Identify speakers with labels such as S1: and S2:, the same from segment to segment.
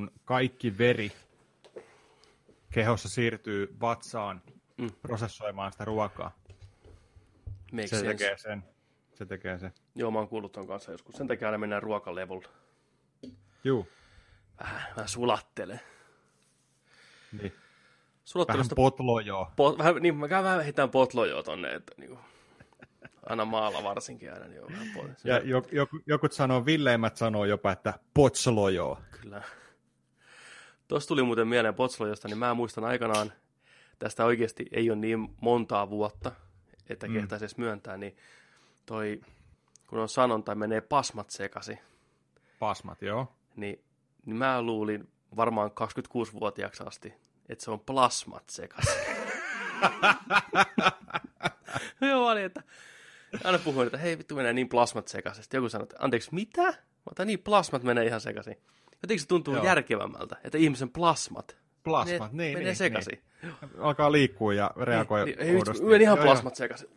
S1: kun kaikki veri kehossa siirtyy vatsaan prosessoimaan sitä ruokaa. Se tekee sen.
S2: Joo, mä oon kuullut ton kanssa joskus. Sen takia aina mennään ruokalevulla.
S1: Juu.
S2: Vähän sulattelee.
S1: Niin. Vähän potlojoa.
S2: Mä käyn vähän heitään potlojoa tonne, että niinku, aina maalla varsinkin aina. Niin
S1: ja jokut sanoo, villeimmät sanoo jopa, että potslojoa.
S2: Kyllä. Tuossa tuli muuten mieleen potslojosta, niin mä muistan aikanaan, tästä oikeasti ei ole niin montaa vuotta, että kehtäisi edes myöntää, niin kun on sanonta, menee pasmat sekasi.
S1: Pasmat, joo.
S2: Niin mä luulin varmaan 26-vuotiaaksi asti, että se on plasmat sekasi. Joo, oli, että aina puhuin, että hei vittu menee niin plasmat sekaisin. Sitten joku sanoi, että anteeksi, mitä? Mä otan niin plasmat menee ihan sekaisin. Jotenkin se tuntuu järkevämmältä, että ihmisen plasmat menee sekaisin.
S1: Niin. Alkaa liikkua ja reagoi oudosti.
S2: Meni ihan plasmat sekaisin.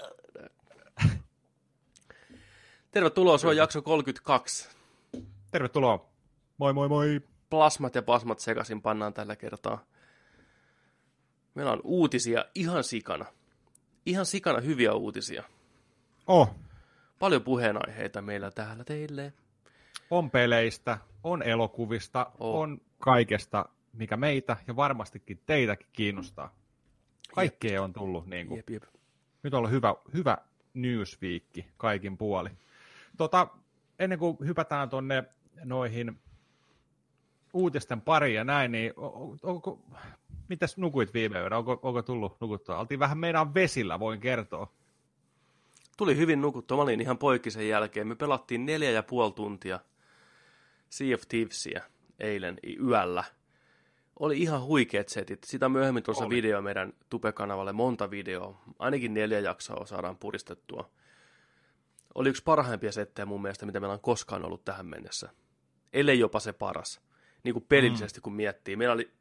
S2: Tervetuloa, se on jakso 32.
S1: Tervetuloa. Moi moi moi.
S2: Plasmat ja pasmat sekaisin pannaan tällä kertaa. Meillä on uutisia ihan sikana. Ihan sikana hyviä uutisia. Paljon puheenaiheita meillä täällä teille.
S1: On peleistä, on elokuvista, on kaikesta, mikä meitä ja varmastikin teitäkin kiinnostaa. Kaikkea on tullut. Niin kuin.
S2: Jep.
S1: Nyt on ollut hyvä newsweekki kaikin puoli. Ennen kuin hypätään tuonne noihin uutisten pariin ja näin, niin mitäs nukuit viime yönä? Onko tullut nukuttua? Oltiin vähän meidän vesillä, voin kertoa.
S2: Tuli hyvin nukuttua. Mä olin ihan poikki sen jälkeen. Me pelattiin 4,5 tuntia Sea of Thievesia eilen yöllä. Oli ihan huikeat setit. Sitä myöhemmin tuossa video meidän Tube-kanavalle monta videoa. Ainakin 4 jaksoa saadaan puristettua. Oli yksi parhaimpia settejä mun mielestä, mitä meillä on koskaan ollut tähän mennessä. Ellei jopa se paras. Niin kuin pelillisesti kun miettii.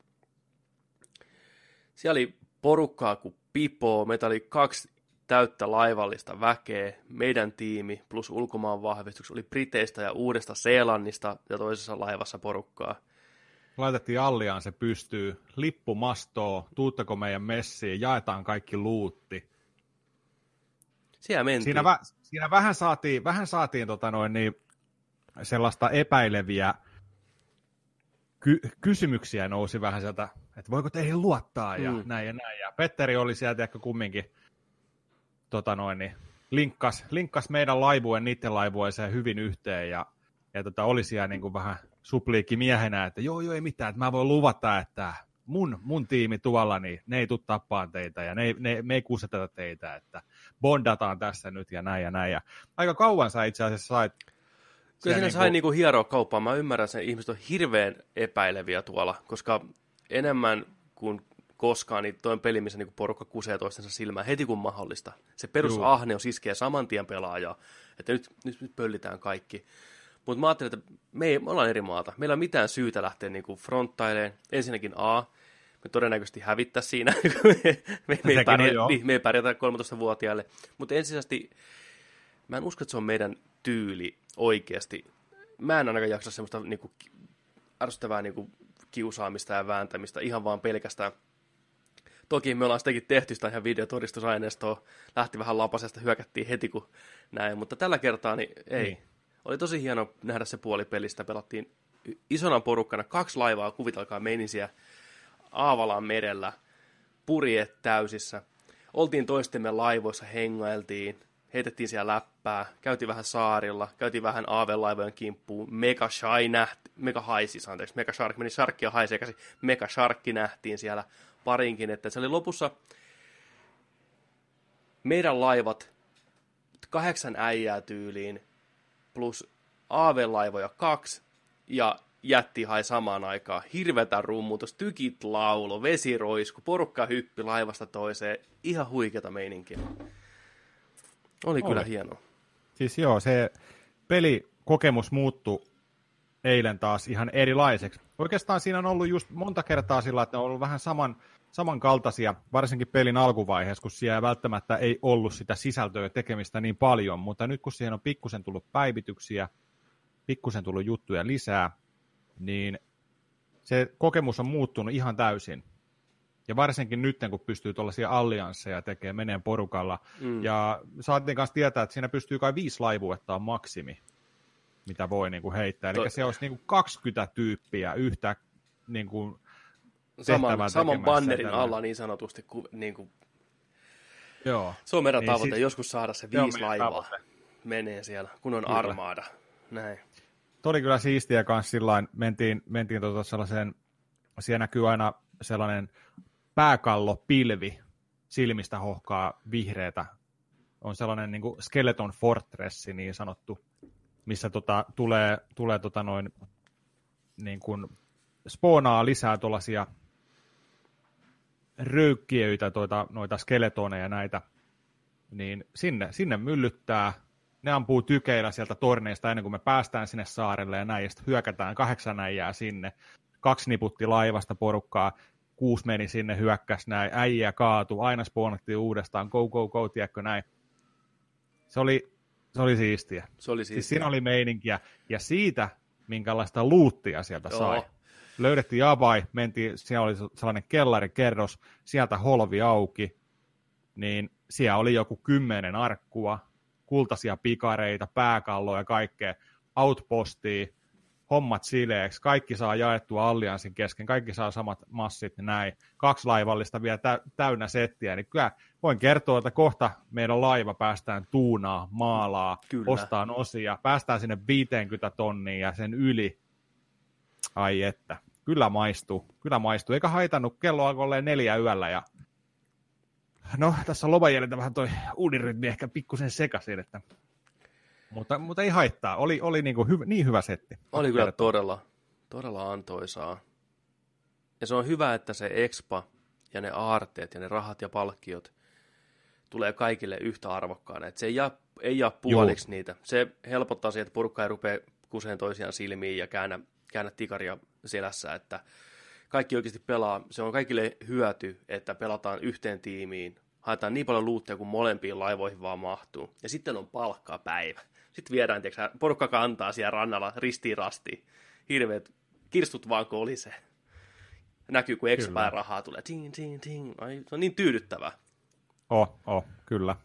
S2: Siellä oli porukkaa kuin pipoa. Meitä oli 2 täyttä laivallista väkeä. Meidän tiimi plus ulkomaan vahvistukset oli Briteistä ja Uudesta Seelannista ja toisessa laivassa porukkaa.
S1: Laitettiin Alliaan se pystyy. Lippumastoa, tuuttako meidän messiin, jaetaan kaikki luutti.
S2: Siellä mentiin.
S1: Siinä vähän saatiin sellaista epäileviä kysymyksiä nousi vähän sieltä, että voiko teihin luottaa ja näin ja näin. Ja Petteri oli sieltä ehkä kumminkin linkkas meidän laivueen niiden laivueeseen hyvin yhteen ja oli siellä niin kuin vähän supliikki miehenä, että joo ei mitään, että mä voin luvata, että mun tiimi tuolla, niin ne ei tule tappaan teitä ja me ei kuseteta teitä, että bondataan tässä nyt ja näin ja näin. Ja aika kauan sä itse asiassa sait.
S2: Kyllä siinä sai niinku hieroa kauppaa. Mä ymmärrän sen, ihmiset on hirveän epäileviä tuolla, koska enemmän kuin koskaan niin toi on peli, missä niinku porukka kusee toistensa silmään heti kun mahdollista. Se perusahneus iskee saman tien pelaajaa, että nyt pöllitään kaikki. Mutta mä ajattelin, että me ollaan eri maata. Meillä ei ole mitään syytä lähteä niinku fronttailemaan. Ensinnäkin me todennäköisesti hävittää siinä. me ei pärjätä 13-vuotiaille. Mutta ensisijaisesti mä en usko, että se on meidän tyyli oikeasti. Mä en ainakaan jaksa semmoista niinku ärsyttävää niinku kiusaamista ja vääntämistä ihan vaan pelkästään. Toki me ollaan sitäkin tehty sitä ihan videotodistusaineistoa. Lähti vähän lapasesta, hyökättiin heti kun näin. Mutta tällä kertaa niin ei. Niin. Oli tosi hieno nähdä se puoli pelistä. Pelattiin isona porukkana 2 laivaa, kuvitelkaa meinisiä Aavalan merellä, purjeet täysissä. Oltiin toistemme laivoissa, hengailtiin, heitettiin siellä läppää, käytiin vähän saarilla, käytiin vähän aavelaivojen kimppuun. Mega Shark meni Sharkia haiseekasi. Mega Sharkki nähtiin siellä parinkin, että se oli lopussa meidän laivat 8 äijää tyyliin, plus aavelaivoja 2 ja jätti hai samaan aikaan. Hirvetä rummutus, tykit laulo, vesiroisku, porukka hyppi laivasta toiseen. Ihan huikeata meininkiä. Oli kyllä hienoa.
S1: Siis joo, se pelikokemus muuttui eilen taas ihan erilaiseksi. Oikeastaan siinä on ollut just monta kertaa sillä, että ne on ollut vähän samankaltaisia, varsinkin pelin alkuvaiheessa, kun siellä välttämättä ei ollut sitä sisältöä tekemistä niin paljon, mutta nyt kun siihen on pikkusen tullut päivityksiä, pikkusen tullut juttuja lisää, niin se kokemus on muuttunut ihan täysin. Ja varsinkin nyt, kun pystyy tuollaisia alliansseja tekemään, meneen porukalla. Ja saatiin kanssa tietää, että siinä pystyy kai 5 laivuetta on maksimi, mitä voi niin kuin heittää. Eli se olisi niin kuin 20 tyyppiä yhtä niin kuin
S2: saman bannerin alla niin sanotusti. Niin kuin...
S1: Joo.
S2: Se on meidän tavoite, joskus saada se 5 laivaa menee siellä, kun on armaada. Näin.
S1: Tuo oli kyllä siistiä kanssa sillain, mentiin sellaiseen, siellä näkyy aina sellainen pääkallopilvi, silmistä hohkaa vihreätä. On sellainen niin kuin Skeleton Fortressi niin sanottu, missä tulee niin kuin spoonaa lisää tuollaisia röykkiöitä, noita skeletoneja näitä, niin sinne myllyttää. Ne ampuu tykeillä sieltä torneista ennen kuin me päästään sinne saarelle ja näin, ja sitten hyökätään 8 äijää sinne. 2 niputti laivasta porukkaa, 6 meni sinne, hyökkäsi näin, äijä kaatu, aina spoonattiin uudestaan, go, tiedätkö näin. Se oli siistiä. Siis siinä oli meininkiä, ja siitä, minkälaista luuttia sieltä sai. Löydettiin avai, mentiin, siellä oli sellainen kellarikerros, sieltä holvi auki, niin siellä oli joku 10 arkkua, kultaisia pikareita, pääkalloja ja kaikkea, outpostia, hommat sileeksi, kaikki saa jaettua allianssin kesken, kaikki saa samat massit ja näin, 2 laivallista vielä täynnä settiä, niin kyllä voin kertoa, että kohta meidän laiva päästään tuunaa, maalaa, ostaan osia, päästään sinne 50 tonnia ja sen yli, ai että, kyllä maistuu, eikä haitannut, kello alkoi olemaan 4 yöllä ja no, tässä on loman jäljiltä vähän toi unirytmi ehkä pikkusen sekaisin, että mutta ei haittaa. Oli niin hyvä setti.
S2: Oli kyllä todella antoisaa. Ja se on hyvä, että se expa ja ne aarteet ja ne rahat ja palkkiot tulee kaikille yhtä arvokkaana. Että se ei jää puoliksi niitä. Se helpottaa siihen, että porukka ei rupea kuseen toisiaan silmiin ja käännä tikaria selässä, että kaikki oikeasti pelaa. Se on kaikille hyöty, että pelataan yhteen tiimiin. Haetaan niin paljon luutteja kuin molempiin laivoihin vaan mahtuu. Ja sitten on palkkaa päivä. Sitten viedään, porukka kantaa siellä rannalla ristiin rastiin. Hirveät kirstut vaan kolisee. Näkyy, kun expire rahaa tulee. Ting, ting, ting. Ai, se on niin tyydyttävää.
S1: Kyllä.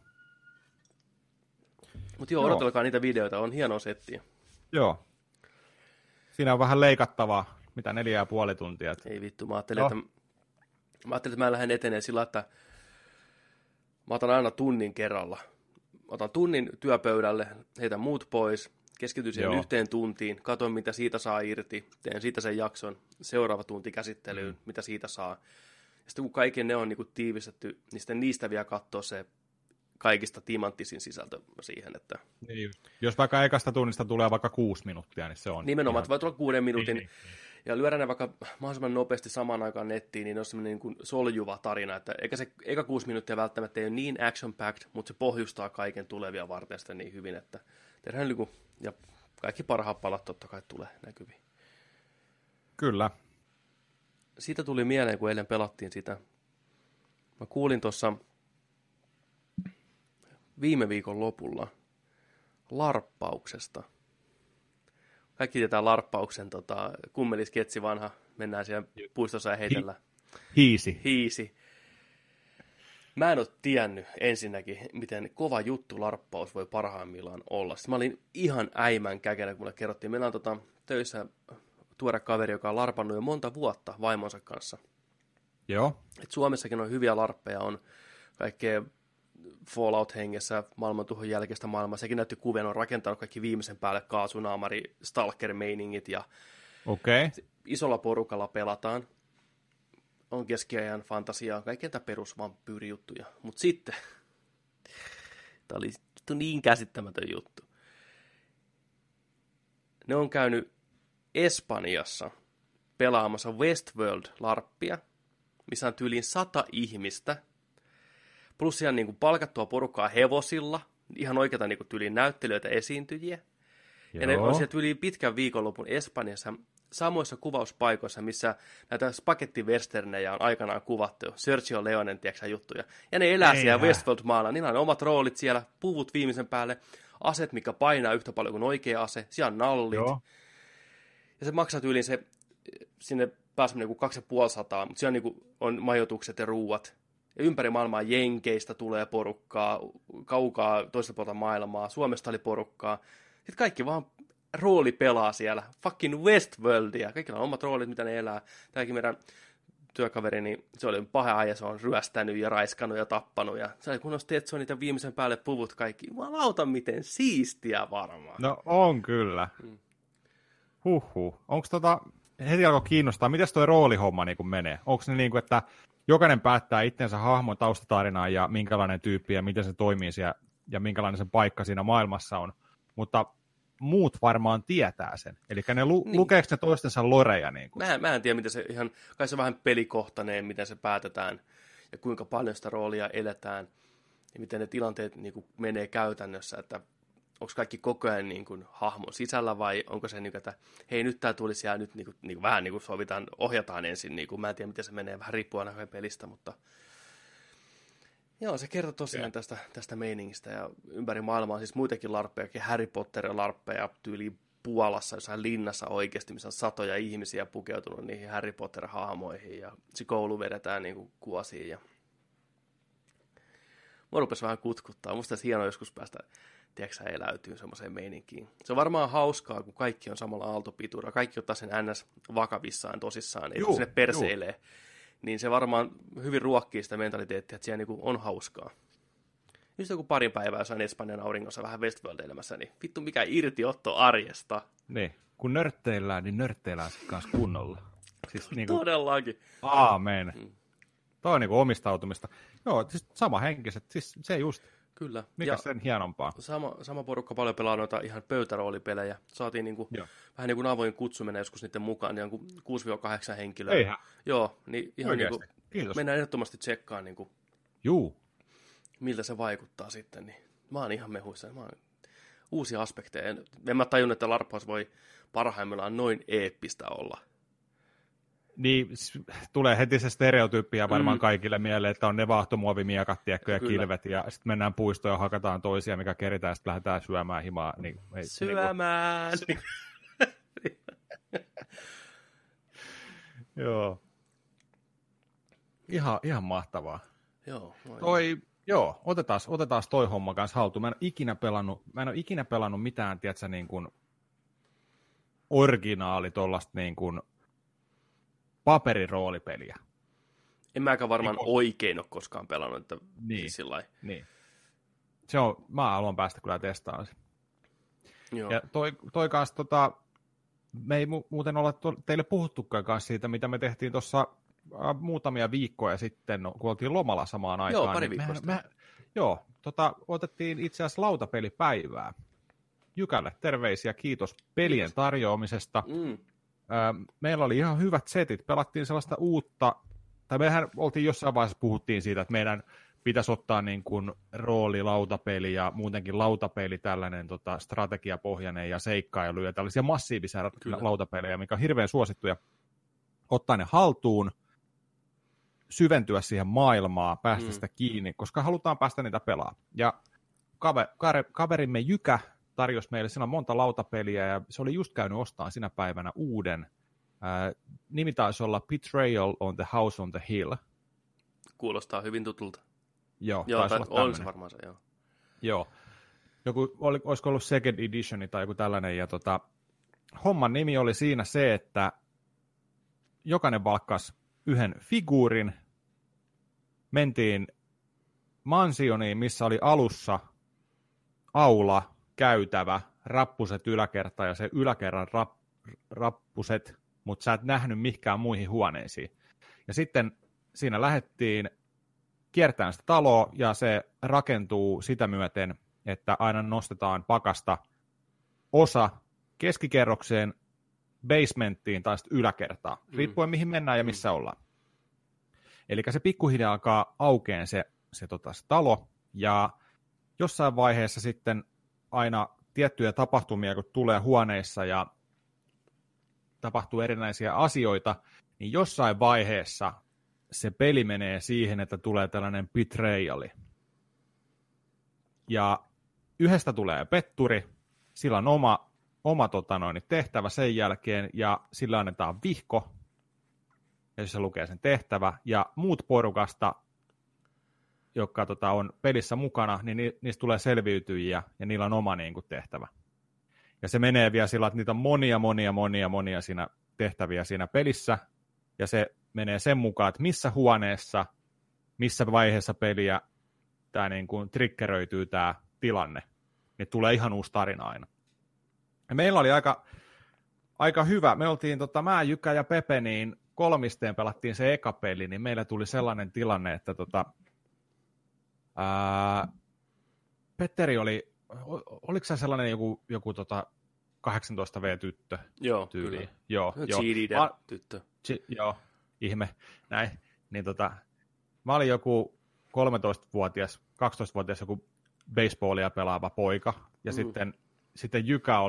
S2: Mutta odotelkaa niitä videoita, on hienoa settiä.
S1: Joo. Siinä on vähän leikattavaa, mitä 4,5 tuntia.
S2: Ei vittu, mä ajattelin, että mä lähden eteneen sillä, että mä otan aina tunnin kerralla. Otan tunnin työpöydälle, heitän muut pois, keskityn siihen 1 tuntiin, katson mitä siitä saa irti, teen siitä sen jakson, seuraava tunti käsittelyyn, mitä siitä saa. Ja sitten kun kaikki ne on niin tiivistetty, niin sitten niistä vielä katsoo se kaikista timanttisin sisältö siihen. Että...
S1: Niin, jos vaikka ekasta tunnista tulee vaikka 6 minuuttia, niin se on...
S2: Nimenomaan, että voi tulla 6 minuutin. Niin. Ja lyödä ne vaikka mahdollisimman nopeasti samaan aikaan nettiin, niin on semmoinen niin kuin soljuva tarina, että eikä se eka 6 minuuttia välttämättä ei ole niin action-packed, mutta se pohjustaa kaiken tulevia varten sitten niin hyvin, että tehdään niin kuin, ja kaikki parhaat palat totta kai tulee näkyviin.
S1: Kyllä.
S2: Siitä tuli mieleen, kun eilen pelattiin sitä. Mä kuulin tuossa viime viikon lopulla larppauksesta. Kaikki tietää larppauksen kummelisketsi vanha. Mennään siellä puistossa ja heitellään.
S1: Hiisi.
S2: Mä en ole tiennyt ensinnäkin, miten kova juttu larppaus voi parhaimmillaan olla. Sitten mä olin ihan äimän käkenä, kun mulle kerrottiin. Meillä on töissä tuore kaveri, joka on larpannut jo monta vuotta vaimonsa kanssa.
S1: Joo.
S2: Et Suomessakin on hyviä larppeja, on kaikkea Fallout-hengessä, maailmantuhon jälkeistä maailmaa. Sekin näytti kuvien, on rakentanut kaikki viimeisen päälle kaasunaamari, stalker-meiningit ja isolla porukalla pelataan. On keskiajan fantasiaa, kaikkea tätä perusvampyyrijuttuja. Mutta sitten, tämä oli niin käsittämätön juttu. Ne on käynyt Espanjassa pelaamassa Westworld-larppia, missä on tyyliin 100 ihmistä, plus ihan niin kuin palkattua porukkaa hevosilla, ihan oikeata niin kuin tyyliin näyttelijöitä, esiintyjiä. Joo. Ja ne on sieltä yli pitkän viikonlopun Espanjassa samoissa kuvauspaikoissa, missä näitä spagettivesternejä on aikanaan kuvattu, Sergio Leonen, tiedätkö juttuja. Ja ne elää siellä Westworld-maalla, niillä on omat roolit siellä, puvut viimeisen päälle, aset, mikä painaa yhtä paljon kuin oikea ase, siellä on nallit. Joo. Ja se maksaa tyyliin se sinne pääsemään niin 250, mutta siellä niin on majoitukset ja ruuat. Ja ympäri maailmaa Jenkeistä tulee porukkaa, kaukaa toista puolta maailmaa, Suomesta oli porukkaa. Sitten kaikki vaan rooli pelaa siellä. Fucking Westworldia. Kaikilla on omat roolit, mitä ne elää. Tämäkin meidän työkaveri, niin se oli paha aja, se on ryöstänyt ja raiskannut ja tappanut. Ja se oli kunnossa Tetsonit ja viimeisen päälle puvut kaikki. Jumalauta, miten siistiä varmaan.
S1: No on kyllä. Onko heti alkoi kiinnostaa, miten toi roolihomma niin menee? Onko ne niin kuin, että jokainen päättää itsensä hahmon taustatarinaa ja minkälainen tyyppi ja miten se toimii siellä ja minkälainen se paikka siinä maailmassa on, mutta muut varmaan tietää sen. Eli ne lukeeko ne toistensa loreja? Niin kuin?
S2: Mä en tiedä, miten se ihan, kai se on vähän pelikohtainen, miten se päätetään ja kuinka paljon sitä roolia eletään ja miten ne tilanteet niin kuin menee käytännössä, että onko kaikki koko ajan niin kuin hahmon sisällä vai onko se, niin kuin, että hei nyt tää tulisi ja nyt niin kuin, vähän niin kuin sovitaan, ohjataan ensin. Niin kuin, mä en tiedä, miten se menee, vähän riippuu aina pelistä, mutta joo, se kertoo tosiaan tästä meiningistä ja ympäri maailmaa on siis muitakin larppeja, Harry Potter-larppeja tyyliin Puolassa jossain linnassa oikeasti, missä on satoja ihmisiä pukeutunut niihin Harry Potter-hahmoihin ja se koulu vedetään niin kuin kuosiin ja mua rupesi vähän kutkuttaa. Musta olisi hienoa joskus päästä tiedätkö, eläytyy semmoiseen meininkiin. Se on varmaan hauskaa, kun kaikki on samalla aaltopituudella. Kaikki ottaa sen NS vakavissaan, tosissaan, ei sinne perseilee. Niin se varmaan hyvin ruokkii sitä mentaliteettia, että siellä niinku on hauskaa. Just joku pari päivää jossain Espanjan auringossa vähän Westworld-elämässä, niin vittu mikä irtiotto arjesta.
S1: Niin, kun nörtteillään, niin nörtteillään sitten kanssa kunnolla. Siis, niinku,
S2: todellakin.
S1: Aamen. Toi on niinku omistautumista. Joo, siis sama henkiset, siis se just.
S2: Kyllä.
S1: Mikä sen hienompaa?
S2: Sama porukka paljon pelaa noita ihan pöytäroolipelejä. Saatiin vähän niin kuin avoin kutsu mennä joskus niiden mukaan, niin on 6-8 henkilöä.
S1: Eihän.
S2: Joo, niin ihan niin kuin, mennään ehdottomasti tsekkaan, niin kuin, miltä se vaikuttaa sitten. Niin mä oon ihan mehuissa. Uusia aspekteja. En mä tajunnut, että larppaus voi parhaimmillaan noin eeppistä olla.
S1: Niin, tulee heti se stereotyyppiä varmaan kaikille mieleen, että on ne vaahtomuovimiekat, tiedätkö, ja kilvet, ja sitten mennään puistoon ja hakataan toisia, mikä keritään, ja sitten lähdetään syömään himaa. Niin,
S2: syömään!
S1: Joo. Ihan mahtavaa.
S2: Joo.
S1: Otetaan toi homma kanssa haltuun. Mä en ole ikinä pelannut mitään, tiedätkö, niin kuin originaali tollaista niin kuin paperiroolipeliä.
S2: En mäkään varmaan oikein ole koskaan pelannut, että
S1: niin.
S2: Niin.
S1: Se on, mä haluan päästä kyllä testaamaan se.
S2: Joo.
S1: Ja toi kanssa, me ei muuten olla teille puhuttukaan kanssa siitä, mitä me tehtiin tuossa muutamia viikkoja sitten, kun oltiin lomalla samaan aikaan.
S2: Joo, pari viikkoa sitten.
S1: Otettiin itse asiassa lautapelipäivää. Jykälle terveisiä, kiitos pelien tarjoamisesta. Meillä oli ihan hyvät setit, pelattiin sellaista uutta, tai mehän oltiin jossain vaiheessa puhuttiin siitä, että meidän pitäisi ottaa niin kuin rooli, lautapeli ja muutenkin lautapeli, tällainen strategiapohjainen ja seikkailu ja tällaisia massiivisia lautapelejä, mikä on hirveän suosittuja. Ottaa ne haltuun, syventyä siihen maailmaan, päästä sitä kiinni, koska halutaan päästä niitä pelaamaan. Ja kaverimme Jykä tarjosi meille, siinä on monta lautapeliä, ja se oli just käynyt ostamaan sinä päivänä uuden. Nimi taisi olla Betrayal on the House on the Hill.
S2: Kuulostaa hyvin tutulta.
S1: Joo,
S2: on se varmaan se, joo.
S1: Joo. Olisiko ollut Second Edition tai joku tällainen, ja homman nimi oli siinä se, että jokainen valkkasi yhden figuurin, mentiin mansioniin, missä oli alussa aula, käytävä, rappuset yläkerta ja se yläkerran rappuset, mutta sä et nähnyt mihinkään muihin huoneisiin. Ja sitten siinä lähdettiin kiertämään sitä taloa ja se rakentuu sitä myöten, että aina nostetaan pakasta osa keskikerrokseen, basementtiin tai sitten yläkertaan, riippuen mihin mennään ja missä ollaan. Eli se pikkuhiljaa alkaa aukeen se talo, ja jossain vaiheessa sitten aina tiettyjä tapahtumia, kun tulee huoneissa ja tapahtuu erinäisiä asioita, niin jossain vaiheessa se peli menee siihen, että tulee tällainen betrayali. Ja yhdestä tulee petturi, sillä on oma tehtävä sen jälkeen, ja sillä annetaan vihko, ja se lukee sen tehtävä, ja muut porukasta, jotka on pelissä mukana, niin niistä tulee selviytyjiä, ja niillä on oma niin kuin, tehtävä. Ja se menee vielä sillä, että niitä on monia siinä tehtäviä siinä pelissä, ja se menee sen mukaan, että missä huoneessa, missä vaiheessa peliä tämä niin kuin triggeröityy tämä tilanne, niin tulee ihan uusi tarina aina. Ja meillä oli aika hyvä. Me oltiin, mä, Jykä ja Pepe, niin kolmisteen pelattiin se eka peli, niin meillä tuli sellainen tilanne, että Petteri oliko se sellainen joku 18V-tyttö?
S2: Joo,
S1: tyyli.
S2: Kyllä.
S1: Joo.
S2: Cheerleader-tyttö.
S1: Joo, ihme. Näin. Niin mä olin joku 13-vuotias, 12-vuotias joku baseballia pelaava poika, ja sitten Jykä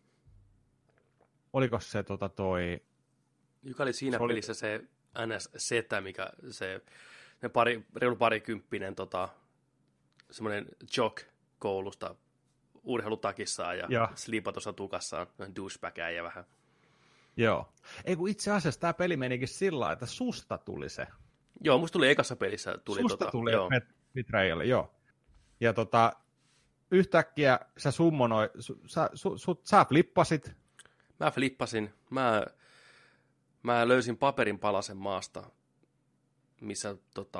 S1: oliko se
S2: Jykä oli siinä pelissä se NS-setä, mikä se reilu parikymppinen semmoinen jock koulusta urheilutakissaan ja slipatossa tukassaan, douchebagää ja vähän.
S1: Joo. Ei kun itse asiassa tämä peli menikin sillä, että susta tuli se.
S2: Joo, musta tuli ekassa pelissä.
S1: Susta tuli Betrayal, joo. Ja yhtäkkiä sä summonoi, sä flippasit.
S2: Mä flippasin. Mä löysin paperin palasen maasta, missä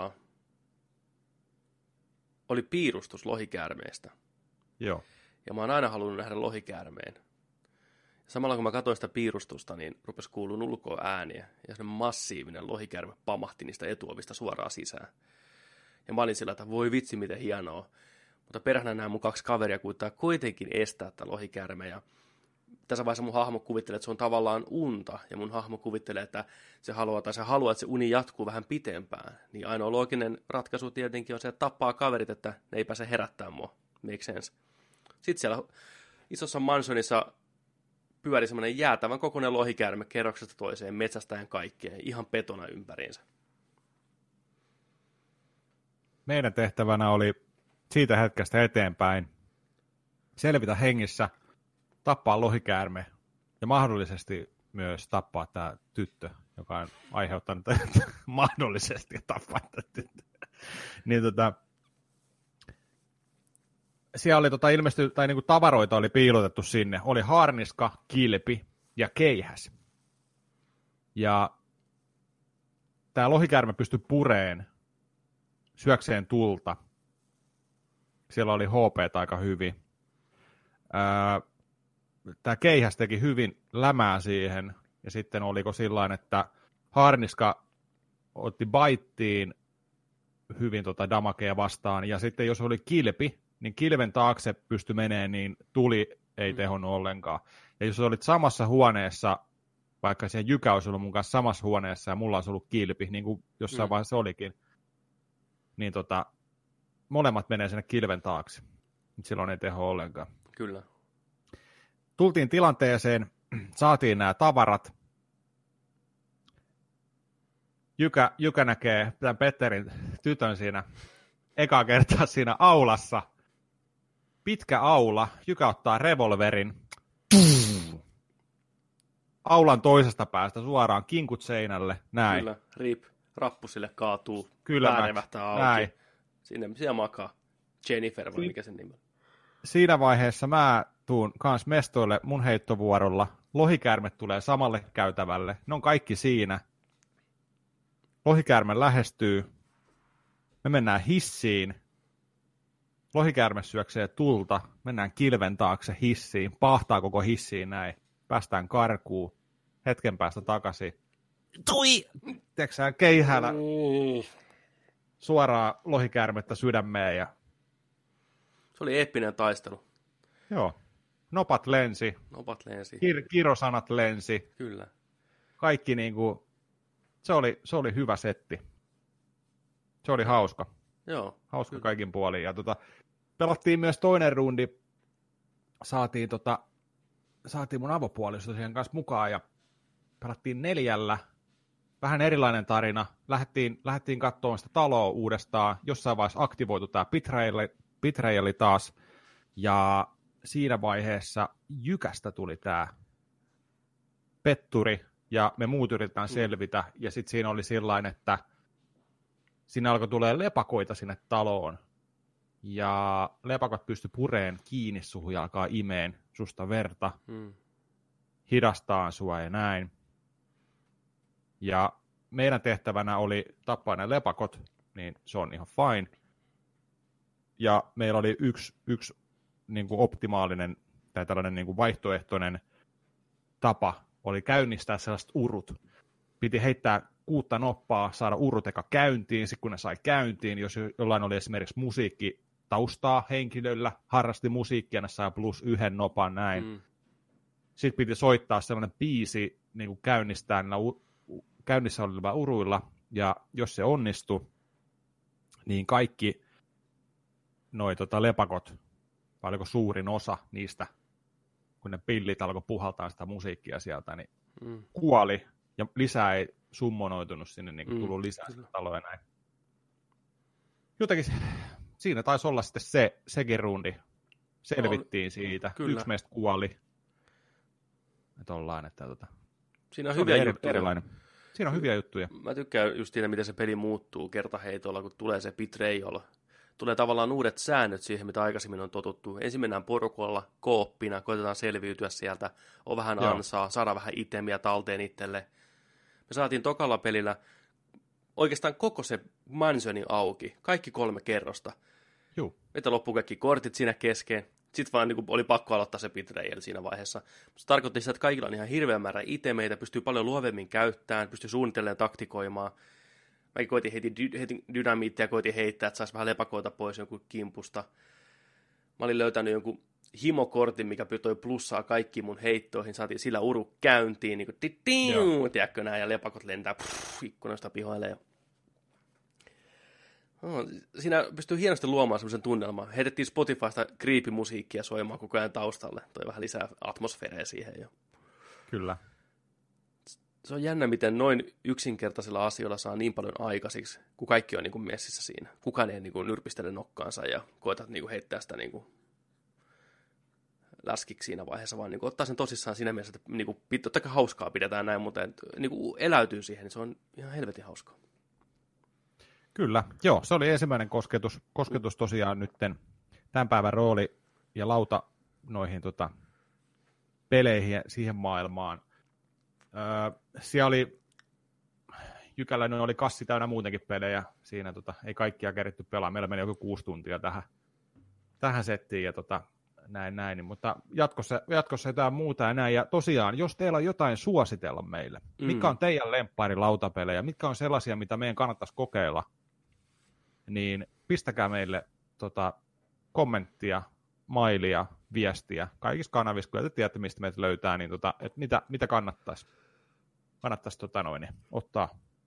S2: oli piirustus lohikäärmeestä.
S1: Joo.
S2: Ja mä oon aina halunnut nähdä lohikäärmeen. Samalla kun mä katsoin sitä piirustusta, niin rupesi kuuluun ulkoa ääniä. Ja se massiivinen lohikäärme pamahti niistä etuovista suoraan sisään. Ja mä olin sillä, että voi vitsi miten hienoa. Mutta perhänä nämä mun 2 kaveria kuittaa kuitenkin estää tätä lohikäärme. Ja tässä vaiheessa mun hahmo kuvittelee, että se on tavallaan unta. Ja mun hahmo kuvittelee, että se haluaa, että se uni jatkuu vähän pitempään. Niin ainoa looginen ratkaisu tietenkin on se, että tappaa kaverit, että ne ei pääse herättämään mua. Make sense. Sitten siellä isossa mansionissa pyöri semmoinen jäätävän kokoinen lohikäärme kerroksesta toiseen, metsästäen kaikkeen, ihan petona ympäriinsä.
S1: Meidän tehtävänä oli siitä hetkestä eteenpäin selvitä hengissä, tappaa lohikäärme ja mahdollisesti myös tappaa tämä tyttö, joka on aiheuttanut mahdollisesti tappaa tämä tyttö. Niin siellä oli ilmestynyt, tai niinku tavaroita oli piilotettu sinne. Oli harniska, kilpi ja keihäs. Ja tämä lohikäärme pystyi pureen, syökseen tulta. Siellä oli HP aika hyvin. Tämä keihäs teki hyvin lämää siihen. Ja sitten oliko sillain, että harniska otti baittiin hyvin damakea vastaan. Ja sitten jos oli kilpi, niin kilven taakse pystyi menemään, niin tuli ei tehonnut ollenkaan. Ja jos olit samassa huoneessa, vaikka siihen Jykä olisi ollut mun kanssa samassa huoneessa ja mulla olisi ollut kilpi, niin kuin jossain vaiheessa olikin, niin molemmat menee sinne kilven taakse. Silloin ei teho ollenkaan.
S2: Kyllä.
S1: Tultiin tilanteeseen, saatiin nämä tavarat. Jykä näkee tämän Petterin tytön siinä ekaa kertaa siinä aulassa. Pitkä aula, Jykä ottaa revolverin. Aulan toisesta päästä suoraan kinkut seinälle, näin.
S2: Kyllä, rappu sille kaatuu, päärevähtää auki. Näin. Siellä makaa Jennifer, vai mikä sen nimi on?
S1: Siinä vaiheessa mä tuun kans mestoille mun heittovuorolla. Lohikäärme tulee samalle käytävälle. Ne on kaikki siinä. Lohikäärme lähestyy. Me mennään hissiin. Lohikäärme syöksee tulta. Mennään kilven taakse hissiin. Pahtaa koko hissiin näin. Päästään karkuun. Hetken päästä takaisin. Tui! Teksään keihällä suoraan lohikäärmettä sydämeen. Ja...
S2: Se oli eeppinen taistelu.
S1: Joo. Nopat lensi. Kirosanat lensi.
S2: Kyllä.
S1: Kaikki niinku... Se oli hyvä setti. Se oli hauska.
S2: Joo.
S1: Hauska kyllä. Kaikin puolin. Ja pelattiin myös toinen rundi. Saatiin mun avopuoliso siihen kanssa mukaan ja pelattiin 4. Vähän erilainen tarina. Lähdettiin katsomaan sitä taloa uudestaan. Jossain vaiheessa aktivoitu tämä Betrayal taas. Ja siinä vaiheessa Jykästä tuli tämä petturi, ja me muut yritetään selvitä, ja sitten siinä oli sillain, että siinä alkoi tulee lepakoita sinne taloon, ja lepakot pysty pureen kiinni suhun ja alkaa imeen susta verta, hidastaa sua ja näin. Ja meidän tehtävänä oli tappaa ne lepakot, niin se on ihan fine. Ja meillä oli yksi niin kuin optimaalinen tai tällainen niin kuin vaihtoehtoinen tapa, oli käynnistää sellaiset urut. Piti heittää 6 noppaa, saada urut eka käyntiin, sitten kun ne sai käyntiin, jos jollain oli esimerkiksi musiikki taustaa henkilöllä, harrasti musiikkia, ne sai plus 1 nopan näin. Sitten piti soittaa sellainen biisi, niin kuin käynnistää käynnissä olevilla uruilla, ja jos se onnistui, niin kaikki noi lepakot, vai oliko suurin osa niistä, kun ne pillit alkoi puhaltaa sitä musiikkia sieltä, niin kuoli, ja lisää ei summonoitunut sinne, niin kuin tullut lisää sitä taloja näin. Jotenkin siinä taisi olla sitten sekin rundi. Selvittiin siitä. Kyllä. Yksi meistä kuoli. Että ollaan, että
S2: siinä on hyviä juttuja.
S1: Erilainen. Siinä on hyviä juttuja.
S2: Mä tykkään just siitä, miten se peli muuttuu kertaheitolla, kun tulee se betrayal. Tulee tavallaan uudet säännöt siihen, mitä aikaisemmin on totuttu. Ensin mennään porukolla, kooppina, koitetaan selviytyä sieltä, on vähän ansaa, saada vähän itemiä talteen itselle. Me saatiin tokalla pelillä oikeastaan koko se mansioni auki, kaikki 3 kerrosta.
S1: Joo.
S2: Meitä loppuu kaikki kortit siinä kesken. Sitten vaan niin oli pakko aloittaa se betrayal siinä vaiheessa. Se tarkoitti sitä, että kaikilla on ihan hirveä määrä itemeitä, pystyy paljon luovemmin käyttämään, pystyy suunnittelemaan, taktikoimaan. Mäkin koitin heitin dynamiittia, koitin heittää, että saisi vähän lepakoita pois jonkun kimpusta. Mä olin löytänyt jonkun himokortin, mikä toi plussaa kaikkiin mun heittoihin. Saatiin sillä uru käyntiin, niin kuin tiedätkö näin, ja lepakot lentää ikkunoista pihoille. Siinä pystyy hienosti luomaan semmoisen tunnelman. Heitettiin Spotifysta creepy-musiikkia soimaan koko ajan taustalle. Toi vähän lisää atmosfeereja siihen jo.
S1: Kyllä.
S2: Se on jännä, miten noin yksinkertaisilla asioilla saa niin paljon aikaisiksi, kun kaikki on niin kuin messissä siinä. Kukaan ei niin kuin nyrpistele nokkaansa ja koeta niin kuin heittää sitä niin kuin läskiksi siinä vaiheessa, vaan niin kuin ottaa sen tosissaan siinä mielessä, että niin kuin, totta kai hauskaa pidetään näin, mutta niin kuin eläytyy siihen, niin se on ihan helvetin hauskaa.
S1: Kyllä, joo, se oli ensimmäinen kosketus tosiaan nytten tämän päivän rooli ja lauta noihin peleihin ja siihen maailmaan. Siellä oli Jykäläinen oli kassi täynnä muutenkin pelejä, siinä ei kaikkia keritty pelaa, meillä meni joku 6 tuntia tähän settiin ja näin, mutta jatkossa jotain muuta ja näin, ja tosiaan, jos teillä on jotain suositella meille, mikä on teidän lemppari lautapelejä, mitkä on sellaisia, mitä meidän kannattaisi kokeilla, niin pistäkää meille kommenttia, mailia, viestiä, kaikissa kanavissa, kun te tiedätte, mistä meitä löytää, niin että mitä kannattaisi ottaa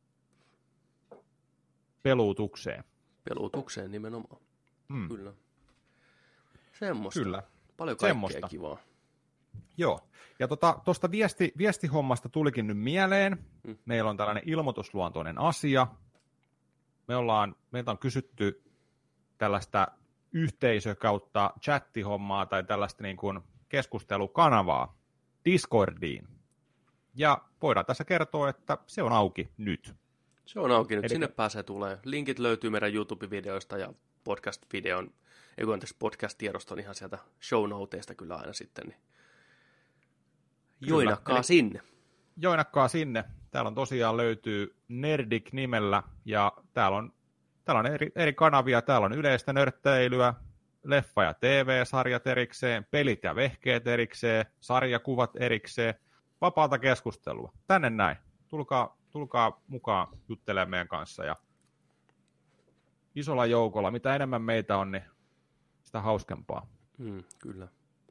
S1: peluutukseen.
S2: Peluutukseen nimenomaan. Kyllä. Semmosta.
S1: Kyllä.
S2: Paljon kaikkea kivaa.
S1: Joo. Ja tuosta viestihommasta tulikin nyt mieleen. Meillä on tällainen ilmoitusluontoinen asia. Meiltä on kysytty tällaista yhteisö kautta chattihommaa tai tällaista niin kuin keskustelukanavaa Discordiin. Ja voidaan tässä kertoa, että se on auki nyt.
S2: Se on auki nyt. Sinne pääsee tulee. Linkit löytyy meidän YouTube-videoista ja podcast-tiedoston ihan sieltä show noteista kyllä aina sitten. Niin joinakkaa sinne.
S1: Joinakkaa sinne. Täällä on tosiaan löytyy Nerdik-nimellä ja täällä on eri kanavia. Täällä on yleistä nörtteilyä, leffa- ja TV-sarjat erikseen, pelit ja vehkeet erikseen, sarjakuvat erikseen, vapaata keskustelua. Tänne näin. Tulkaa mukaan juttelemaan meidän kanssa ja isolla joukolla. Mitä enemmän meitä on, niin sitä hauskempaa.
S2: Kyllä.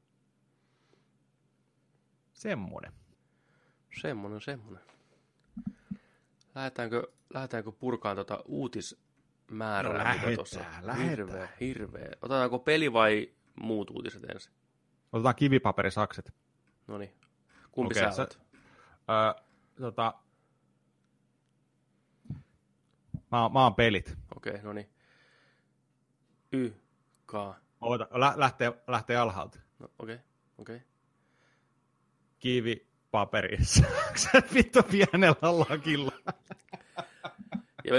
S1: Semmoinen.
S2: Lähdetäänkö purkaan uutismäärää?
S1: No lähdetään.
S2: Hirveä. Otetaanko peli vai muut uutiset ensin?
S1: Otetaan kivipaperisakset.
S2: Noniin. Kumpi sä olet?
S1: Mä oon pelit.
S2: Okei, noniin. K.
S1: Lähtee alhaalta.
S2: No, okei.
S1: Kivi, paperissa. Se vittu pienellä lakilla.
S2: Ja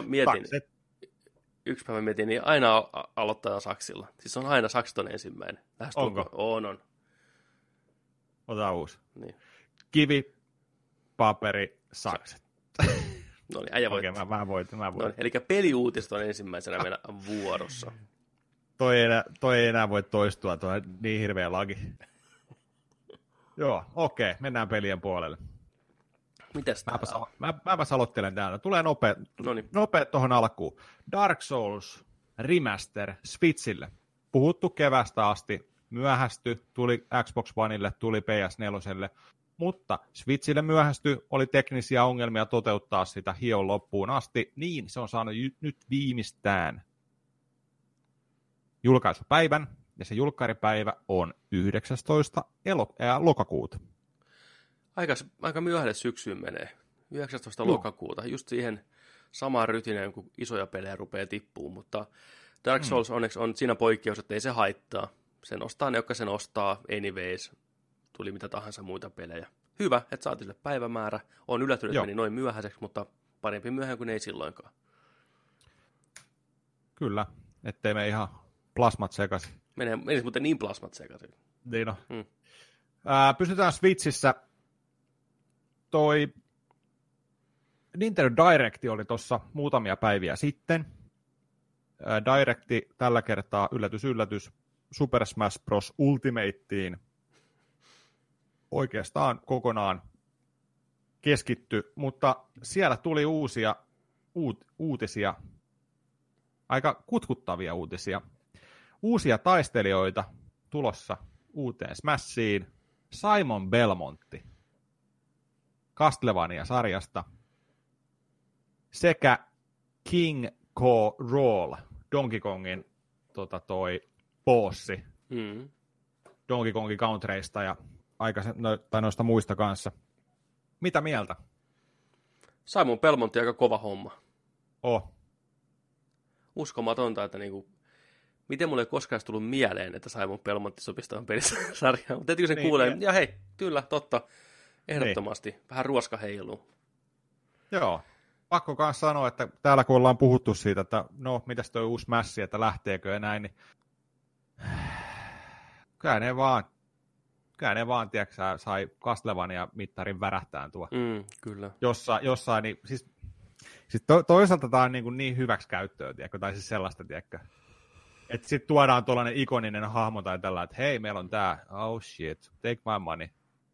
S2: yksi päivä mietin, niin aina aloittaa saksilla. Siis on aina saksit on ensimmäinen.
S1: Onko?
S2: On.
S1: Ota uusi.
S2: Niin.
S1: Kivi, paperi, sakset.
S2: No niin, äijä voitti.
S1: Okei, mä voitin.
S2: No niin, eli peliuutiset on ensimmäisenä meidän vuorossa.
S1: Toi ei enää voi toistua, tuo niin hirveä lagi. Joo, okei, mennään pelien puolelle.
S2: Mitäs täällä on?
S1: Mäpäs aloittelen täällä. Tulee nopea tuohon alkuun. Dark Souls Remaster Switchille. Puhuttu kevästä asti, myöhästy, tuli Xbox Oneille, tuli PS4, mutta Switchille myöhästy, oli teknisiä ongelmia toteuttaa sitä hion loppuun asti, niin se on saanut nyt viimeistään julkaisupäivän, ja se julkkaripäivä on 19. lokakuuta.
S2: Aika myöhälle syksyyn menee. 19. lokakuuta, just siihen samaan rytinään, kun isoja pelejä rupeaa tippuun, mutta Dark Souls onneksi on siinä poikkeus, että ei se haittaa. Sen ostaa ne, jotka sen ostaa anyways. Tuli mitä tahansa muita pelejä. Hyvä, että saatiin sille päivämäärä. On yllättynyt, että meni noin myöhäiseksi, mutta parempi myöhään kuin ei silloinkaan.
S1: Kyllä, ettei me ihan plasmat sekaisin.
S2: Menisi muuten niin plasmat sekaisin.
S1: Niin on. Pysytään Switchissä. Toi Nintendo Direct oli tuossa muutamia päiviä sitten. Directi tällä kertaa, yllätys, Super Smash Bros. Ultimateen oikeastaan kokonaan keskitty, mutta siellä tuli uusia uutisia, aika kutkuttavia uutisia. Uusia taistelijoita tulossa uuteen Smashiin. Simon Belmontti Castlevania-sarjasta sekä King K. Rool, Donkey Kongin toi bossi Donkey Kongin Countryista ja noista muista kanssa. Mitä mieltä?
S2: Simon Belmontti aika kova homma. Uskomatonta, että niinku, miten mulle ei koskaan tullut mieleen, että Simon Belmontti sopisi tuohon pelisarjaan. Mutta tietysti sen kuulee, ja hei, kyllä, totta, ehdottomasti. Niin. Vähän ruoska heiluu.
S1: Joo, pakko myös sanoa, että täällä kun ollaan puhuttu siitä, että no, mitäs toi uusi mässi, että lähteekö ja näin, niin kyllä ne vaan, tiedätkö, sai Castlevania-mittarin värähtään tuo.
S2: Kyllä.
S1: Jossain, niin siis toisaalta tämä on niin hyväksi käyttöön, tiedätkö, tai siis sellaista, tiedätkö, että sitten tuodaan tuollainen ikoninen hahmo tai tällä, että hei, meillä on tää, oh shit, take my money.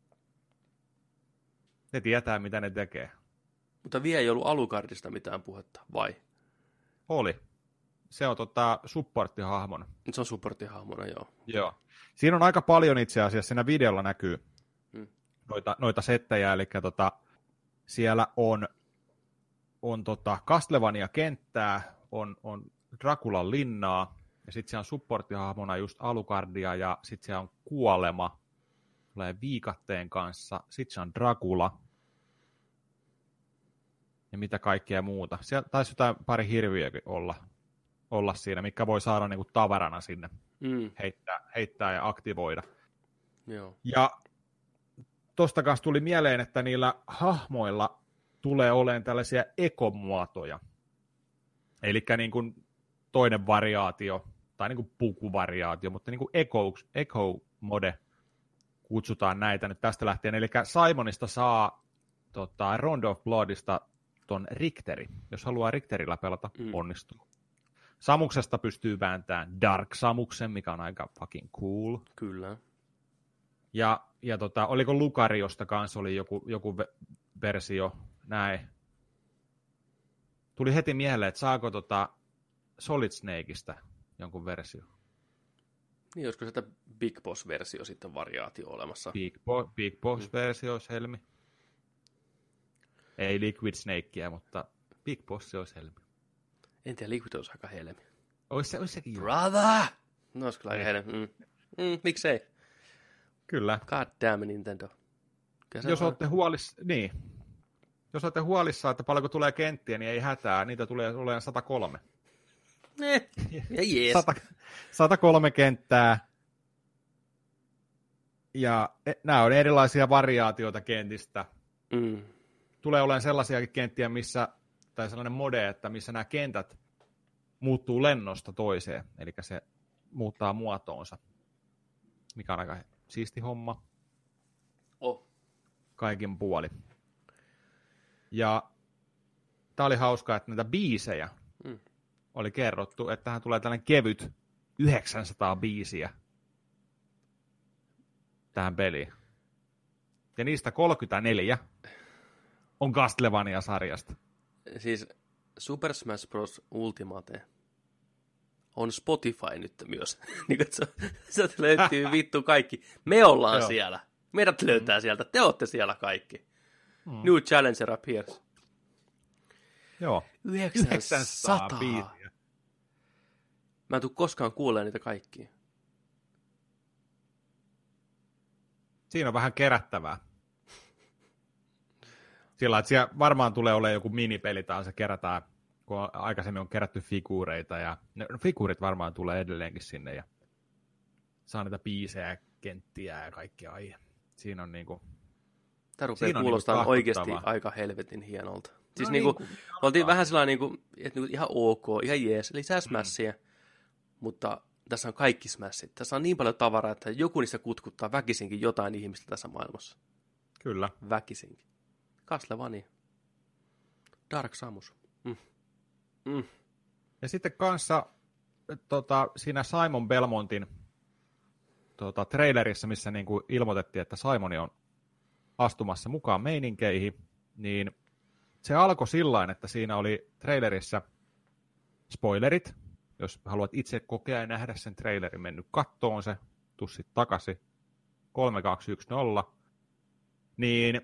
S1: Ne tietää, mitä ne tekee.
S2: Mutta vielä ei ollut Alucardista mitään puhetta, vai?
S1: Oli. Se on supporttihahmona.
S2: Se on supporttihahmona, joo.
S1: Joo. Siinä on aika paljon itse asiassa, siinä videolla näkyy noita settejä, eli siellä on Castlevania-kenttää, on Draculan linnaa, ja sitten siellä on supporttihahmona just Alucardia, ja sitten siellä on kuolema, tulee viikatteen kanssa, sitten se on Dracula, ja mitä kaikkea muuta. Siellä taisi jotain pari hirviöäkin olla siinä, mikä voi saada niinku tavarana sinne heittää ja aktivoida.
S2: Joo.
S1: Ja tosta kanssa tuli mieleen, että niillä hahmoilla tulee olemaan tällaisia ekomuotoja. Eli niin kuin toinen variaatio, tai niin kuin pukuvariaatio, mutta niin kuin eco-mode kutsutaan näitä nyt tästä lähtien. Eli Simonista saa Round of Bloodista ton Richteri. Jos haluaa Richterillä pelata, onnistuu. Samuksesta pystyy vääntämään Dark Samuksen, mikä on aika fucking cool.
S2: Kyllä.
S1: Ja oliko Lucariosta kanssa oli joku versio, näin. Tuli heti mieleen, että saako Solid Snakeista jonkun versio.
S2: Niin, olisiko sitä Big Boss-versio sitten variaatio olemassa?
S1: Big Boss-versio olisi helmi. Ei Liquid Snakea, mutta Big Boss olisi helmi.
S2: En tiedä, Liquid olisi aika helmi.
S1: Olisi sekin.
S2: Brother! No olisi kyllä aika helmi. Miksei?
S1: Kyllä.
S2: God damn Nintendo.
S1: Jos olette huolissaan, että paljonko tulee kenttiä, niin ei hätää. Niitä tulee olemaan 103.
S2: Ja jees.
S1: 103 kenttää. Ja nämä on erilaisia variaatioita kentistä. Tulee olemaan sellaisiakin kenttiä, tai sellainen mode, että missä nämä kentät muuttuu lennosta toiseen. Eli se muuttaa muotoonsa, mikä on aika siisti homma. Kaikin puoli. Ja tää oli hauskaa, että näitä biisejä oli kerrottu, että tähän tulee tällainen kevyt 900 biisiä tähän peliin. Ja niistä 34 on Castlevania-sarjasta.
S2: Siis Super Smash Bros. Ultimate on Spotify nyt myös. Sieltä löytyy vittu kaikki. Me ollaan siellä. Meidät löytää sieltä. Te olette siellä kaikki. New Challenger appears.
S1: Joo. 900 biisiä.
S2: Mä en tule koskaan kuulemaan niitä kaikkia.
S1: Siinä on vähän kerättävää. Sillä että siellä varmaan tulee olemaan joku minipeli, tai se kerätään, kun aikaisemmin on kerätty figuureita, ja figuurit varmaan tulee edelleenkin sinne, ja saa niitä biisejä, kenttiä ja kaikkea. Siinä on niinku...
S2: Tämä rupeaa kuulostaa oikeasti aika helvetin hienolta. Siis niinku, oltiin vähän sellainen, että ihan ok, ihan jees, lisää smashia, mutta tässä on kaikki smashit. Tässä on niin paljon tavaraa, että joku niistä kutkuttaa väkisinkin jotain ihmistä tässä maailmassa.
S1: Kyllä.
S2: Väkisinkin. Castlevania. Dark Samus.
S1: Ja sitten kanssa siinä Simon Belmontin trailerissa, missä niinku ilmoitettiin, että Simoni on astumassa mukaan meininkeihin, niin se alkoi sillain, että siinä oli trailerissa spoilerit. Jos haluat itse kokea ja nähdä sen trailerin, mennyt kattoon se, tuu sitten takaisin 3210, niin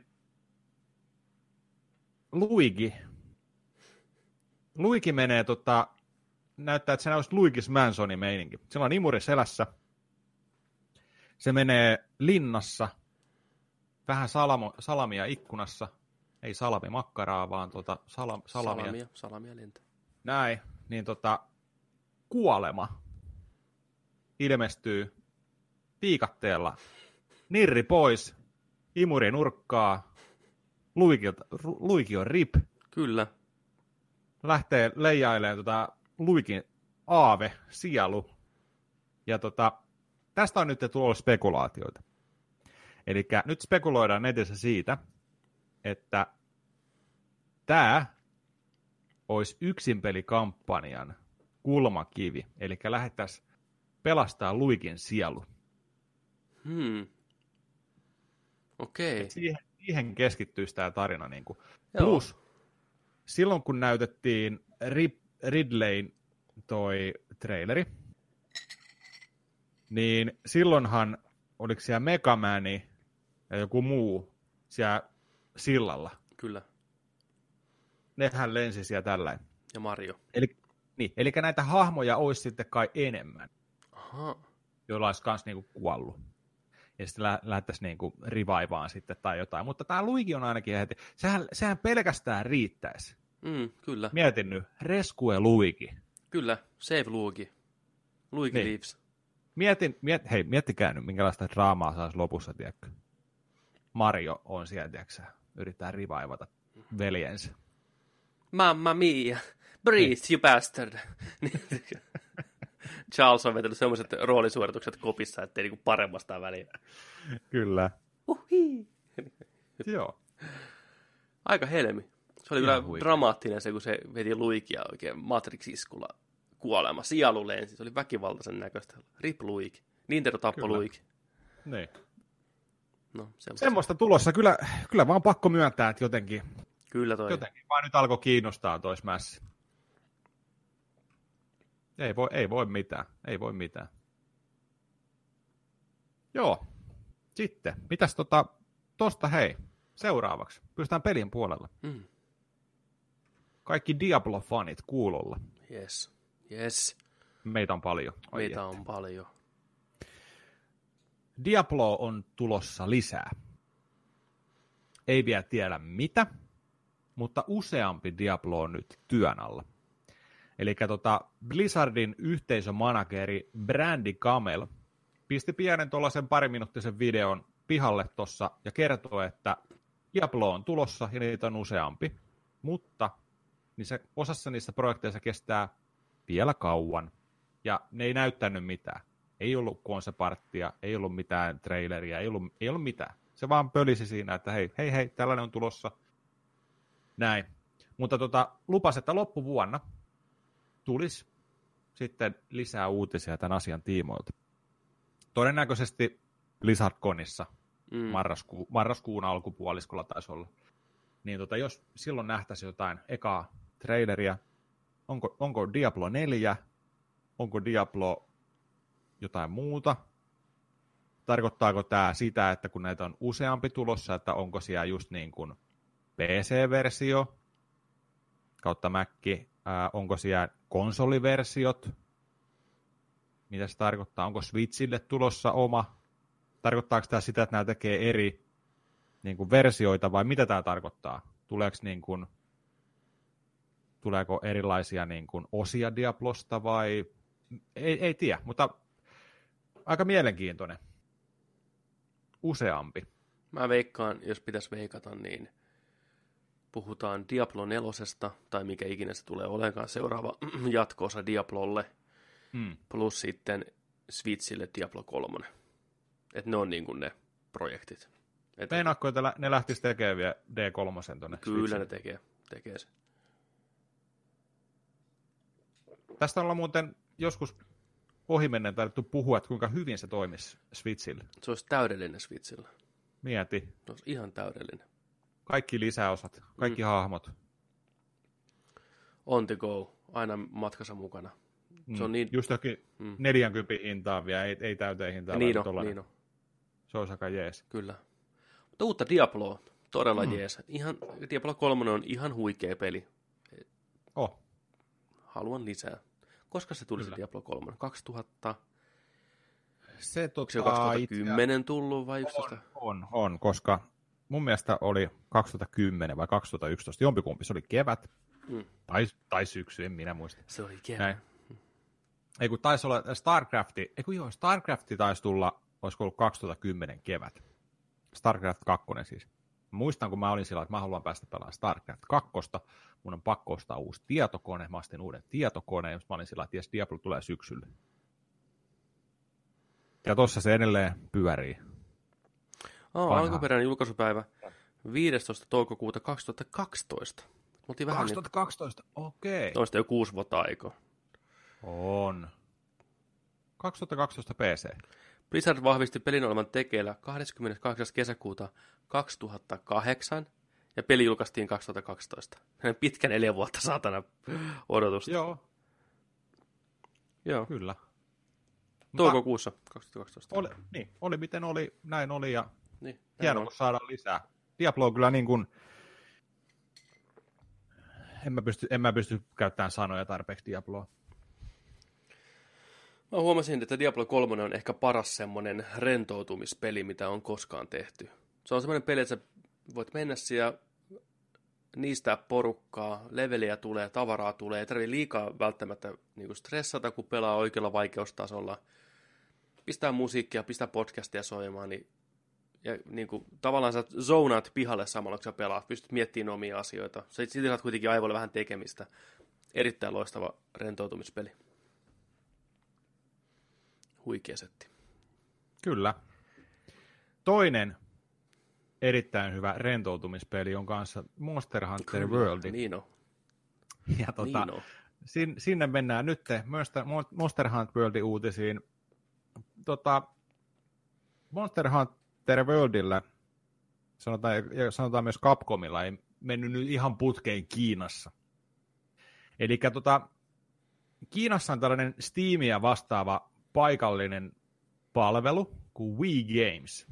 S1: Luigi menee, näyttää, että se olisi Luigi's Mansionin meininki. Sillä on imuri selässä. Se menee linnassa, vähän salamia ikkunassa. Ei salamimakkaraa, vaan salamia.
S2: Salamia lentää.
S1: Näin, niin kuolema ilmestyy viikatteella. Nirri pois, imuri nurkkaa, Luigi on rip.
S2: Kyllä.
S1: Lähtee leijailemaan Luigin aave, sielu. Ja tästä on nyt tullut spekulaatioita. Eli nyt spekuloidaan netissä siitä, että tämä olisi yksinpelikampanjan kulmakivi. Eli lähdettäisiin pelastaa Luigin sielu.
S2: Okei.
S1: Siihen keskittyisi tämä tarina. Niin kuin. Plus, silloin kun näytettiin Ridleyn toi traileri, niin silloinhan, oliko siellä Megamani ja joku muu siellä sillalla?
S2: Kyllä.
S1: Nehän lensi siellä tällainen.
S2: Ja Mario.
S1: Eli näitä hahmoja olisi sitten kai enemmän.
S2: Aha.
S1: Joilla olisi kans niinku kuollut. Ja sitten lähdettäisiin niinku rivaivaan sitten tai jotain. Mutta tämä Luigi on ainakin heti. Sehän pelkästään riittäisi.
S2: Kyllä.
S1: Mietin nyt. Rescue Luigi.
S2: Kyllä. Save Luigi. Luigi lives.
S1: Miettikää nyt, minkälaista draamaa saisi lopussa, tiedätkö? Mario on siellä, tiedätkö, yrittää rivaivata veljensä.
S2: Mamma mia. Breathe, you bastard. Charles on vetänyt sellaiset roolisuoritukset kopissa, ettei niinku paremmasta väliä.
S1: Kyllä.
S2: Uhi.
S1: Joo.
S2: Aika helmi. Se oli kyllä dramaattinen se, kun se veti Luigia oikein Matrix-iskulla kuolema. Sielu lensi. Se oli väkivaltaisen näköistä. Rip Luigi. Nintendo tappoi Luigi.
S1: Niin.
S2: No,
S1: semmoista tulossa. Kyllä vaan pakko myöntää, että jotenkin.
S2: Kyllä toi.
S1: Jotenkin vaan nyt alkoi kiinnostaa toi Smash. Ei voi mitään. Ei voi mitään. Joo. Sitten. Mitäs tosta hei. Seuraavaksi. Pystytään pelin puolella. Kaikki Diablo-fanit kuulolla.
S2: Yes.
S1: Meitä on paljon.
S2: Meitä on paljon.
S1: Diablo on tulossa lisää. Ei vielä tiedä mitä, mutta useampi Diablo on nyt työn alla. Eli Blizzardin yhteisömanageri Brandy Camel pisti pienen tuollaisen pariminuuttisen videon pihalle tossa ja kertoi, että Diablo on tulossa ja niitä on useampi, mutta niin se, osassa niistä projekteista kestää vielä kauan ja ne ei näyttänyt mitään. Ei ollut konseparttia, ei ollut mitään traileria, ei ollut mitään. Se vaan pölisi siinä, että hei, tällainen on tulossa. Näin. Mutta lupasi, että loppuvuonna tulisi sitten lisää uutisia tämän asian tiimoilta. Todennäköisesti BlizzardConissa marraskuun alkupuoliskolla taisi olla. Niin jos silloin nähtäisiin jotain ekaa traileria, onko Diablo 4, onko Diablo jotain muuta, tarkoittaako tämä sitä, että kun näitä on useampi tulossa, että onko siellä just niin kuin PC-versio kautta Mac, onko siellä konsoliversiot, mitä se tarkoittaa, onko Switchille tulossa oma, tarkoittaako tämä sitä, että nämä tekee eri niin kuin versioita vai mitä tämä tarkoittaa, tuleeko erilaisia niin kuin osia Diablosta vai ei tiedä, mutta aika mielenkiintoinen. Useampi.
S2: Mä veikkaan, jos pitäisi veikata, niin puhutaan Diablo 4, tai mikä ikinä se tulee olemaan seuraava jatko-osa Diablolle, plus sitten Switchille Diablo 3. Että ne on niin kuin ne projektit.
S1: Meinaatko, että ne lähtisi tekemään vielä D3 tuonne
S2: Kyllä
S1: Switchille?
S2: ne tekee se.
S1: Tästä ollaan muuten joskus ohimennen taidettu puhua, että kuinka hyvin se toimisi Switchillä.
S2: Se olisi täydellinen Switchillä.
S1: Mieti.
S2: Se olisi ihan täydellinen.
S1: Kaikki lisäosat, kaikki hahmot.
S2: On the go, aina matkassa mukana. Se on niin...
S1: Just jokin 40 hintaan vielä, ei täyteen hintaan.
S2: Niin on.
S1: Se olisi aika jees.
S2: Kyllä. Mutta uutta Diabloa, todella jees. Diablo 3 on ihan huikea peli. Haluan lisää. Koska se tuli se Diablo 3? 2000... Onko se 2010 tullut vai 11?
S1: On, koska mun mielestä oli 2010 vai 2011, jompikumpi, se oli kevät, tai syksy, en minä muista.
S2: Se oli kevät.
S1: Ei kun taisi olla StarCrafti taisi tulla, olisiko ollut 2010 kevät. StarCraft 2 siis. Muistan, kun mä olin sillä, että mä haluan päästä pelaamaan StarCraft 2, mun on pakko ostaa uusi tietokone, mä ostin uuden tietokoneen, jos mä olin sillä, että Diablo tulee syksyllä. Ja tossa se edelleen pyörii.
S2: Alkuperäinen julkaisupäivä 15. toukokuuta 2012.
S1: 2012, okei.
S2: Toista jo 6 vuotta aikaa.
S1: On. 2012 PC.
S2: Blizzard vahvisti pelin olevan tekeillä 28. kesäkuuta 2008 ja peli julkaistiin 2012. Pitkä 4 vuotta saatana odotusta. Joo.
S1: Kyllä.
S2: Toukokuussa 2012.
S1: Oli miten oli, näin oli ja
S2: niin,
S1: hienoa, kun saadaan lisää. Diablo on kyllä niin kuin, en mä pysty käyttämään sanoja tarpeeksi Diabloa.
S2: Mä huomasin, että Diablo 3 on ehkä paras semmoinen rentoutumispeli, mitä on koskaan tehty. Se on semmoinen peli, että sä voit mennä siellä, niistä porukkaa, leveliä tulee, tavaraa tulee, ei tarvitse liikaa välttämättä niin kuin stressata, kun pelaa oikealla vaikeustasolla. Pistää musiikkia, pistää podcastia soimaan, ja niin kuin, tavallaan sä zonaat pihalle samalla, kun sä pelaat, pystyt miettimään omia asioita. Sitten saat kuitenkin aivoille vähän tekemistä. Erittäin loistava rentoutumispeli. Huikea setti.
S1: Kyllä. Toinen erittäin hyvä rentoutumispeli on kanssa Monster Hunter World.
S2: Niin on.
S1: Ja sinne mennään nyt Monster Hunter Worldin uutisiin. Monster Hunter Worldillä, sanotaan myös Capcomilla, ei mennyt nyt ihan putkeen Kiinassa. Eli Kiinassa on tällainen Steamia vastaava paikallinen palvelu kuin Wii Games,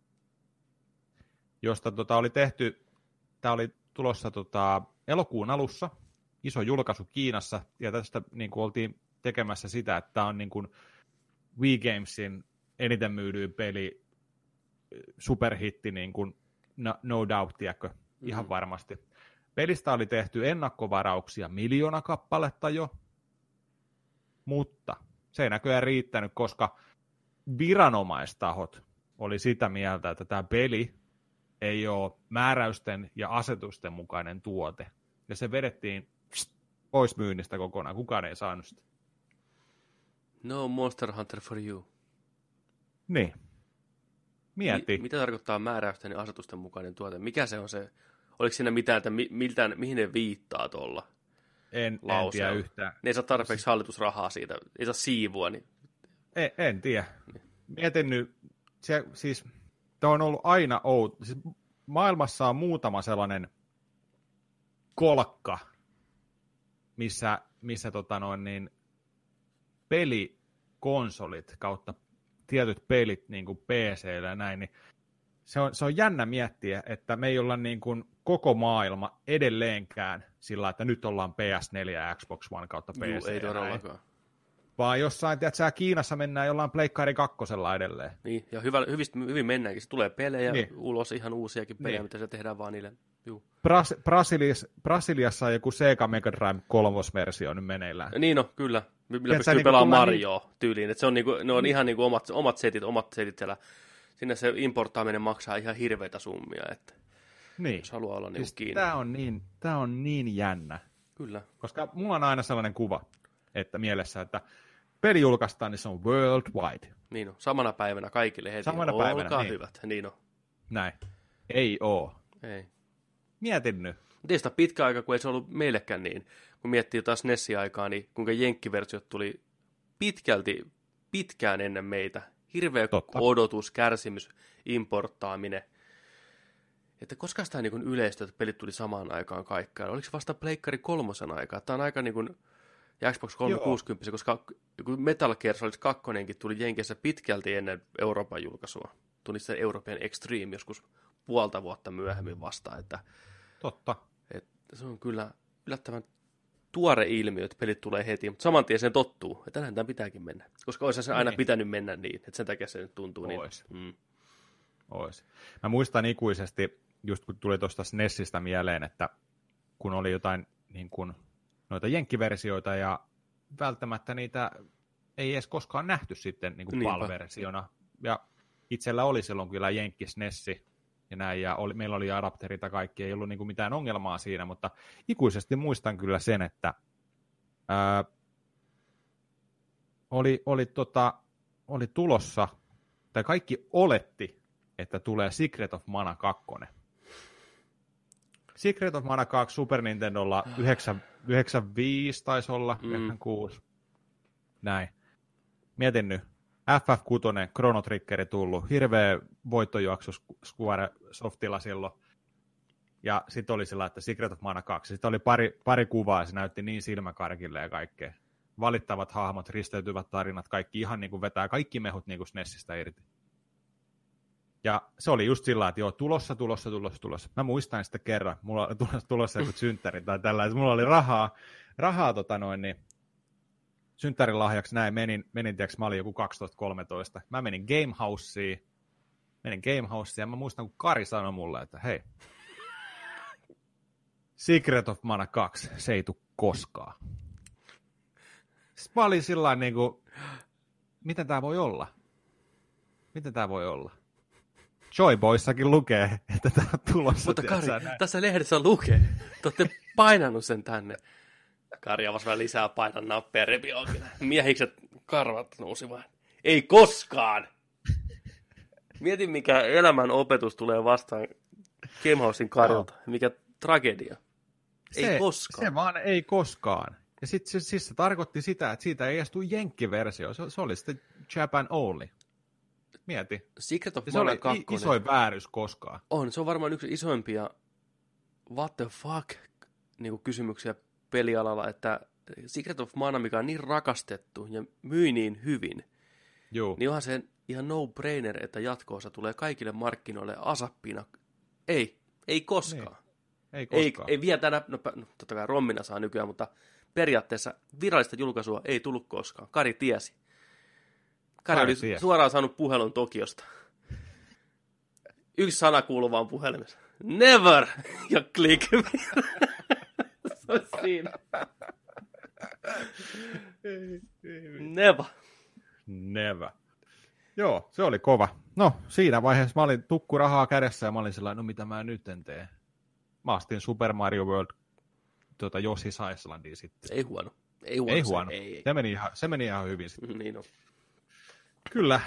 S1: josta oli tehty, tämä oli tulossa elokuun alussa, iso julkaisu Kiinassa, ja tästä niin kuin oltiin tekemässä sitä, että tämä on niin kuin Wii Gamesin eniten myydyin peli, superhitti, niin kuin no doubt, tiedätkö, ihan varmasti. Pelistä oli tehty ennakkovarauksia 1 miljoona kappaletta jo, mutta se ei näköjään riittänyt, koska viranomaistahot oli sitä mieltä, että tämä peli ei ole määräysten ja asetusten mukainen tuote. Ja se vedettiin pois myynnistä kokonaan. Kukaan ei saanut sitä.
S2: No Monster Hunter for you.
S1: Niin. Mieti.
S2: Mitä tarkoittaa määräysten ja asetusten mukainen tuote? Mikä se on se? Oliko siinä mitään, että mihin ne viittaa tuolla?
S1: En tiedä yhtään.
S2: Ne ei saa tarpeeksi hallitusrahaa siitä. Ei saa siivua. Niin...
S1: En tiedä. Niin. Mietin nyt. Siis, tämä on ollut aina outo. Siis, maailmassa on muutama sellainen kolkka, missä pelikonsolit kautta tietyt pelit niin kuin PC:llä ja näin, niin se on jännä miettiä, että me ei olla niin kuin koko maailma edelleenkään sillä, että nyt ollaan PS4 ja Xbox One kautta PC.
S2: Ei todellakaan.
S1: Vaan jossain, tiedätkö, Kiinassa mennään jollain Pleikkari 2 edelleen.
S2: Niin, ja hyvin mennäänkin. Se tulee pelejä niin. Ulos, ihan uusiakin pelejä, niin. Mitä se tehdään vaan niille.
S1: Brasiliassa on joku Sega Mega Drive 3-versio nyt meneillään.
S2: Niin no, kyllä. Millä pystyy pelaamaan Marioa tyyliin. Että se on niinku, ne on ihan niinku omat setit siellä. Sinne se importtaaminen maksaa ihan hirveitä summia. Että
S1: niin.
S2: Jos haluaa olla niinku kiinni.
S1: Tämä on niin jännä.
S2: Kyllä.
S1: Koska mulla on aina sellainen kuva, että mielessä, että peli julkaistaan, niin se on worldwide.
S2: Niin on. Samana päivänä kaikille heti.
S1: Samana päivänä,
S2: olkaa
S1: niin.
S2: Hyvät. Niin on.
S1: Näin. Ei oo.
S2: Ei.
S1: Mietin nyt.
S2: Teistä pitkä aika, kun ei se ollut meillekään niin. Kun miettii taas NES-aikaa, niin kuinka jenkkiversiot tuli pitkään ennen meitä. Hirveä odotus, kärsimys, importtaaminen. Että koska sitä niin yleistyi, että pelit tuli samaan aikaan kaikkeen. Oliko se vasta Pleikkari 3 aikaa? Tämä on aika niin kuin ja Xbox 360, Joo. Koska Metal Gear Solid 2 tuli Jenkeissä pitkälti ennen Euroopan julkaisua. Tuli se European Extreme joskus puolta vuotta myöhemmin vasta. Että,
S1: Totta.
S2: Että se on kyllä yllättävän tuore ilmiö, että pelit tulee heti, mutta saman tien sen tottuu, että näin tämän pitääkin mennä. Koska olisi se aina pitänyt mennä niin, että sen takia se nyt tuntuu
S1: Ois.
S2: niin.
S1: Ois. Mä muistan ikuisesti, just kun tuli tuosta SNESistä mieleen, että kun oli jotain niin kuin noita jenkkiversioita ja välttämättä niitä ei edes koskaan nähty sitten niin kuin PAL-versiona. Ja itsellä oli silloin kyllä jenkki-SNESi ja näin, ja meillä oli adapterit ja kaikki, ei ollut niin kuin mitään ongelmaa siinä, mutta ikuisesti muistan kyllä sen, että oli tulossa, tai kaikki oletti, että tulee Secret of Mana 2. Secret of Mana 2 Super Nintendolla 95 taisi olla, 96. Näin. Mietin nyt. FF6, Chrono Triggeri tullut, hirveä voittojuoksu Square Softilla silloin. Ja sitten oli sillä, että Secret of Mana 2. Sitten oli pari kuvaa ja se näytti niin silmäkarkille ja kaikkea. Valittavat hahmot, risteytyvät tarinat, kaikki ihan niin kuin vetää kaikki mehut niin kuin SNESistä irti. Ja se oli just sillä, että joo, tulossa. Mä muistan sitten kerran, mulla oli tulossa joku synttäri tai tällainen, mulla oli rahaa niin synttärin lahjaksi näin, menin tiiäks, mä olin joku 12-13. Mä menin Game Houseen ja mä muistan, kun Kari sanoi mulle, että hei, Secret of Mana 2, se ei tule koskaan. Sitten mä olin sillain niinku, miten tää voi olla? Joy Boyssakin lukee, että tää on tulossa.
S2: Mutta Kari, tässä lehdessä lukee. Te olette painanut sen tänne. Kari avasi vähän lisää painan nappia repi auki. Miehikset karvat nousi vaan. Ei koskaan! Mietin, mikä elämän opetus tulee vastaan Gamehousein Karilta. Mikä tragedia. Ei koskaan.
S1: Se vaan ei koskaan. Ja sitten siis se tarkoitti sitä, että siitä ei edes tule jenkkiversio. Se oli sitten Japan only. Mieti.
S2: Secret of
S1: Mana 2. Isoin väärys koskaan.
S2: On, se on varmaan yksi isoimpia what the fuck niin kuin kysymyksiä pelialalla, että Secret of Mana, mikä on niin rakastettu ja myi niin hyvin,
S1: Joo.
S2: niin onhan se ihan no-brainer, että jatkoosa tulee kaikille markkinoille asappina. Ei koskaan.
S1: Ei koskaan.
S2: Ei vielä tänä, no totta kai rommina saa nykyään, mutta periaatteessa virallista julkaisua ei tullut koskaan. Kari tiesi. Kari oli suoraan saanut puhelun Tokiosta. Yksi sana kuuluu vaan puhelimessa. Never! Ja click. Se on siinä. Never.
S1: Joo, se oli kova. No, siinä vaiheessa mä olin tukkurahaa kädessä ja mä olin sellainen, no mitä mä nyt en tee. Mä astin Super Mario World Yoshi's Islandia sitten.
S2: Ei huono.
S1: Ei huono. Ei. Se meni ihan hyvin sitten.
S2: Niin on.
S1: Kyllä.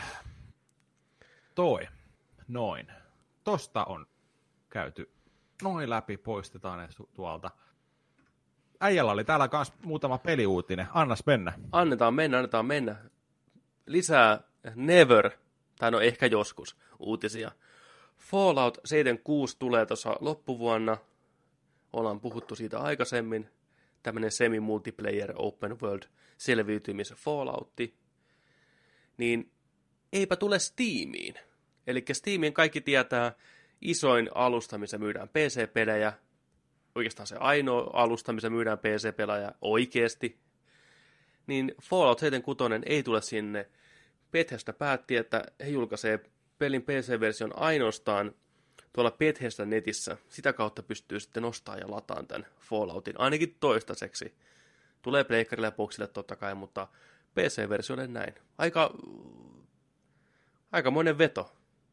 S1: Noin. Tosta on käyty noin läpi, poistetaan ne tuolta. Äijällä oli täällä myös muutama peliuutinen. Annas mennä.
S2: Annetaan mennä. Lisää Never, tai no ehkä joskus, uutisia. Fallout 76 tulee tuossa loppuvuonna. Ollaan puhuttu siitä aikaisemmin. Tämmöinen semi-multiplayer open world selviytymis Falloutti. Niin eipä tule Steamiin. Eli Steamiin kaikki tietää isoin alusta, missä myydään PC-pelejä. Oikeastaan se ainoa alusta, missä myydään PC-pelejä oikeasti. Niin Fallout 76 ei tule sinne. Bethesda päätti, että he julkaisee pelin PC-version ainoastaan tuolla Bethesda netissä. Sitä kautta pystyy sitten nostamaan ja lataamaan tämän Falloutin, ainakin toistaiseksi. Tulee pleikkarille ja boxille totta kai, mutta PC-versiolle näin. Aikamoinen veto.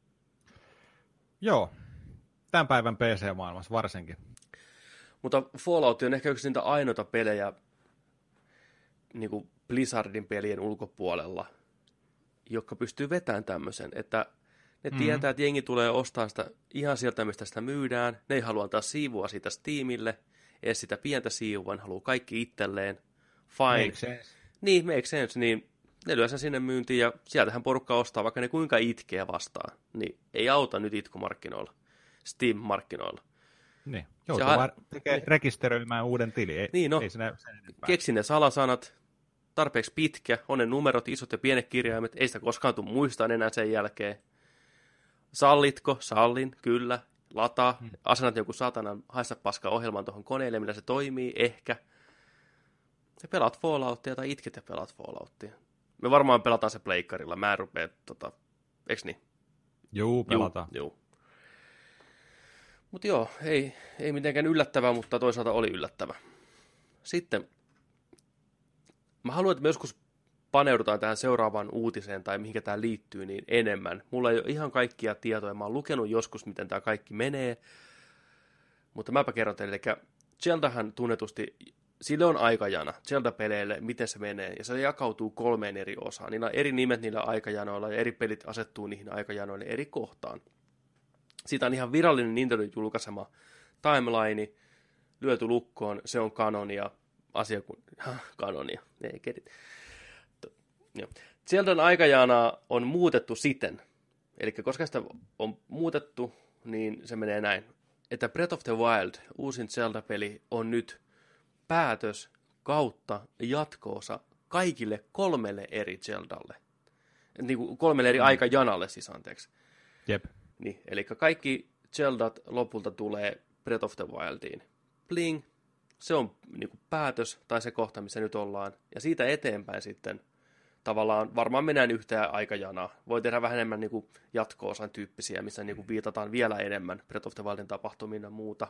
S1: Joo, tämän päivän PC-maailmassa varsinkin.
S2: Mutta Fallout on ehkä yksi niitä ainoita pelejä niin kuin Blizzardin pelien ulkopuolella, jotka pystyy vetämään tämmöisen, että ne tietää, että jengi tulee ostamaan sitä ihan sieltä, mistä sitä myydään. Ne ei halua antaa siivua siitä Steamille, edes sitä pientä siivua, ne haluaa kaikki itselleen. Fine.
S1: Make sense.
S2: Niin, make sense. Niin ne lyö sen sinne myyntiin ja sieltähän porukka ostaa, vaikka ne kuinka itkee vastaan. Niin ei auta nyt itkumarkkinoilla, Steam-markkinoilla.
S1: Niin, joutuu vaan rekisteröimään uuden tili. Ei sen enempää.
S2: Keksi ne salasanat, tarpeeksi pitkä, on ne numerot, isot ja pienet kirjaimet, ei sitä koskaan tule muistaa enää sen jälkeen. Sallitko? Sallin, kyllä. Lataa, asennat joku satanan haista paskaa ohjelman tuohon koneelle, millä se toimii, ehkä. Ja pelaat Falloutia tai itket ja pelaat Falloutia. Me varmaan pelataan se pleikkarilla, mä en rupea, eiks niin?
S1: Juu, pelataan.
S2: Juu. Mutta joo, ei mitenkään yllättävää, mutta toisaalta oli yllättävä. Sitten, mä haluan, että me joskus paneudutaan tähän seuraavaan uutiseen tai mihinkä tämä liittyy niin enemmän. Mulla ei ole ihan kaikkia tietoja, mä oon lukenut joskus, miten tämä kaikki menee, mutta mäpä kerron teille. Eli Zeldahan tunnetusti, sille on aikajana, Zelda-peleille, miten se menee, ja se jakautuu 3 eri osaan. Niillä on eri nimet niillä aikajanoilla, ja eri pelit asettuu niihin aikajanoille eri kohtaan. Siitä on ihan virallinen Nintendo julkaisema timeline, lyöty lukkoon, se on kanonia, kanonia, ei kedit. Zeldan aikajana on muutettu siten, eli koska sitä on muutettu, niin se menee näin, että Breath of the Wild, uusin Zelda-peli, on nyt päätös kautta jatkoosa kaikille 3 eri Zeldalle. Niin kuin 3 eri aikajanalle siis, anteeksi.
S1: Jep.
S2: Niin, eli kaikki Zeldat lopulta tulee Breath of the Wildiin. Bling, se on niin kuin päätös, tai se kohta, missä nyt ollaan. Ja siitä eteenpäin sitten tavallaan varmaan mennään yhteen aikajanaa. Voi tehdä vähän enemmän niin kuin jatko-osan tyyppisiä, missä niin kuin viitataan vielä enemmän Breath of the Wildin tapahtumiin ja muuta.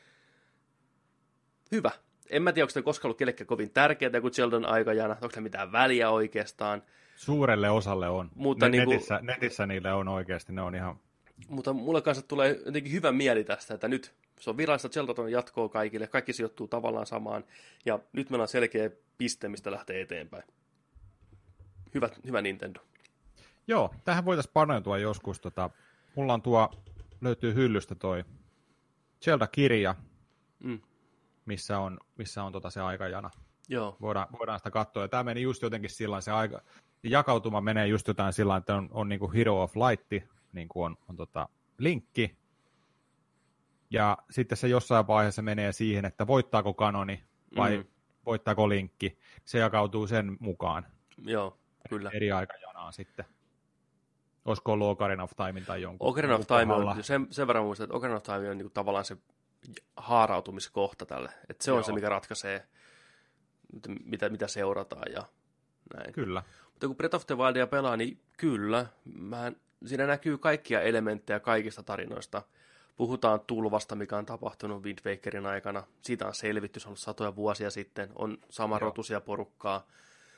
S2: Hyvä. En mä tiedä, onko se koskaan ollut kellekään kovin tärkeää kuin Zeldan aikajana. Onko se mitään väliä oikeastaan?
S1: Suurelle osalle on.
S2: Mutta
S1: netissä niille on oikeasti, ne on ihan...
S2: Mutta mulle kanssa tulee jotenkin hyvä mieli tästä, että nyt se on virallista, Zelda on jatkoa kaikille, kaikki sijoittuu tavallaan samaan, ja nyt meillä on selkeä piste, mistä lähtee eteenpäin. Hyvä Nintendo.
S1: Joo, tähän voitaisiin paneutua joskus. Mulla on löytyy hyllystä toi Zelda-kirja, missä on se aikajana.
S2: Joo.
S1: Voidaan sitä katsoa. Ja tämä meni just jotenkin sillä se jakautuma menee just jotain sillä että on niin kuin Hero of Light, niin kuin on linkki. Ja sitten se jossain vaiheessa menee siihen, että voittaako kanoni vai voittaako linkki. Se jakautuu sen mukaan.
S2: Joo, kyllä.
S1: Eri aikajanaan sitten. Olisiko ollut Ocarina of Time tai jonkun?
S2: Ocarina of Time on, sen verran muistan, että Ocarina of Time on niin kuin tavallaan se haarautumiskohta tälle. Että se on se, mikä ratkaisee, mitä seurataan ja näin.
S1: Kyllä.
S2: Mutta kun Breath of the Wildia pelaa, niin kyllä, siinä näkyy kaikkia elementtejä kaikista tarinoista. Puhutaan tulvasta, mikä on tapahtunut Wind Wakerin aikana. Siitä on selvitty, se on ollut satoja vuosia sitten. On samanrotuisia porukkaa.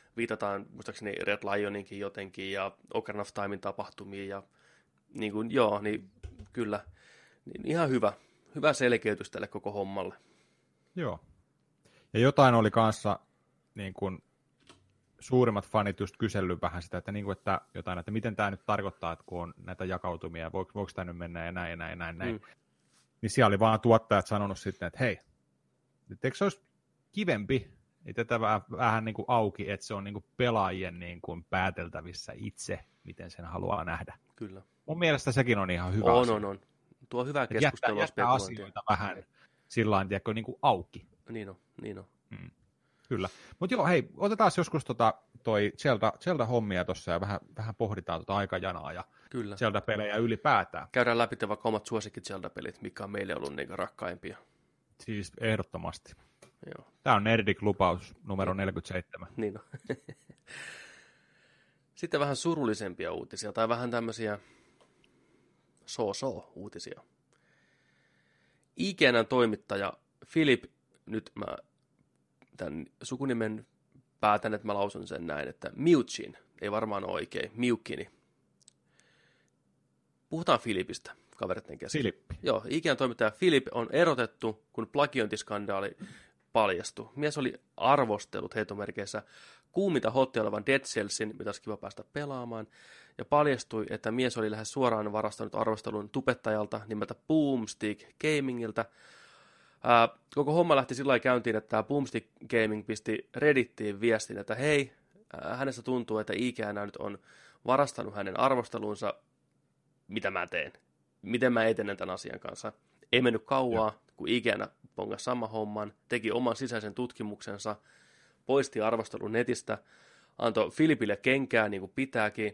S2: viitataan muistaakseni Red Lioninkin jotenkin ja Ocarina of Timein tapahtumiin ja niin kuin, joo, niin kyllä, niin ihan hyvä selkeytys tälle koko hommalle.
S1: Joo. Ja jotain oli kanssa niin kuin suurimmat fanit just kysellyt vähän sitä, että, niin kuin, että jotain, että miten tämä nyt tarkoittaa, että kun on näitä jakautumia, voiko tämä nyt mennä ja näin. Niin siellä oli vaan tuottajat sanonut sitten, että hei, eikö se olisi kivempi, että tätä vähän niin kuin auki, että se on niin kuin pelaajien niin kuin pääteltävissä itse, miten sen haluaa nähdä.
S2: Kyllä.
S1: Mun mielestä sekin on ihan hyvä asia.
S2: On. Tuo hyvää keskustelua.
S1: Jättää asioita vähän sillä lailla, niin kuin auki.
S2: Niin on.
S1: Kyllä. Mutta joo, hei, otetaan joskus toi Zelda-hommia tuossa ja vähän pohditaan aikajanaa ja
S2: Kyllä.
S1: Zelda-pelejä ylipäätään.
S2: Käydään läpi vaikka omat suosikit Zelda-pelit, mikä on meille ollut niin rakkaimpia.
S1: Siis ehdottomasti.
S2: Joo.
S1: Tämä on Nerdik-lupaus numero 47.
S2: Niin on. Sitten vähän surullisempia uutisia, tai vähän tämmöisiä uutisia. IGN:n toimittaja Philip, nyt mä tämän sukunimen päätän, että mä lausun sen näin, että Mewtwo, ei varmaan ole oikein, Mewkini. Puhutaan Philipistä, kaveritten kesken.
S1: Filippi.
S2: Joo, IGN toimittaja Philip on erotettu, kun plagiointiskandaali paljastui. Mies oli arvostellut heitomerkeissä kuuminta hottia olevan Dead Cellsin, mitä olisi kiva päästä pelaamaan, ja paljastui, että mies oli lähes suoraan varastanut arvostelun tubettajalta nimeltä Boomstick Gamingiltä. Koko homma lähti sillä lailla käyntiin, että tämä Boomstick Gaming pisti Reddittiin viestin, että hei, hänestä tuntuu, että IGN nyt on varastanut hänen arvostelunsa, mitä mä teen, miten mä etenen tämän asian kanssa. Ei mennyt kauaa, kun IGN pongasi sama homman, teki oman sisäisen tutkimuksensa, poisti arvostelun netistä, antoi Filipille kenkää niin kuin pitääkin,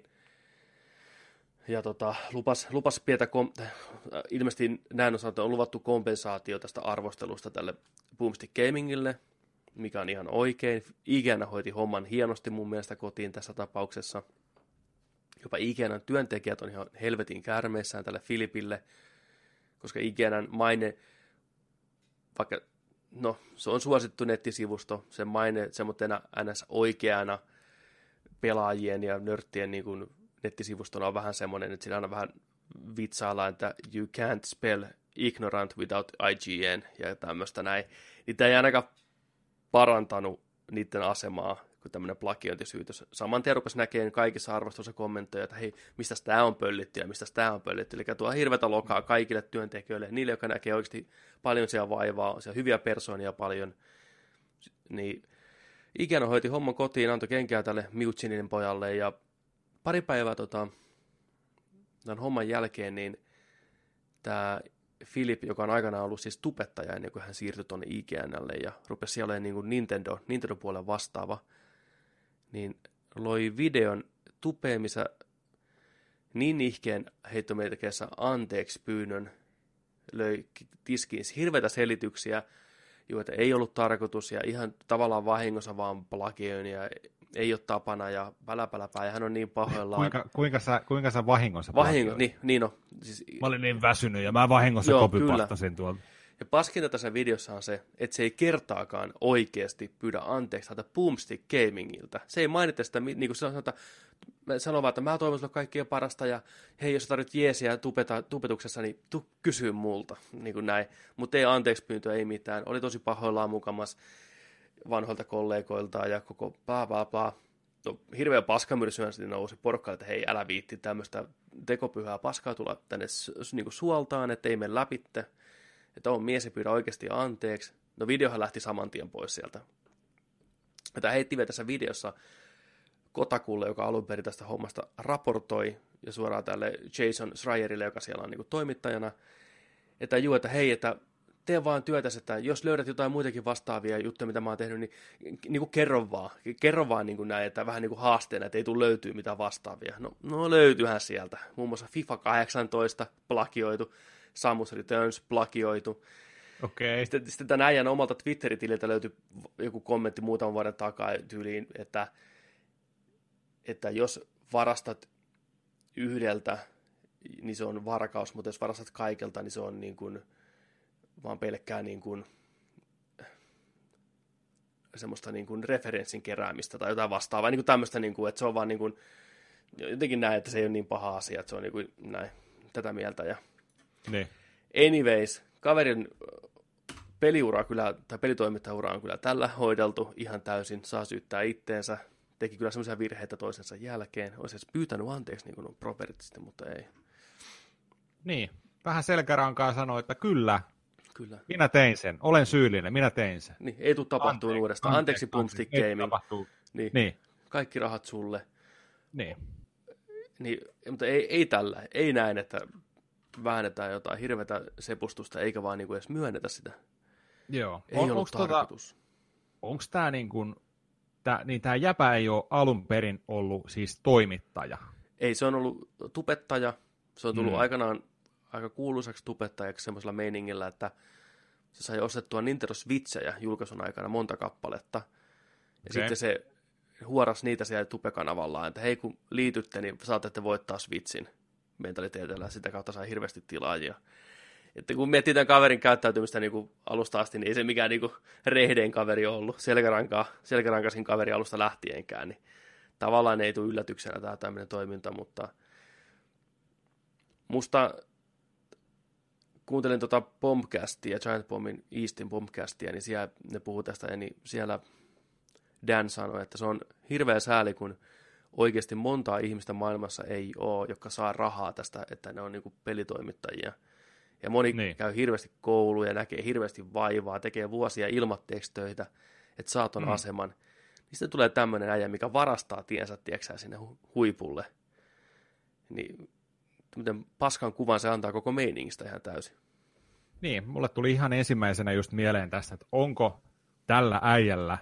S2: ja lupas pientä, ilmeisesti näin on sanottu, on luvattu kompensaatio tästä arvostelusta tälle Boomstick Gamingille, mikä on ihan oikein. IGN hoiti homman hienosti mun mielestä kotiin tässä tapauksessa. Jopa IGN:n työntekijät on ihan helvetin käärmeissään tälle Filipille, koska IGN:n maine, vaikka no, se on suosittu nettisivusto, sen maine semmoisena ns. Oikeana pelaajien ja nörttien niin kuin nettisivustona on vähän semmoinen, että siinä aina vähän vitsaillaan, että you can't spell ignorant without IGN ja tämmöistä näin. Niin tämä ei ainakaan parantanut niiden asemaa, kun tämmöinen plagiointisyytös. Saman tien rupesi näkemään kaikissa arvostelussa kommentteja, että hei, mistä tämä on pöllitty ja mistä tämä on pöllitty. Eli tuo hirveätä lokaa kaikille työntekijöille, niille, jotka näkee oikeasti paljon siellä vaivaa, siellä hyviä persoonia paljon. Niin IGN hoiti homman kotiin, antoi kenkää tälle Mewtwonin pojalle ja pari päivää tämän homman jälkeen, niin tämä Philip, joka on aikanaan ollut siis tubettaja ennen kuin hän siirtyi tuonne IGN:lle ja rupesi siellä olemaan niin kuin Nintendo-puolen vastaava, niin loi videon tupeamissa niin ihkeen heittomerkeissä anteeksi pyynnön, löi tiskiin hirveitä selityksiä, joita ei ollut tarkoitus ja ihan tavallaan vahingossa vaan plagioin ja ei ole tapana ja päläpäläpää ja hän on niin pahoillaan.
S1: Kuinka sä vahingossa
S2: niin on. Siis,
S1: mä olin niin väsynyt ja mä vahingossa kopypastasin tuolta.
S2: Ja paskinta tässä videossa on se, että se ei kertaakaan oikeasti pyydä anteeksi tältä Boomstick Gamingiltä. Se ei mainita sitä, niin kuin sanoo vaan, että mä toivon sulle kaikkea parasta ja hei, jos sä tarvitset jeesiä tupetuksessa, niin kysy multa. Niin kuin näin. Mutta ei anteeksi pyyntöä, ei mitään. Oli tosi pahoillaan mukamas vanhoilta kollegoilta ja koko bla. No, hirveä paskamyrsyä sitten nousi porukkalle, että hei, älä viitti tämmöistä tekopyhää paskaa tulla tänne niin kuin suoltaan, että ei mene läpitte. Että on mies ja pyydä oikeasti anteeksi. No videohan lähti saman tien pois sieltä. Tämä heitti vielä tässä videossa Kotakulle, joka alun perin tästä hommasta raportoi, ja suoraan tälle Jason Schreierille, joka siellä on niin kuin toimittajana, että hei, että tee vaan työtäsi, että jos löydät jotain muitakin vastaavia juttuja, mitä mä oon tehnyt, niin kuin kerro vaan niin kuin näin, että vähän niin kuin haasteena, että ei tule löytyy mitään vastaavia. No löytyyhän sieltä, muun muassa FIFA 18 plagioitu, Samus Returns plagioitu.
S1: Okay.
S2: Sitten tämän äijän omalta Twitter-tililtä löytyi joku kommentti muutaman vuoden takaa tyyliin, että jos varastat yhdeltä, niin se on varkaus, mutta jos varastat kaikelta, niin se on niin kuin vaan pelkkää niin kuin semmoista niin kuin referenssin keräämistä tai jotain vastaavaa, niin kuin tämmöistä, niin kuin, että se on vaan niin kuin, jotenkin näin, että se ei ole niin paha asia, että se on niin kuin näin, tätä mieltä. Ja
S1: Niin.
S2: Anyways, kaverin peliura kyllä, tai pelitoimittajaura on kyllä tällä hoideltu ihan täysin, saa syyttää itteensä, teki kyllä semmoisia virheitä toisensa jälkeen, olisi edes pyytänyt anteeksi niin kuin on propertisti, mutta ei.
S1: Niin, vähän selkärankaa sanoi, että kyllä, minä tein sen, olen syyllinen, minä tein sen.
S2: Niin, ei tule tapahtumaan uudestaan. Anteeksi Boomstick Gaming. Niin. Kaikki rahat sulle.
S1: Niin.
S2: Mutta ei tällä, ei näin, että väännetään jotain hirveätä sepustusta, eikä vaan niin kuin edes myönnetä sitä.
S1: Joo.
S2: Ei ollut tarkoitus.
S1: Onko tämä niin kuin, tämä jäpä ei ole alun perin ollut siis toimittaja?
S2: Ei, se on ollut tubettaja. Se on tullut aikanaan aika kuuluisaksi tubettajaksi semmoisella meiningillä, että se sai ostettua Nintendo Switchejä julkaisun aikana monta kappaletta. Ja sitten se huorasi niitä siellä tube-kanavallaan, että hei kun liitytte, niin saatatte voittaa Switchin mentaliteetillä. Sitä kautta sai hirveästi tilaajia. Että kun miettii tämän kaverin käyttäytymistä niin kuin alusta asti, niin ei se mikään niin kuin rehdein kaveri ollut, selkärankaisin kaveri alusta lähtienkään. Niin tavallaan ei tule yllätyksenä tämä tämmöinen toiminta, mutta musta kuuntelin Bombcastia, Giant Bombin Eastin Bombcastia, niin siellä ne puhuu tästä, ja niin siellä Dan sanoi, että se on hirveä sääli, kun oikeasti montaa ihmistä maailmassa ei ole, jotka saa rahaa tästä, että ne on niin kuin pelitoimittajia. Ja moni käy hirveästi kouluja, näkee hirveästi vaivaa, tekee vuosia ilmatteeksi töitä, että saa ton aseman. Niin sitten tulee tämmöinen äijä, mikä varastaa tiensä, tieksää, sinne huipulle. Niin miten paskan kuvan se antaa koko meiningistä ihan täysin.
S1: Niin, mulle tuli ihan ensimmäisenä just mieleen tästä, että onko tällä äijällä,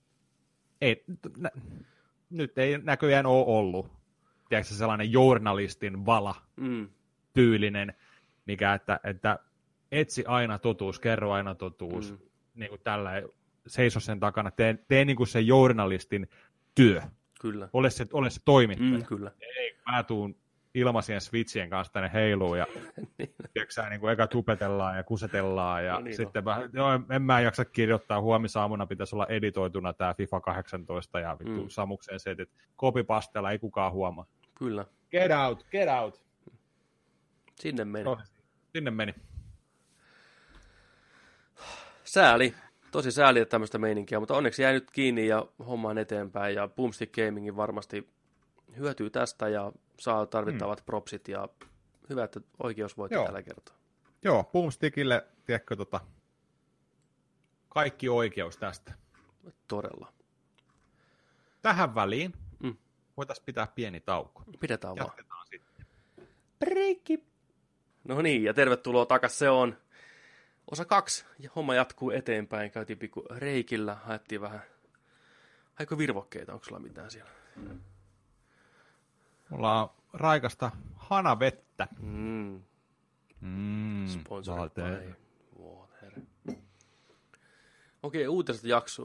S1: nyt ei näköjään ole ollut, tiedätkö sellainen journalistin vala tyylinen, mikä, että etsi aina totuus, kerro aina totuus, niin kuin tällä, seiso sen takana, tee niin kuin se journalistin työ.
S2: Kyllä.
S1: Ole se toimittaja.
S2: Kyllä.
S1: Ei, mä tuun ilmaisien switchien kanssa tänne heiluun ja tiedätkö, niin kuin eka tupetellaan ja kusetellaan ja niin sitten en mä jaksa kirjoittaa, huomisaamuna pitäisi olla editoituna tämä FIFA 18 ja vittu Samukseen setit. Copypastella ei kukaan huomaa.
S2: Kyllä.
S1: Get out.
S2: Sinne meni.
S1: Sinne meni.
S2: Sääli. Tosi sääli, että tämmöistä meininkiä, mutta onneksi jäi nyt kiinni ja hommaan eteenpäin ja Boomstick Gamingin varmasti hyötyy tästä ja saa tarvittavat propsit ja hyvä, että oikeus voitti tällä kertaa.
S1: Joo, Boomstickille, tiedätkö, kaikki oikeus tästä.
S2: Todella.
S1: Tähän väliin voitaisiin pitää pieni tauko.
S2: Pidetään vaan.
S1: Jatketaan sitten.
S2: Breikki. No niin, ja tervetuloa takaisin. Se on osa 2. Ja homma jatkuu eteenpäin. Käytiin pikku reikillä. Haettiin vähän. Haiko virvokkeita? Onko sulla mitään siellä?
S1: Mulla on raikasta hanavettä.
S2: Sponsored by Water. Okei, uutiset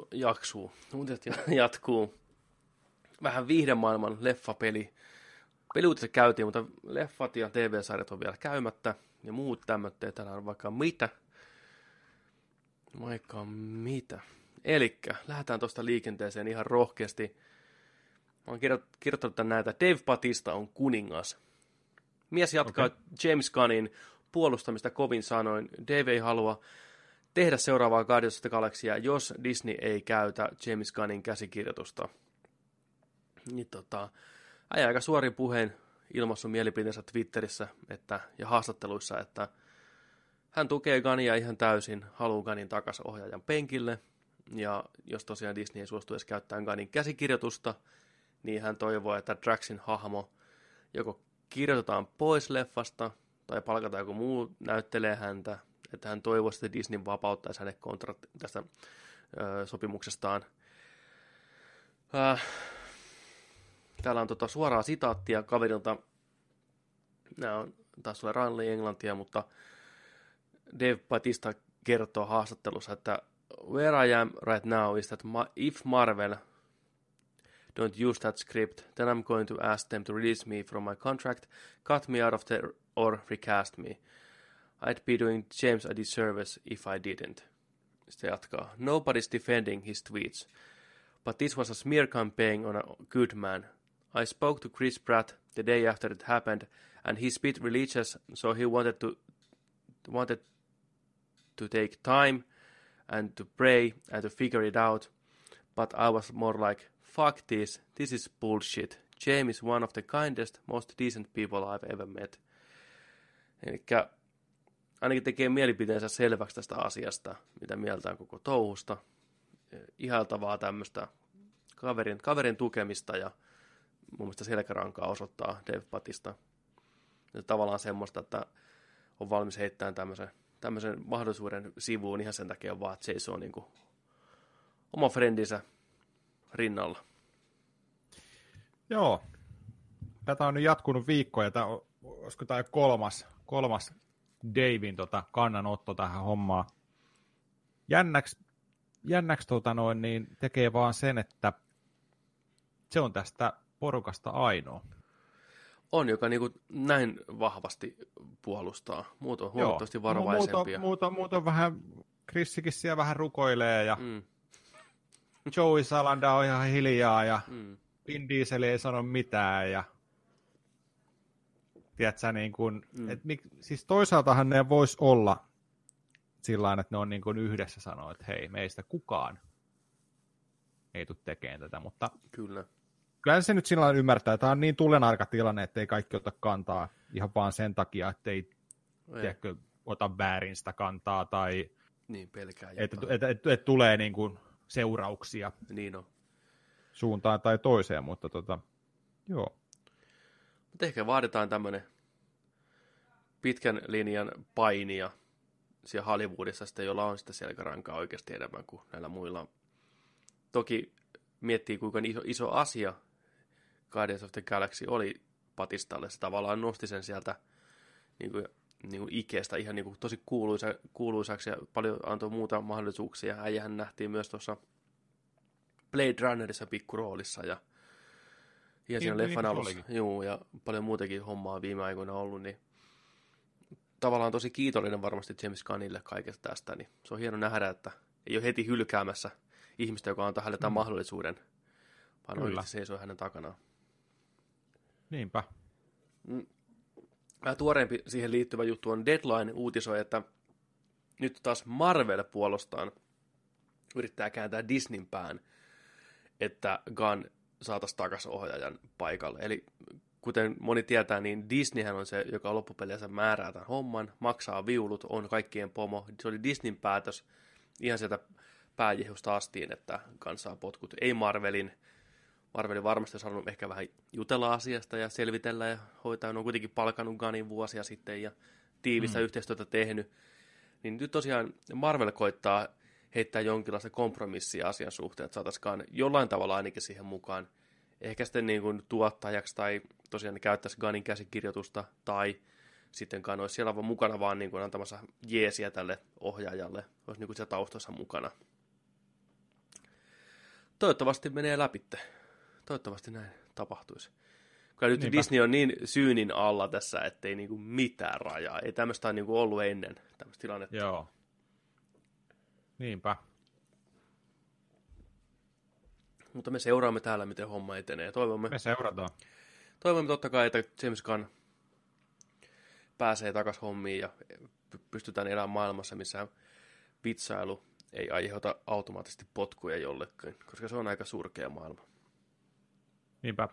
S2: jatkuu. Vähän viihdemaailman leffapeli. Peliuutiset käytiin, mutta leffat ja TV-sarjat on vielä käymättä. Ja muut tämmötteet, täällä on vaikka mitä. Elikkä, lähdetään tuosta liikenteeseen ihan rohkeasti. Mä oon kirjoittanut näitä. Dave Bautista on kuningas. Mies jatkaa James Gunnin puolustamista kovin sanoin. Dave ei halua tehdä seuraavaa Guardians of the Galaxyä, jos Disney ei käytä James Gunnin käsikirjoitusta. Niin äijä aika suorin puheen ilmaissut mielipiteensä Twitterissä ja haastatteluissa, että hän tukee Gunnia ihan täysin, haluaa Gunnin takaisin ohjaajan penkille. Ja jos tosiaan Disney ei suostu edes käyttämään Gunnin käsikirjoitusta, niin hän toivoo, että Draxin hahmo joko kirjoitetaan pois leffasta tai palkataan joku muu näyttelee häntä, että hän toivoo, että Disney vapauttaisi hänet tästä sopimuksestaan. Täällä on suoraa sitaattia kaverilta. Nämä on taas sulle ranli englantia, mutta Dave Bautista kertoo haastattelussa, että where I am right now is that if Marvel don't use that script, then I'm going to ask them to release me from my contract, cut me out of the or recast me. I'd be doing James a disservice if I didn't. Se jatkaa. Nobody's defending his tweets, but this was a smear campaign on a good man. I spoke to Chris Pratt the day after it happened, and he's a bit religious, so he wanted to take time and to pray and to figure it out. But I was more like, fuck this is bullshit. James is one of the kindest, most decent people I've ever met. Elikkä ainakin tekee mielipiteensä selväksi tästä asiasta, mitä mieltä on koko touhusta. Ihailtavaa tämmöistä kaverin tukemista ja mun mielestä selkärankaa osoittaa Dave Patista. Ja tavallaan semmoista, että on valmis heittämään tämmöisen mahdollisuuden sivuun ihan sen takia vaan, että seisoo niin kuin oma frendinsä rinnalla.
S1: Joo. Tätä on nyt jatkunut viikkoja. Olisiko tämä kolmas Davin kannanotto tähän hommaan. Jännäksi niin tekee vaan sen, että se on tästä porukasta ainoa.
S2: On, joka niin kuin näin vahvasti puolustaa. Muut on huomattavasti varovaisempia.
S1: Muut on vähän, Chrissikin siellä vähän rukoilee ja Joey Salanda on ihan hiljaa ja Vin Diesel ei sano mitään ja tiedätkö, niin kuin, siis toisaaltahan ne vois olla sillain, että ne on niin kuin yhdessä sanoo, että hei, meistä kukaan ei tule tekemään tätä, mutta kyllä se nyt sillä ymmärtää, että tämä on niin tulenarka tilanne, että ei kaikki ota kantaa ihan vaan sen takia, että ei tiedätkö, ota väärin sitä kantaa tai
S2: niin, pelkää
S1: että tulee niin kuin seurauksia
S2: niin on.
S1: Suuntaan tai toiseen, mutta joo.
S2: Mutta ehkä vaaditaan tämmöinen pitkän linjan painia siellä Hollywoodissa, sitten, jolla on sitä selkärankaa oikeasti enemmän kuin näillä muilla. Toki miettii, kuinka iso asia Guardians of the Galaxy oli Patistalle. Se tavallaan nosti sen sieltä niin kuin Ikeestä ihan niin kuin tosi kuuluisaksi ja paljon antoi muuta mahdollisuuksia. Äijähän nähtiin myös tuossa Blade Runnerissa pikkuroolissa ja siinä leffan alussa. Juu, ja paljon muutakin hommaa viime aikoina ollut, niin tavallaan tosi kiitollinen varmasti James Gunnille kaikesta tästä, niin se on hieno nähdä, että ei ole heti hylkäämässä ihmistä, joka antaa hänelle tämän mahdollisuuden, vaan oikeasti seisoo hänen takanaan.
S1: Niinpä.
S2: Tuoreempi siihen liittyvä juttu on Deadline uutisoi, että nyt taas Marvel puolestaan yrittää kääntää Disneyn pään, että Gunn saataisiin takaisin ohjaajan paikalle. Eli kuten moni tietää, niin Disneyhän on se, joka loppupeleissä määrää tämän homman, maksaa viulut, on kaikkien pomo. Se oli Disneyn päätös ihan sieltä pääjehusta astiin, että Gunn saa potkut. Ei Marvelin. Marvelin varmasti on saanut ehkä vähän jutella asiasta ja selvitellä ja hoitaa. Ne on kuitenkin palkannut Gunnin vuosia sitten ja tiivistä yhteistyötä tehnyt. Niin nyt tosiaan Marvel koittaa heittää jonkinlaista kompromissia asian suhteen, että saataisiin jollain tavalla ainakin siihen mukaan. Ehkä sitten niin kuin tuottajaksi tai tosiaan ne käyttäisi Gunnin käsikirjoitusta tai sitten olisi siellä mukana vaan niin kuin antamassa jeesiä tälle ohjaajalle. Olisi niin kuin siellä taustassa mukana. Toivottavasti menee läpitte. Toivottavasti näin tapahtuisi. Kyllä nyt Disney on niin syynin alla tässä, ettei niinku mitään rajaa. Ei tämmöistä ole niinku ollut ennen tämmöistä tilannetta.
S1: Joo. Niinpä.
S2: Mutta me seuraamme täällä, miten homma etenee.
S1: Me seurataan.
S2: Toivomme totta kai, että James Gunn pääsee takaisin hommiin ja pystytään elämään maailmassa, missä vitsailu ei aiheuta automaattisesti potkuja jollekin, koska se on aika surkea maailma.
S1: Niinpä.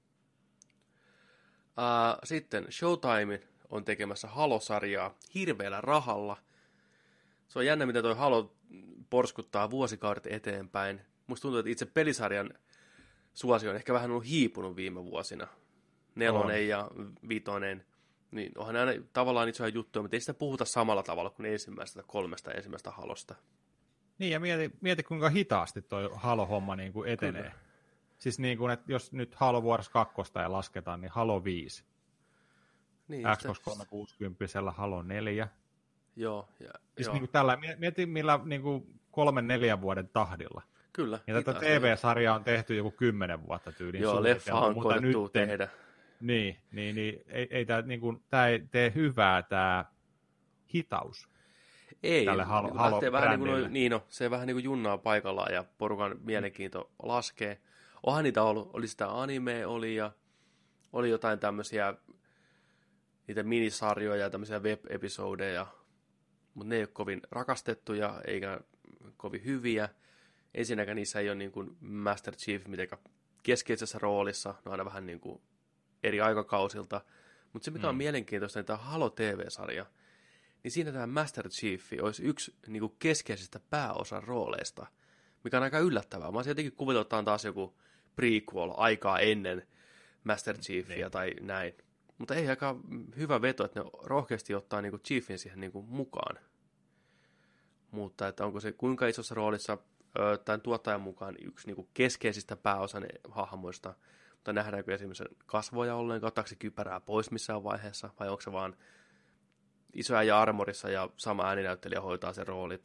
S2: Sitten Showtime on tekemässä Halo-sarjaa hirveällä rahalla. Se on jännä, miten toi Halo porskuttaa vuosikaudet eteenpäin. Musta tuntuu, että itse pelisarjan suosio on ehkä vähän ollut hiipunut viime vuosina. 4 ja 5, niin onhan aina tavallaan isoja juttuja, mutta ei sitä puhuta samalla tavalla kuin ensimmäistä Halosta.
S1: Niin, ja mieti kuinka hitaasti toi Halo-homma niin kuin etenee. Kyllä. Siis niin kuin, että jos nyt Halo Wars 2 ei lasketa, niin Halo 5. Niin, Xbox 360, Halo 4.
S2: Joo.
S1: Siis niin kuin tällä, mieti millä niin kuin 3-4 vuoden tahdilla.
S2: Kyllä.
S1: Ja tätä TV-sarjaa on tehty joku 10 vuotta tyyliin.
S2: Joo, leffa on koetettu tehdä.
S1: Niin, ei tämä niin kuin, ei tee hyvää tämä hitaus.
S2: Ei,
S1: tälle
S2: lähtee vähän
S1: Halo-brändille.
S2: se vähän niin kuin junnaa paikallaan ja porukan mielenkiinto laskee. Onhan niitä ollut, oli sitä anime, ja oli jotain tämmöisiä niitä minisarjoja ja tämmöisiä web-episodeja, mutta ne ei ole kovin rakastettuja eikä kovin hyviä. Ensinnäkään niissä ei ole niin kuin Master Chief mitenkään keskeisessä roolissa, ne on aina vähän niin kuin eri aikakausilta. Mutta se, mikä on mielenkiintoista, niin tämä Halo TV-sarja, niin siinä tämä Master Chief olisi yksi niin kuin keskeisistä pääosan rooleista, mikä on aika yllättävää. Mä olisin jotenkin kuvitellut, että on taas joku prequel aikaa ennen Master Chiefia tai näin. Mutta ei aika hyvä veto, että ne rohkeasti ottaa niin kuin Chiefin siihen niin kuin mukaan. Mutta että onko se kuinka isossa roolissa tämän tuottajan mukaan yksi niin kuin keskeisistä pääosan hahmoista, mutta nähdäänkö esimerkiksi kasvoja ollenkaan, ottaako se kypärää pois missään vaiheessa, vai onko se vaan isoja ja armorissa ja sama ääninäyttelijä hoitaa sen roolit.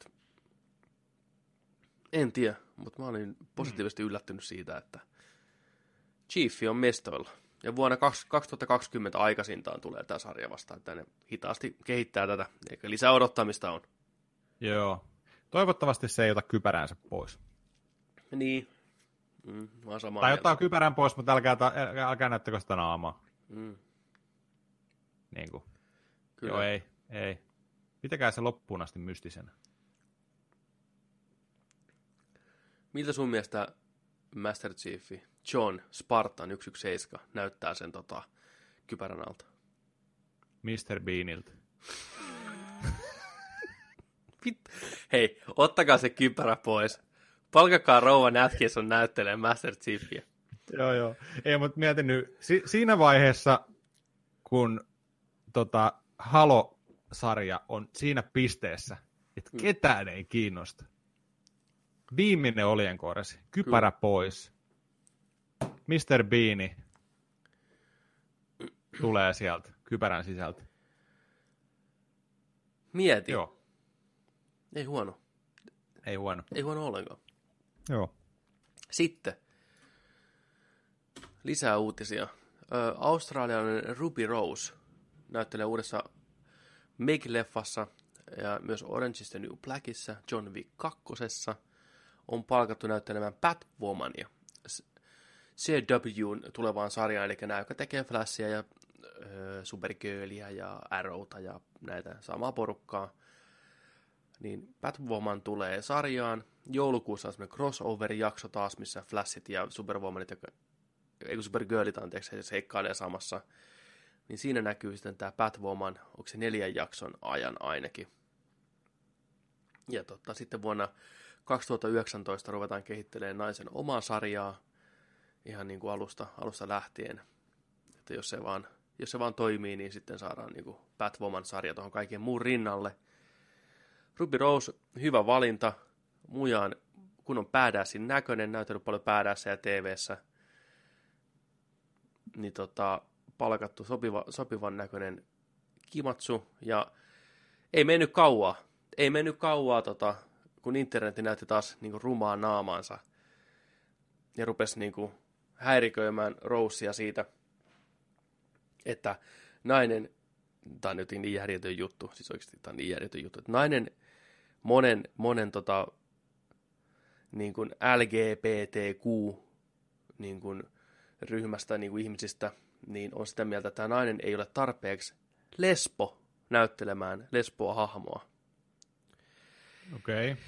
S2: En tiedä, mutta mä olin positiivisesti yllättynyt siitä, että Chief on mestoilla. Ja vuonna 2020 aikaisintaan tulee tämä sarja vastaan, että ne hitaasti kehittää tätä, eikä lisää odottamista on.
S1: Joo. Toivottavasti se ei ota kypäräänsä pois.
S2: Niin. Mä oon samaa
S1: tai
S2: mieltä.
S1: ottaa kypärän pois, mutta älkää näyttäkö sitä naamaa. Niin kuin.
S2: Kyllä.
S1: Joo, ei. Pitäkää se loppuun asti mystisenä.
S2: Miltä sun mielestä Master Chief John Spartan 117 näyttää sen kypärän alta?
S1: Mr. Beaniltä.
S2: Hei, ottakaa se kypärä pois. Palkakaa Rowan Atkinson näyttelemään Master Chiefia.
S1: Joo. Ei, mutta mietin nyt, siinä vaiheessa, kun Halo-sarja on siinä pisteessä, että ketään ei kiinnosta. Viimeinen oljenkorsi, kypärä pois. Mr. Beani tulee sieltä, kypärän sisältä.
S2: Mieti.
S1: Joo.
S2: Ei huono.
S1: Ei huono.
S2: Ei huono ollenkaan.
S1: Joo.
S2: Sitten. Lisää uutisia. Australialainen Ruby Rose näyttelee uudessa Meg-leffassa ja myös Orange is the New Blackissa, John Wick 2. On palkattu näyttelemään Batwomania. CW:n tulevaan sarjaan, eli nämä, jotka tekee Flashia ja Supergirlia ja Arrowta ja näitä samaa porukkaa. Niin Batwoman tulee sarjaan. Joulukuussa on semmoinen crossover-jakso taas, missä Flashit ja Superwomanit, Supergirlit, anteeksi, seikkailee samassa. Niin siinä näkyy sitten tämä Batwoman, onko se 4 jakson ajan ainakin. Ja sitten vuonna 2019 ruvetaan kehittelemään naisen omaa sarjaa ihan niin kuin alusta lähtien. Että jos se vaan toimii, niin sitten saadaan niin kuin Batwoman-sarja tuohon kaiken muun rinnalle. Ruby Rose, hyvä valinta. Mujaan, kun on badassin näköinen, näytellyt paljon badassia TV:ssä, niin palkattu sopivan näköinen Kimatsu. Ja ei mennyt kauaa, kun internet näytti taas niin kuin rumaa naamaansa. Ja rupesi niin kuin häiriköimään Rosea siitä, että nainen, tämä on nyt niin järjetön juttu, siis oikeasti tämä on niin järjetön juttu, että nainen monen niin kuin LGBTQ niin kuin ryhmästä niin kuin ihmisistä, niin on sitä mieltä, että tämä nainen ei ole tarpeeksi lesbo näyttelemään lesboa hahmoa.
S1: Okei.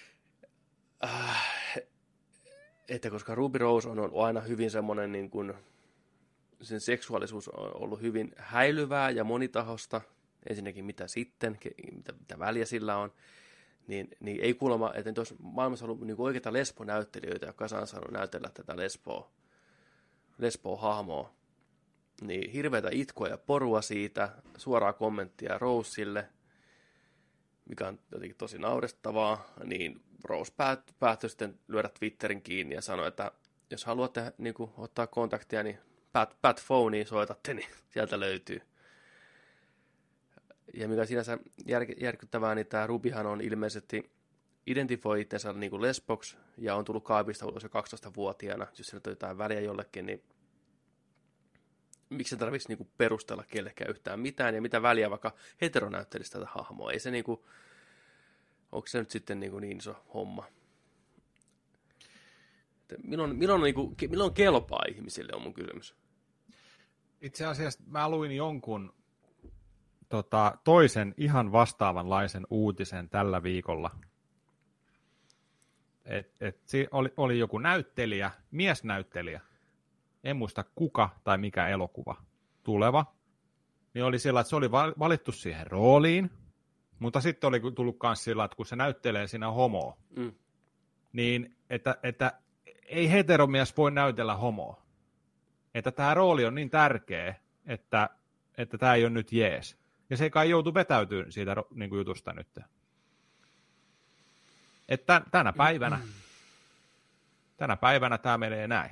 S2: Että koska Ruby Rose on aina hyvin semmoinen, niin kuin, sen seksuaalisuus on ollut hyvin häilyvää ja monitahosta, ensinnäkin mitä sitten, mitä väliä sillä on, niin ei kuulemma, että tuossa maailmassa on ollut niin oikeita lesbonäyttelijöitä, jotka on saanut näytellä tätä lesboa-hahmoa. Niin hirveätä itkua ja porua siitä, suoraa kommenttia Roselle, mikä on jotenkin tosi naurettavaa, niin Rose päättyi sitten lyödä Twitterin kiinni ja sanoi, että jos haluatte niin kuin, ottaa kontaktia, niin Pat Phoneen soitatte, niin sieltä löytyy. Ja mikä sinänsä järkyttävää, niin tämä Rubyhan on ilmeisesti identifioi itsensä niin kuin lesboksi ja on tullut kaapista ulos jo 12-vuotiaana. Jos siinä on jotain väliä jollekin, niin miksi se tarvitsisi niin kuin perustella kellekään yhtään mitään ja mitä väliä vaikka hetero näyttelisi tätä hahmoa. Ei se niin kuin, onko se nyt sitten niin iso homma? Milloin kelpaa ihmisille, on mun kysymys.
S1: Itse asiassa mä luin jonkun toisen ihan vastaavanlaisen uutisen tällä viikolla. Oli joku näyttelijä, miesnäyttelijä, en muista kuka tai mikä elokuva tuleva, niin oli sillä, että se oli valittu siihen rooliin, mutta sitten oli tullut myös sillä, että kun se näyttelee siinä homoa, niin että ei heteromies voi näytellä homoa. Että tämä rooli on niin tärkeä, että tämä ei ole nyt jees. Ja se ei kai joutu vetäytyyn siitä niin kuin jutusta nyt. Että tänä päivänä tämä menee näin.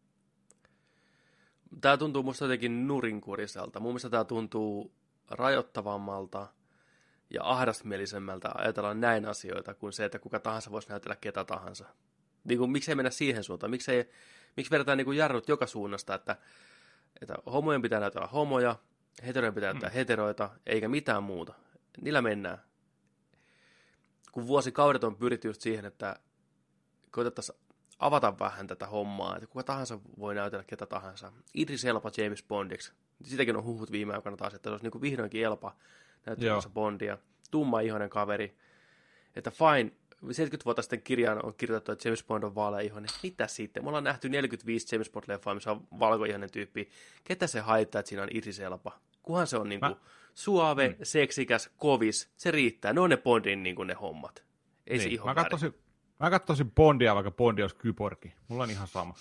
S2: Tämä tuntuu musta jotenkin nurinkuriselta. Mun mielestä tämä tuntuu rajoittavammalta ja ahdasmielisemmältä ajatella näin asioita kuin se, että kuka tahansa voisi näytellä ketä tahansa. Niin kuin, miksei mennä siihen suuntaan? Miksi vedetään niin kuin jarrut joka suunnasta, että homojen pitää näytellä homoja, heterojen pitää näytellä heteroita, eikä mitään muuta. Niillä mennään. Kun vuosikaudet on pyritty just siihen, että koitettaisiin avata vähän tätä hommaa, että kuka tahansa voi näytellä ketä tahansa. Idris Elba James Bondiksi. Sitäkin on huhut viime aikoina taas, että se olisi niin kuin vihdoinkin Elba näyttelemässä Bondia. Tummaihoinen kaveri. Että fine, 70 vuotta sitten kirjaan on kirjoitettu, että James Bond on vaaleihoinen. Mitä sitten? Me ollaan nähty 45 James Bond-leffaa, missä on valkoihoinen tyyppi. Ketä se haittaa, että siinä on Idris Elba? Kuhan se on niinku suave, seksikäs, kovis. Se riittää. Ne on ne Bondin niinku ne hommat. Ei se ihan
S1: mä katsoisin Bondia, vaikka Bondi olisi kyborgi. Mulla on ihan sama.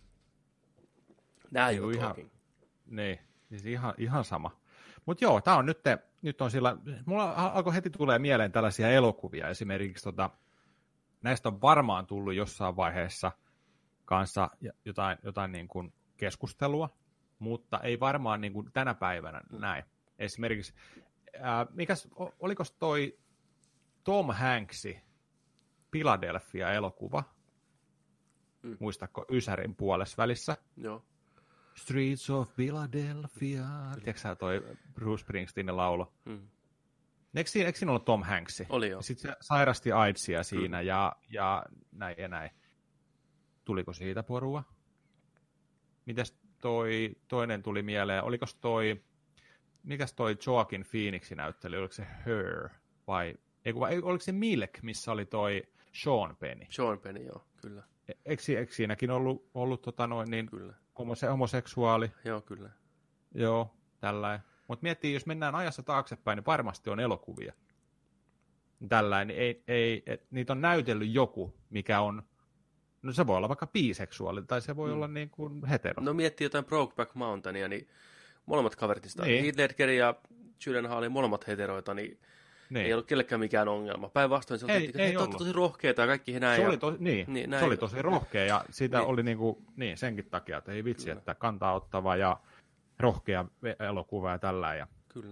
S2: Nää ei ole talking.
S1: Niin, siis ihan sama. Mutta joo, tää on nyt on sillä, mulla alkoi heti tulee mieleen tällaisia elokuvia, esimerkiksi näistä on varmaan tullut jossain vaiheessa kanssa jotain niin kuin keskustelua, mutta ei varmaan niin kuin tänä päivänä näin. Esimerkiksi, oliko toi Tom Hanksin Philadelphia-elokuva, muistatko Ysärin puolesvälissä?
S2: Joo.
S1: Streets of Philadelphia. Tiedätkö sä toi Bruce Springsteenin laulo? Eikö siinä ollut Tom Hanks?
S2: Oli joo.
S1: Sitten se sairasti AIDSia siinä ja näin ja näin. Tuliko siitä porua? Mites toinen tuli mieleen? Mikäs toi Joaquin Phoenixin näytteli? Oliko se Her? Vai oliko se Milk, missä oli toi Sean Penn?
S2: Sean Penn, joo, kyllä.
S1: Eikö siinäkin ollut
S2: kyllä.
S1: Homoseksuaali?
S2: Joo, kyllä.
S1: Joo, tällainen. Mutta miettii, jos mennään ajassa taaksepäin, niin varmasti on elokuvia. Tällainen, niitä on näytellyt joku, mikä on, no se voi olla vaikka biseksuaali, tai se voi olla niin kuin hetero.
S2: No miettii jotain Brokeback Mountaina, niin molemmat kaveritista, niin. Heath Ledger ja Gyllenhaal, molemmat heteroita, niin ei ollut kellekään mikään ongelma. Päinvastoin se oli tosi rohkeita ja kaikki he näin.
S1: Se oli tosi rohkea ja siitä oli senkin takia, että ei vitsi, että kantaa ottava ja rohkea elokuva ja tällä. Ja
S2: kyllä.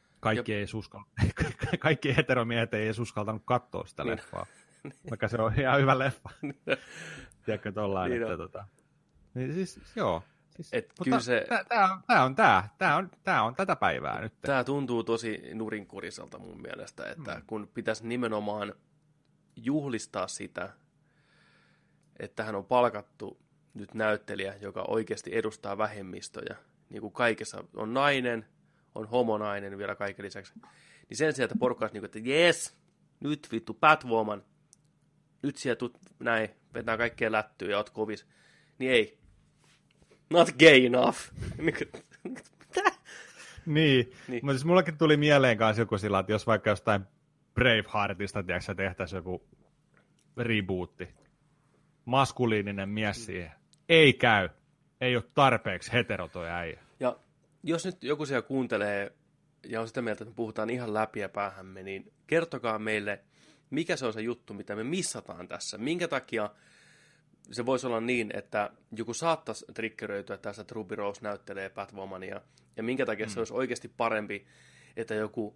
S1: Kaikki heteromiehet ei edes uskaltanut katsoa sitä leffaa, vaikka se on ihan hyvä leffa. Tiedätkö tollainen, että niin siis joo. Tämä on tätä päivää nyt.
S2: Tämä tuntuu tosi nurinkuriselta mun mielestä, että kun pitäisi nimenomaan juhlistaa sitä, että hän on palkattu nyt näyttelijä, joka oikeasti edustaa vähemmistöjä, niin kuin kaikessa on nainen, on homonainen vielä kaiken lisäksi, niin sen sijaan, että porukka olisi niin kuin, että jes, nyt vittu Batwoman, nyt siellä näin, vetää kaikkea lättyä ja oot kovis, niin ei. Not gay enough. Mitä?
S1: Niin. Mutta siis mullakin tuli mieleen kanssa joku sillä, että jos vaikka jostain Braveheartista tehtäisiin joku rebootti, maskuliininen mies siihen, ei käy. Ei ole tarpeeksi hetero toi äijä.
S2: Ja jos nyt joku siellä kuuntelee ja on sitä mieltä, että me puhutaan ihan läpi ja päähämme, niin kertokaa meille, mikä se on se juttu, mitä me missataan tässä. Minkä takia se voisi olla niin, että joku saattaisi triggeröityä tässä, että Ruby Rose näyttelee Batwomania, ja minkä takia se olisi oikeasti parempi, että joku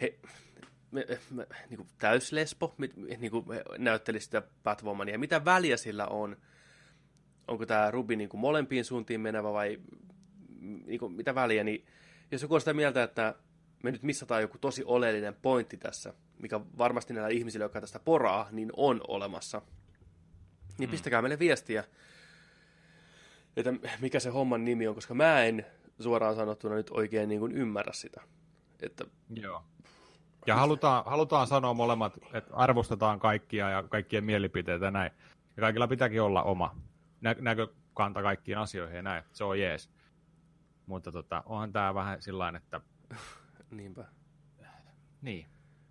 S2: niin kuin täyslesbo niin kuin näyttelisi sitä Batwomania. Mitä väliä sillä on? Onko tämä Ruby niin kuin molempiin suuntiin menevä vai niin kuin, mitä väliä? Niin jos joku on sitä mieltä, että me nyt missataan joku tosi oleellinen pointti tässä, mikä varmasti näillä ihmisillä, jotka tästä poraa, niin on olemassa. Niin pistäkää meille viestiä, että mikä se homman nimi on, koska mä en suoraan sanottuna nyt oikein niin kuin ymmärrä sitä. Että...
S1: Joo. Ja halutaan sanoa molemmat, että arvostetaan kaikkia ja kaikkien mielipiteitä näin. Ja kaikilla pitääkin olla oma näkökanta kaikkiin asioihin ja näin. Se on jees. Mutta onhan tää vähän sillain, että...
S2: Niinpä.
S1: Niin.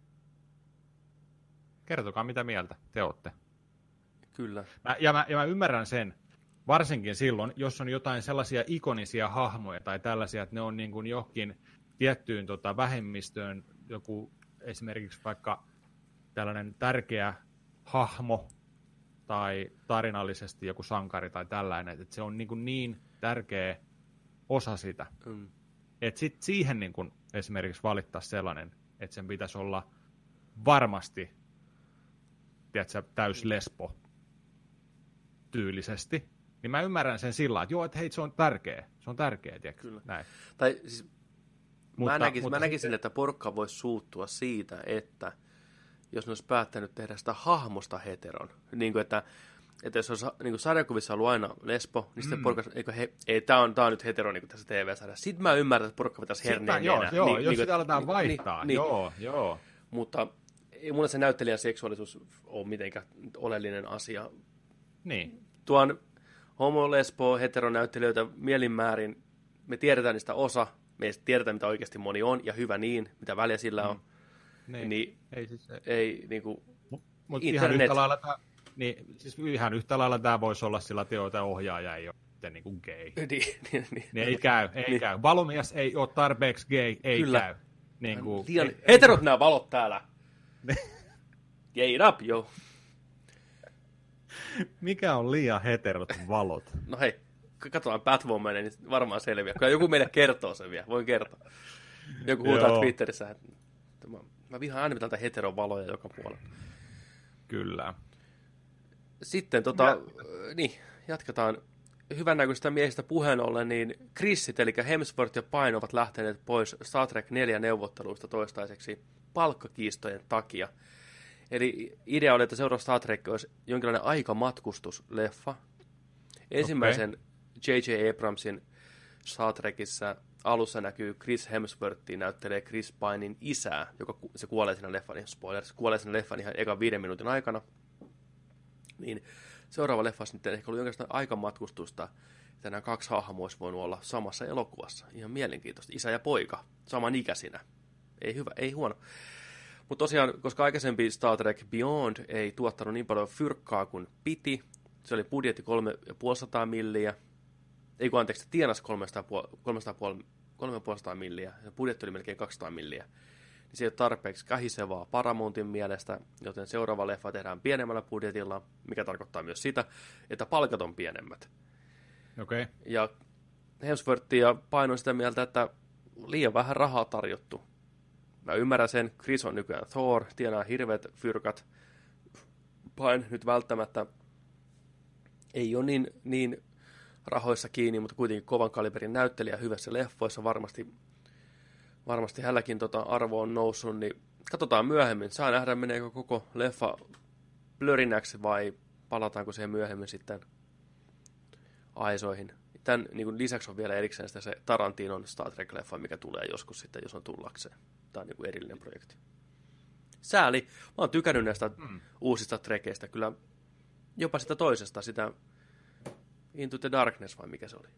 S1: Kertokaa, mitä mieltä te olette.
S2: Kyllä.
S1: Mä ymmärrän sen, varsinkin silloin, jos on jotain sellaisia ikonisia hahmoja tai tällaisia, että ne on niin kuin johonkin tiettyyn vähemmistöön joku esimerkiksi vaikka tällainen tärkeä hahmo tai tarinallisesti joku sankari tai tällainen, että se on niin tärkeä osa sitä. Että sitten siihen niin kuin esimerkiksi valittaa sellainen, että sen pitäisi olla varmasti, tiedätkö, täys lesbo tyylisesti, niin mä ymmärrän sen sillä lailla, että joo, että hei, se on tärkeä, tiedätkö,
S2: kyllä.
S1: Näin.
S2: Tai siis, mä näkisin, että porukka voisi suuttua siitä, että jos ne olisi päättänyt tehdä sitä hahmosta heteron, niin kuin, että jos olisi niin kuin sarjakuvissa ollut aina lesbo, niin sitten porukka, tää on nyt hetero niin kuin tässä TV-sarjassa. Sitten mä ymmärrän, että porukka pitäisi herneen
S1: Joo,
S2: niin,
S1: jos sitä aletaan vaihtaa,
S2: niin.
S1: Joo.
S2: Mutta ei mulle se näyttelijän seksuaalisuus ole mitenkään oleellinen asia.
S1: Niin.
S2: Tuon homo, lesbo, heteronäyttelijöitä mielinmäärin, me tiedetään niistä osa, me ei tiedetään, mitä oikeasti moni on, ja hyvä niin, mitä väliä sillä on. Niin, ei niinku...
S1: Mutta ihan yhtä lailla tämä voisi olla sillä teoita ohjaaja ei ole niin kuin gay. Niin ei käy. Valomies ei ole tarpeeksi gay, ei
S2: kyllä.
S1: Käy. Niin kuin,
S2: liian heterot nämä valot täällä. Gay up, jo.
S1: Mikä on liian heterot valot?
S2: No hei, katsotaan Batwomanin, niin varmaan selviää. Kyllä joku meille kertoo sen vielä, voin kertoa. Joku huutaa Twitterissä, että mä vihaan aina tältä heteron valoja joka puolella.
S1: Kyllä.
S2: Sitten niin, jatketaan hyvännäköistä miehistä puheen ollen, niin Chrisit, eli Hemsworth ja Pine ovat lähteneet pois Star Trek 4 neuvotteluista toistaiseksi palkkakiistojen takia. Eli idea oli, että seuraava Star Trek olisi jonkinlainen aikamatkustusleffa. Ensimmäisen J.J. Abramsin Star Trekissä alussa näkyy Chris Hemsworth, näyttelee Chris Pinein isää, joka se kuolee siinä leffan, spoilers, kuolee siinä leffan ihan ekan 5 minuutin aikana. Niin seuraava leffa olisi nyt ehkä ollut jonkinlaista aikamatkustusta, että nämä 2 hahmoa olisi voinut olla samassa elokuvassa. Ihan mielenkiintoista. Isä ja poika, samanikäisinä. Ei hyvä, ei huono. Mutta tosiaan, koska aikaisempi Star Trek Beyond ei tuottanut niin paljon fyrkkaa kuin piti, se oli budjetti 350 milliä, tienasi 350 milliä, ja budjetti oli melkein 200 milliä. Niin se ei ole tarpeeksi kähisevaa Paramountin mielestä, joten seuraava leffa tehdään pienemmällä budjetilla, mikä tarkoittaa myös sitä, että palkat on pienemmät.
S1: Okay.
S2: Ja Hemsworth ja Pine on sitä mieltä, että liian vähän rahaa tarjottu. Mä ymmärrän sen, Chris on nykyään Thor, tienaa hirveät fyrkat. Pine nyt välttämättä ei ole niin rahoissa kiinni, mutta kuitenkin kovan kaliberin näyttelijä hyvässä leffoissa. Varmasti hänelläkin arvo on noussut, niin katsotaan myöhemmin. Saa nähdä, meneekö koko leffa blörinäksi vai palataanko siihen myöhemmin sitten aisoihin. Tämän niin lisäksi on vielä erikseen se Tarantinon Star Trek-leffa, mikä tulee joskus sitten, jos on tullakseen. Tämä on niin erillinen projekti. Sääli. Mä oon tykännyt näistä uusista trekeistä. Kyllä jopa sitä toisesta, sitä Into the Darkness vai mikä se oli?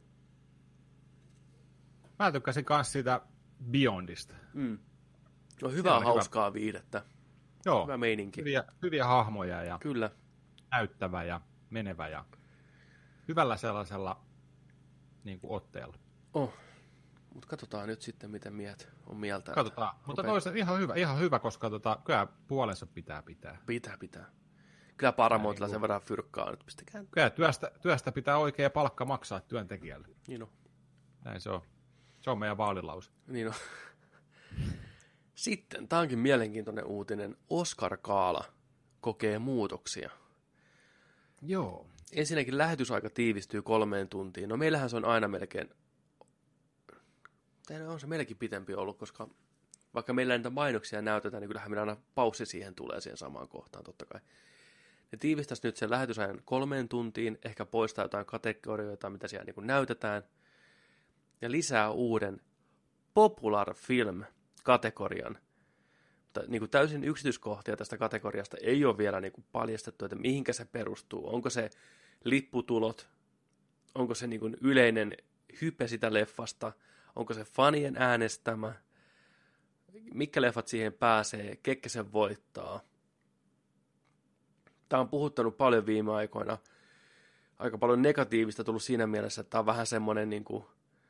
S1: Mä tykkäsin myös sitä Beyondista.
S2: No hyvää, hauskaa viihdettä.
S1: Joo.
S2: Hyvä meininki.
S1: Hyviä hahmoja ja
S2: kyllä.
S1: Näyttävä ja menevä ja hyvällä sellaisella niin kuin otteella.
S2: Mutta katsotaan nyt sitten, miten miehet on mieltä.
S1: Katsotaan. Mutta toisaalta ihan hyvä, koska kyllä puolensa pitää.
S2: Pitää. Kyllä Paramountilla sen verran fyrkkaa nyt pistekään.
S1: Kyllä työstä pitää oikea palkka maksaa työntekijälle.
S2: Niin on.
S1: Näin se on. Se on meidän vaalilause.
S2: Niin on. Sitten, tämä onkin mielenkiintoinen uutinen. Oscar Gaala kokee muutoksia.
S1: Joo.
S2: Ensinnäkin lähetysaika tiivistyy 3 tuntiin. No meillähän se on aina melkein... On se melkein pitempi ollut, koska vaikka meillä niitä mainoksia näytetään, niin kyllähän meillä aina paussi siihen tulee siihen samaan kohtaan totta kai. Ne tiivistäisi nyt sen lähetysajan 3 tuntiin, ehkä poistaa jotain kategorioita, mitä siellä niin kuin näytetään, ja lisää uuden popular film-kategorian. Mutta niin kuin täysin yksityiskohtia tästä kategoriasta ei ole vielä niin kuin paljastettu, että mihinkä se perustuu. Onko se lipputulot, onko se niin kuin yleinen hype sitä leffasta, onko se fanien äänestämä, mitkä leffat siihen pääsee, ketkä sen voittaa. Tämä on puhuttanut paljon viime aikoina. Aika paljon negatiivista tullut siinä mielessä, että tämä on vähän semmoinen niin kuin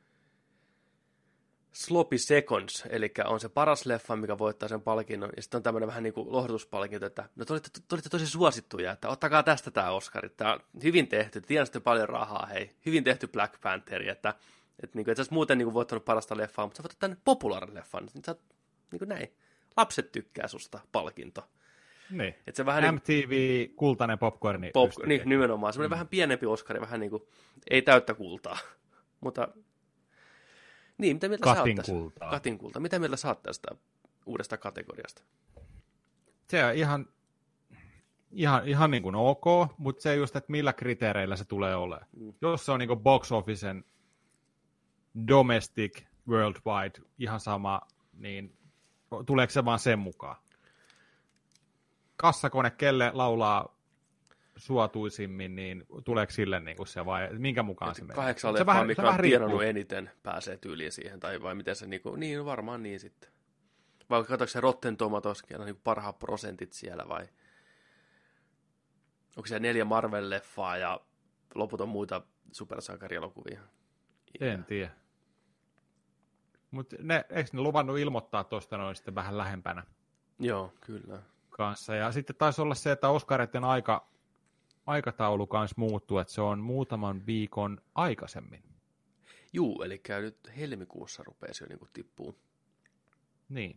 S2: sloppy seconds, eli on se paras leffa, mikä voittaa sen palkinnon, ja sitten on tämmöinen vähän niin kuin lohdutuspalkinto, että no te olitte tosi suosittuja, että ottakaa tästä tämä Oscar, tämä on hyvin tehty, tienasitte paljon rahaa, hei, hyvin tehty Black Panther, että niin kuin, et sä muuten niin kuin voittanut parasta leffaa, mutta sä voitat tämän populaari-leffan, niin sä oot niin kuin näin, lapset tykkää susta palkinto.
S1: Niin.
S2: Et se vähän
S1: MTV kultainen popcorni.
S2: Niin, nimenomaan. Semmoinen vähän pienempi Oscari, vähän niin kuin, ei täyttä kultaa. Mutta, niin, mitä mieltä sä oot tästä? Katinkulta. Mitä mieltä sä oot tästä uudesta kategoriasta?
S1: Se on ihan niin kuin ok, mutta se just, että millä kriteereillä se tulee olemaan. Jos se on niin kuin box officen domestic, worldwide, ihan sama, niin tuleeko se vaan sen mukaan? Kassakone, kelle laulaa suotuisimmin, niin tuleeko sille niin kuin se vai minkä mukaan se menee?
S2: 8 leffaa, mikä on tienannut eniten, pääsee tyyliin siihen, tai vai miten se, niin varmaan niin sitten. Vai katsoiko se Rotten Tomatoeskin, niin parhaat prosentit siellä, vai onko siellä 4 Marvel-leffaa ja loput on muita supersankarielokuvia?
S1: En tiedä. Mutta eikö ne luvannut ilmoittaa tuosta noin sitten vähän lähempänä?
S2: Joo, kyllä.
S1: Kanssa. Ja sitten taisi olla se, että Oscaritten aikataulu kanssa muuttuu, että se on muutaman viikon aikaisemmin.
S2: Juu, eli nyt helmikuussa rupeaa jo niin tippuu.
S1: Niin.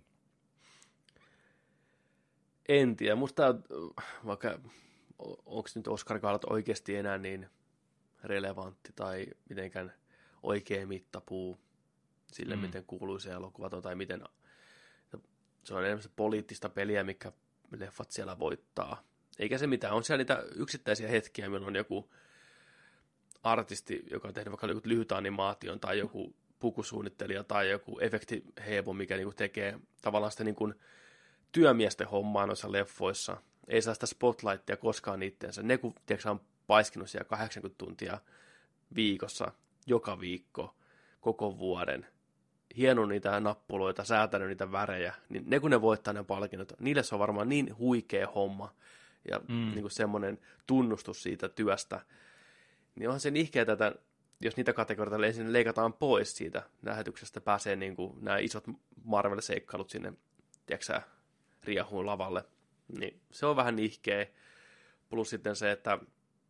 S2: En tiedä, musta vaikka onko nyt Oscar-gaalat oikeasti enää niin relevantti tai mitenkään oikea mittapuu sille, miten kuuluisa elokuvat on, tai miten se on enemmän poliittista peliä, mikä leffat siellä voittaa. Eikä se mitään, on siellä niitä yksittäisiä hetkiä, milloin on joku artisti, joka on tehnyt vaikka lyhyt animaation, tai joku pukusuunnittelija, tai joku efektiheevo, mikä niinku tekee tavallaan sitä niinku työmiesten hommaa noissa leffoissa. Ei saa sitä spotlightia koskaan itteensä. Ne kun tiedätkö, on paiskinut siellä 80 tuntia viikossa, joka viikko, koko vuoden, hienonnut niitä nappuloita, säätänyt niitä värejä, niin ne kun ne voittaa ne palkinnot, niille se on varmaan niin huikea homma ja niin kuin semmoinen tunnustus siitä työstä, niin onhan se nihkeä tätä, jos niitä kategorioita ensin leikataan pois siitä lähetyksestä, pääsee niin kuin nämä isot Marvel-seikkailut sinne, tiedätkö riehuun lavalle, niin se on vähän nihkeä, plus sitten se, että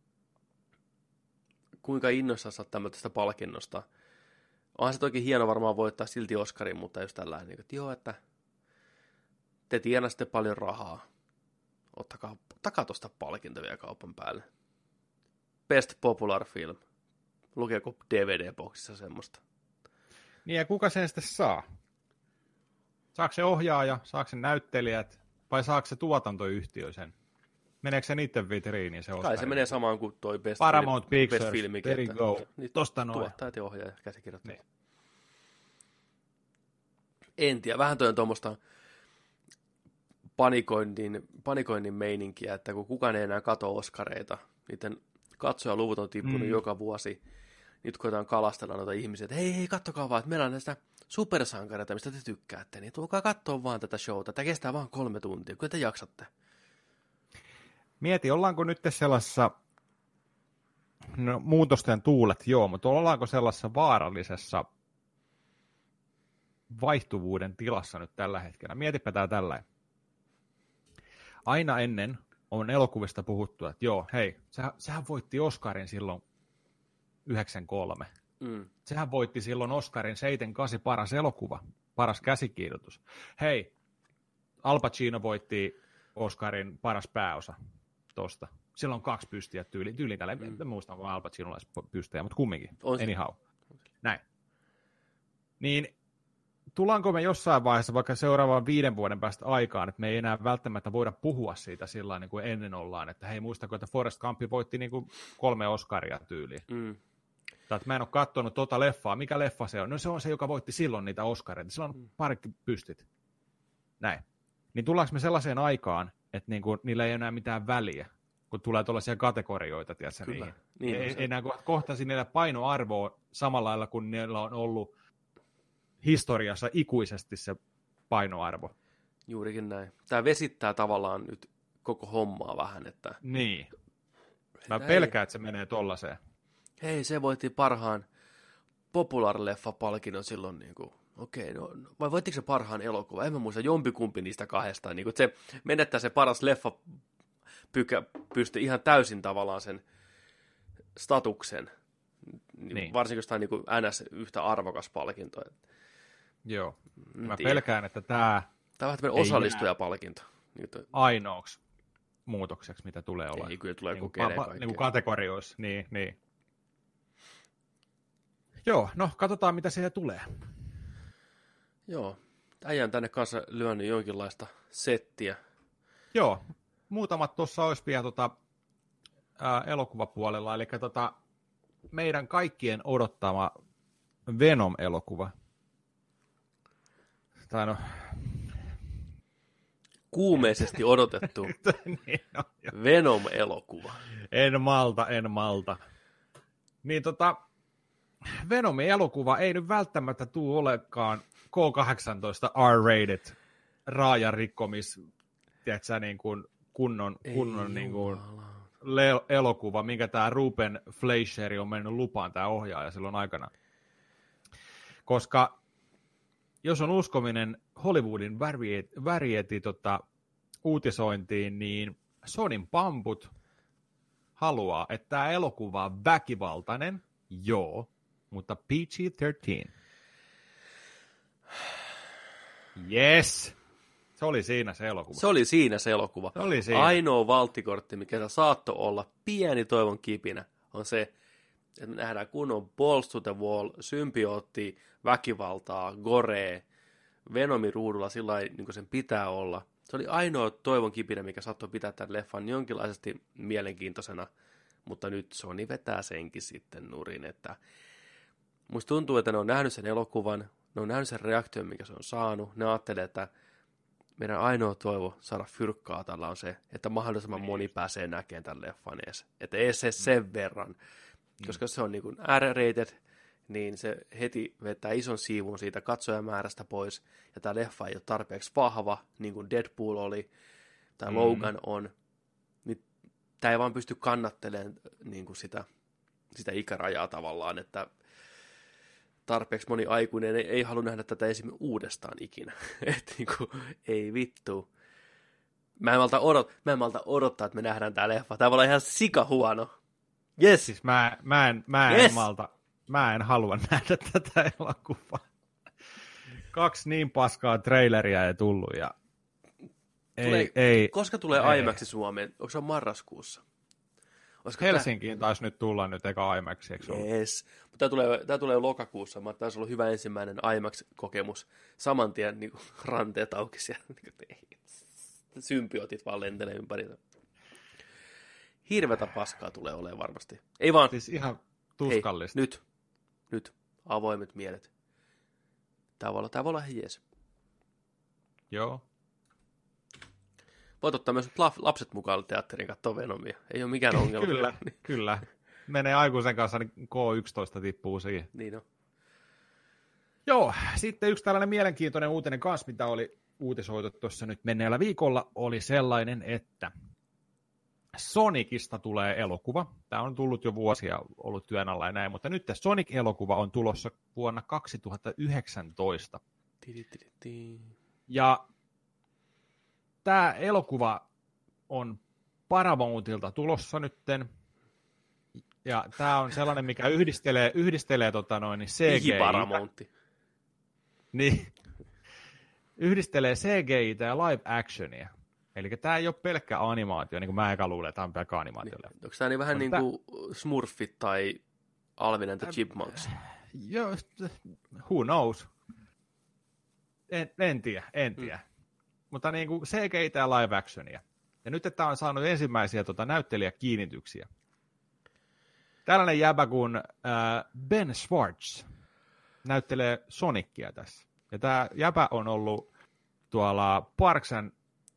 S2: kuinka innoissaan sä oot tämmöistä palkinnosta. Onhan se toki hieno varmaan voittaa silti Oscarin, mutta just tällainen, että joo, että te tienasitte paljon rahaa. Ottakaa tuosta palkinto vielä kaupan päälle. Best Popular Film. Lukeeko DVD-boksissa semmoista?
S1: Niin ja kuka sen sitten saa? Saako se ohjaaja, saako se näyttelijät vai saako se tuotantoyhtiö sen? Meneekö se niiden vitriiniin se Oscar?
S2: Kai se menee samaan kuin toi Best
S1: Paramount Pictures,
S2: Best Film,
S1: there you go. Tosta noin.
S2: Tuottajat ja ohjaajat, käsikirjoittajat.
S1: Niin.
S2: En tiedä, vähän toi on tuommoista panikoinnin meininkiä, että kun kukaan ei enää katso Oscareita, niiden katsojaluvut on tippunut joka vuosi, nyt koetaan kalastella noita ihmisiä, että hei, kattokaa vaan, että meillä on näistä supersankareita, mistä te tykkäätte, niin tulkaa katsoa vaan tätä showta, tämä kestää vaan 3 tuntia, kun te jaksatte.
S1: Mieti, ollaanko nyt sellaisessa, no muutosten tuulet joo, mutta ollaanko sellaisessa vaarallisessa vaihtuvuuden tilassa nyt tällä hetkellä? Mietipä tämä tällä. Aina ennen on elokuvista puhuttu, että joo, hei, sehän voitti Oscarin silloin 93. Sehän voitti silloin Oscarin 7-8 paras elokuva, paras käsikirjoitus. Hei, Al Pacino voitti Oscarin paras pääosa tosta. Silloin 2 pystiä tyyliin tällä. En muista, onko Al Pacinolla pystejä, mutta kumminkin. Anyhow. Näin. Niin tullaanko me jossain vaiheessa vaikka seuraavan 5 vuoden päästä aikaan, että me ei enää välttämättä voida puhua siitä sillä niin kuin ennen ollaan, että hei, muistako, että Forrest Gump voitti niin kuin 3 Oscaria tyyliin. Tai että mä en ole katsonut tota leffaa. Mikä leffa se on? No se on se, joka voitti silloin niitä Oscareita. Sillä on parikin pystit. Näin. Niin tullaanko me sellaiseen aikaan, että niin kuin, niillä ei enää mitään väliä, kun tulee tuollaisia kategorioita, tiedätkö, niihin. Niin ei enää kohtaisi niillä painoarvoa samalla lailla, kun niillä on ollut historiassa ikuisesti se painoarvo.
S2: Juurikin näin. Tämä vesittää tavallaan nyt koko hommaa vähän, että...
S1: Niin. Mä pelkään, että se menee tollaiseen.
S2: Hei, se voitti parhaan populaar-leffa-palkinnon silloin, niin kuin, okei, no, vai voittiko se parhaan elokuva? En mä muista, jompikumpi niistä kahdesta. Niin kuin, se menettää se paras leffa pystyy ihan täysin tavallaan sen statuksen. Niin. Varsinkin jos tämä on niin kuin NS yhtä arvokas palkinto.
S1: Joo. Mä pelkään, että tämä...
S2: Tämä on vähän osallistujapalkinto.
S1: Ainoaksi muutokseksi, mitä tulee olla.
S2: Ei, kyllä tulee kokeilemaan kaikkea.
S1: Niin kuin kategorioissa, niin. Joo, no katsotaan, mitä siihen tulee.
S2: Joo, äijän tänne kanssa lyönyt jonkinlaista settiä.
S1: Joo, muutamat tuossa olisi vielä elokuvapuolella, eli meidän kaikkien odottama Venom-elokuva. Tai no...
S2: Kuumeisesti odotettu
S1: niin, no,
S2: Venom-elokuva.
S1: En malta. Niin Venomin elokuva ei nyt välttämättä tule olekaan K-18 R-rated raajarikkomis, tiedätkö, niin kuin kunnon niin kuin elokuva, minkä tämä Ruben Fleischer on mennyt lupaan, tämä ohjaaja silloin aikana. Koska jos on uskominen Hollywoodin Variety uutisointiin, niin Sonyn pamput haluaa, että tämä elokuva on väkivaltainen, joo, mutta PG-13. Yes! Se oli siinä se elokuva.
S2: Se oli siinä se elokuva.
S1: Se oli siinä.
S2: Ainoa valttikortti, mikä saattoi olla pieni toivon kipinä, on se, että me nähdään kunnon balls to the wall, symbiootti, väkivaltaa, goree, Venomin ruudulla sillä lailla, niin kuin sen pitää olla. Se oli ainoa toivon kipinä, mikä saattoi pitää tämän leffan jonkinlaisesti mielenkiintoisena, mutta nyt Sony vetää senkin sitten nurin, että musta tuntuu, että ne on nähnyt sen elokuvan, ne on nähnyt sen reaktion, mikä se on saanut, ne ajattelee, että meidän ainoa toivo saada fyrkkaa tällä on se, että mahdollisimman moni pääsee näkemään tämän leffan edes. Että ei se sen verran, koska se on niin kuin R-rated, niin se heti vetää ison siivun siitä katsojamäärästä pois, ja tämä leffa ei ole tarpeeksi vahva, niin kuin Deadpool oli, tai Logan on, niin tämä ei vaan pysty kannattelemaan niin kuin sitä ikärajaa tavallaan, että tarpeeksi moni aikuinen ei halua nähdä tätä esimerkiksi uudestaan ikinä. Että niinku, ei vittu. Mä en malta odottaa, että me nähdään tää leffa. Tää voi olla ihan sikahuono. Yes.
S1: Siis mä en halua nähdä tätä elokuvaa. 2 niin paskaa traileria ei tullut. Ja...
S2: Koska tulee IMAX Suomeen? Onko se marraskuussa?
S1: Helsinkiin taisi nyt tulla nyt eka IMAX, eikö ollut?
S2: Yes. Mutta tämä tulee lokakuussa. Mä taisi olla hyvä ensimmäinen IMAX-kokemus. Saman tien niin ranteet auki siellä. Symbiootit vaan lentelee ympäri. Hirvetä paskaa tulee olemaan varmasti. Ei vaan.
S1: Siis ihan tuskallista.
S2: Hei, nyt. Avoimet mielet. Tämä voi olla ihan jees.
S1: Joo.
S2: Voit ottaa myös lapset mukaan teatteriin katsoa Venomia. Ei ole mikään ongelma.
S1: Kyllä. Menee aikuisen kanssa, niin K11 tippuu siihen.
S2: Niin on.
S1: Joo, sitten yksi tällainen mielenkiintoinen uutinen kanssa, mitä oli uutisoitu tuossa nyt menneellä viikolla, oli sellainen, että Sonicista tulee elokuva. Tämä on tullut jo vuosia, ollut työn alla ja näin, mutta nyt Sonic-elokuva on tulossa vuonna 2019. Ja tämä elokuva on Paramountilta tulossa nytten. Ja tämä on sellainen, mikä yhdistelee CGI.
S2: Paramountti.
S1: Niin. Yhdistelee CGI ja live actionia. Eli tämä ei ole pelkkä animaatio, niin kuin mä eka luulen, että tämä on pelkkä animaatio.
S2: Niin. Onko tämä niin vähän niin kuin Smurfit tai Alvin and the Chipmunks?
S1: Joo, who knows. En tiedä. Mutta niin kuin CGI ja live actionia. Ja nyt tämä on saanut ensimmäisiä näyttelijäkiinnityksiä. Tällainen jäbä kuin Ben Schwartz näyttelee Sonicia tässä. Ja tämä jäbä on ollut tuolla Parks and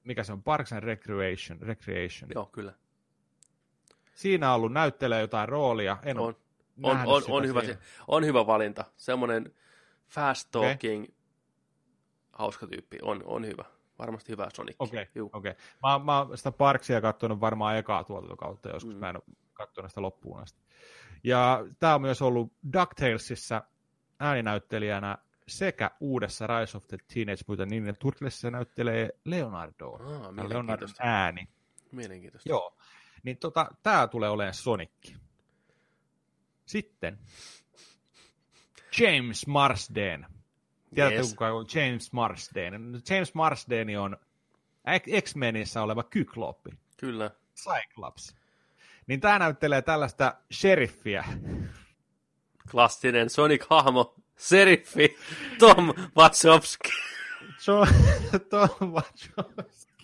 S1: Recreation.
S2: Joo, kyllä.
S1: Siinä on ollut näyttelee jotain roolia.
S2: On hyvä valinta. Semmoinen fast talking, hauska tyyppi. On hyvä. Varmasti hyvä Sonic.
S1: Okei. Mä oon sitä Parksia katsonut varmaan ekaa tuotantokautta joskus. Mä en ole katsonut sitä loppuun asti. Ja tää on myös ollut DuckTalesissa ääninäyttelijänä sekä uudessa Rise of the Teenage Mutant Ninja Turtlesissa näyttelee Leonardo. Leonardon ääni.
S2: Mielenkiintoista.
S1: Joo. Niin tää tulee olemaan Sonic. Sitten James Marsden. Tiedätte, kuka on James Marsden? James Marsden on X-Menissä oleva Kykloppi.
S2: Kyllä.
S1: Cyclops. Niin tää näyttelee tällaista sheriffiä.
S2: Klassinen Sonic-hahmo. Seriffi. Tom Wachowski.
S1: Tom Wachowski.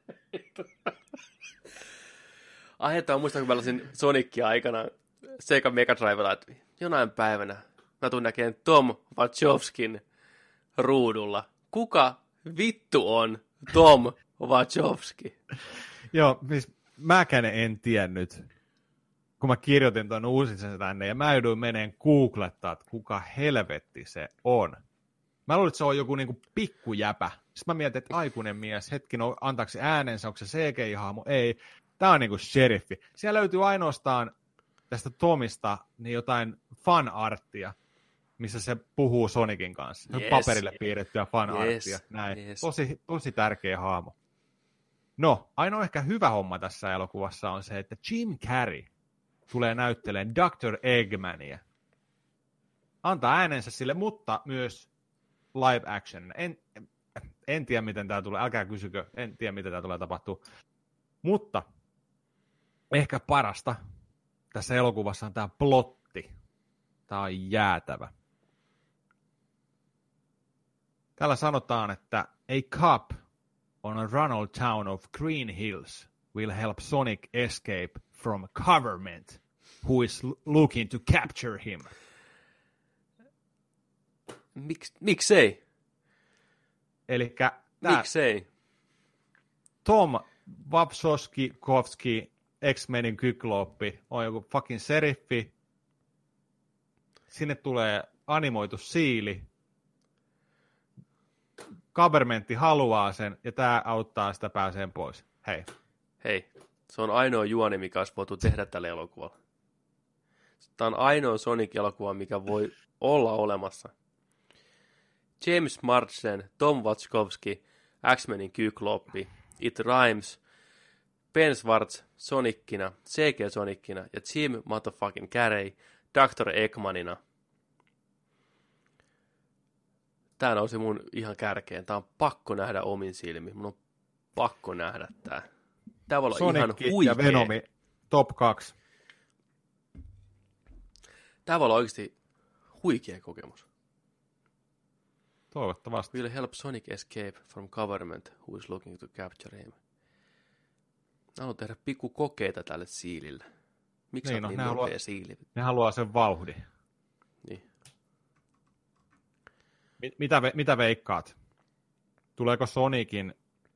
S2: Että on muistan, kun mä pelasin Sonicia aikana Sega Mega Drivella, että jonain päivänä mä tuun näkemään Tom Wachowskin ruudulla. Kuka vittu on Tom Wachowski?
S1: Joo, siis mäkään en tiennyt, kun mä kirjoitin tuon uutisen tänne, ja mä jouduin meneen googlettaa, että kuka helvetti se on. Mä luulin, että se on joku niinku pikkujäpä. Sitten mä mietin, että aikuinen mies, hetkin, antaako se äänensä, onko se CGI-hahmo? Ei, tää on niinku sheriffi. Siellä löytyy ainoastaan tästä Tomista niin jotain fan-arttia, missä se puhuu Sonicin kanssa. Paperille piirrettyä fan-arttia. Näin. Tosi tärkeä hahmo. No, ainoa ehkä hyvä homma tässä elokuvassa on se, että Jim Carrey tulee näyttelemään Dr. Eggmania. Antaa äänensä sille, mutta myös live action. En tiedä, miten tämä tulee. Älkää kysykö. En tiedä, miten tämä tulee tapahtua. Mutta ehkä parasta tässä elokuvassa on tämä plotti. Tämä on jäätävä. Täällä sanotaan, että a cop on a rural town of Green Hills will help Sonic escape from government who is looking to capture him.
S2: Miksei?
S1: Elikkä
S2: miksei?
S1: Tom Wachowski, X-Menin Kykloppi, on joku fucking seriffi. Sinne tulee animoitu siili. Governmentti haluaa sen, ja tää auttaa sitä pääseen pois. Hei.
S2: Se on ainoa juoni, mikä olisi voitu tehdä tällä elokuvalla. Tämä on ainoa Sonic-elokuva, mikä voi olla olemassa. James Marsden, Tom Wachowski, X-Menin Kykloppi, It Rhymes, Ben Schwartz Soniccina, CG Soniccina ja Jim motherfucking Carrey Dr. Eggmanina. Tää nousi mun ihan kärkeen. Tää on pakko nähdä omin silmin. Mun on pakko nähdä tää. Tää voi olla
S1: Sonic
S2: ihan huikea.
S1: Ja Venomi top 2.
S2: Tää voi olla oikeasti huikea kokemus.
S1: Toivottavasti.
S2: Will help Sonic escape from government who is looking to capture him. Mä haluan tehdä pikku kokeita tälle siilille. Miksi niin, on niin nopea siili?
S1: Ne haluaa sen vauhdin.
S2: Niin.
S1: Mitä veikkaat? Tuleeko Sonicin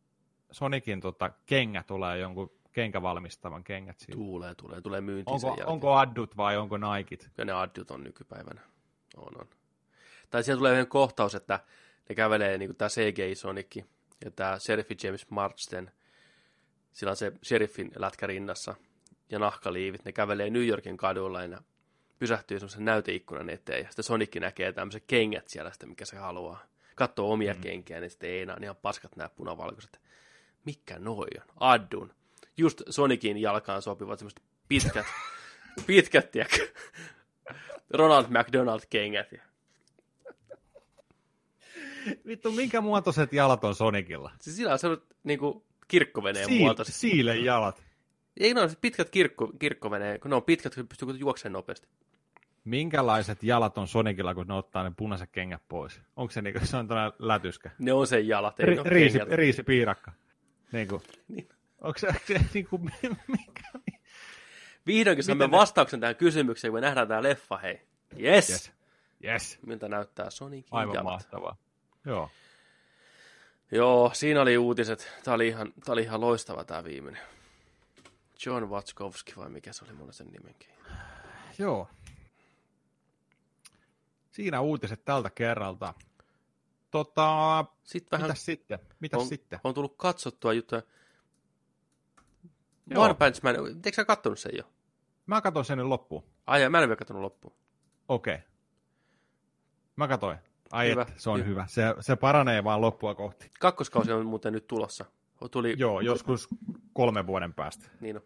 S1: kengät tulee jonkun kenkävalmistavan kengät siitä?
S2: Tulee myyntiin sen jälkeen.
S1: Onko addut vai onko Nikit?
S2: Ja ne addut on nykypäivänä. On. Tai siellä tulee yhden kohtaus, että ne kävelee niin kuin tämä CGI Sonic ja tämä Sheriffi James Marsden. Sillä on se sheriffin lätkä rinnassa ja nahkaliivit. Ne kävelee New Yorkin kadulla ja pysähtyy semmoisen näyteikkunan eteen. Ja sitten Sonic näkee tämmöiset kengät siellä, sitten, mikä se haluaa. Katsoo omia kenkiä, niin sitten ei ihan paskat nämä punavalkoiset. Mikä noi on? Addun. Just Sonicin jalkaan sopivat semmoiset pitkät tiedätkö? Ronald McDonald kengät.
S1: Vittu, minkä muotoiset jalat on Sonicilla?
S2: Siis sillä on sellaiset niinku kirkkoveneen muotoiset.
S1: Siilen jalat.
S2: Ei, ne on pitkät kirkkoveneen, kun ne on pitkät, kun pystyy juoksemaan nopeasti.
S1: Minkälaiset jalat on Sonicilla, kun ne ottaa ne punaiset kengät pois? Onko se niinku, se on tällainen lätyskä?
S2: Ne on sen jalat, ei
S1: riisipiirakka. Niinku.
S2: Niin.
S1: Onko se niinku,
S2: vihdoinkin saamme vastauksen tähän kysymykseen, kun me nähdään tämä leffa, hei.
S1: Yes.
S2: Miltä näyttää Sonicin
S1: aivan
S2: jalat?
S1: Mahtavaa. Joo.
S2: Joo, siinä oli uutiset. Tämä oli ihan loistava tämä viimeinen. John Watskowski vai mikä se oli mulle sen nimenkin.
S1: Joo. Siinä uutiset tältä kerralta. Mitäs sitten?
S2: On tullut katsottua juttuja. One Punch Man, eikö sä kattonut sen jo?
S1: Mä katsoin sen loppuun.
S2: Ai, mä en vielä kattonut loppuun.
S1: Okei. Mä katsoin. Se on hyvä. Se paranee vaan loppua kohti.
S2: Kakkoskausi on muuten nyt tulossa.
S1: Joo, joskus 3 vuoden päästä.
S2: Niin on.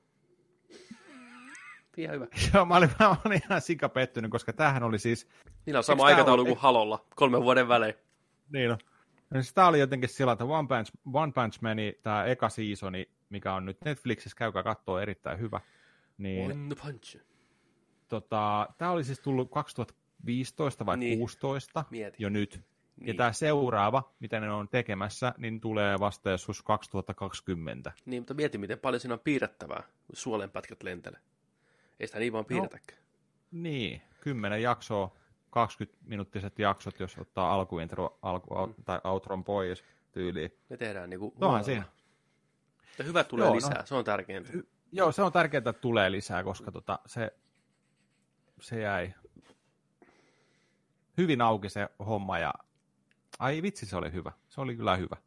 S2: Ihan hyvä.
S1: Joo, mä olin ihan sikapettynyt, koska tämähän oli siis...
S2: Niillä on sama aikataulu kuin Halolla, 3 vuoden välein.
S1: Niin on. Tämä oli jotenkin sillä, että One Punch Man, tämä eka seasoni, mikä on nyt Netflixissä, käykää katsoa, erittäin hyvä. Niin,
S2: One Punch.
S1: Tämä oli siis tullut 2015 vai 2016 jo nyt. Niin. Ja tämä seuraava, mitä ne on tekemässä, niin tulee vasta joskus 2020.
S2: Niin, mutta mieti, miten paljon siinä on piirrettävää, kun suolenpätkät lentelee. Ei sitä niin vaan piirretäkään.
S1: Niin, 10 jaksoa, 20-minuuttiset jaksot, jos ottaa alkuintro tai outron pois tyyliin.
S2: Me tehdään niin kuin
S1: siinä.
S2: Mutta hyvä tulee lisää, se on tärkeintä.
S1: Joo, se on tärkeää, että tulee lisää, koska se jäi hyvin auki se homma ja ai vitsi, se oli hyvä. Se oli kyllä hyvä.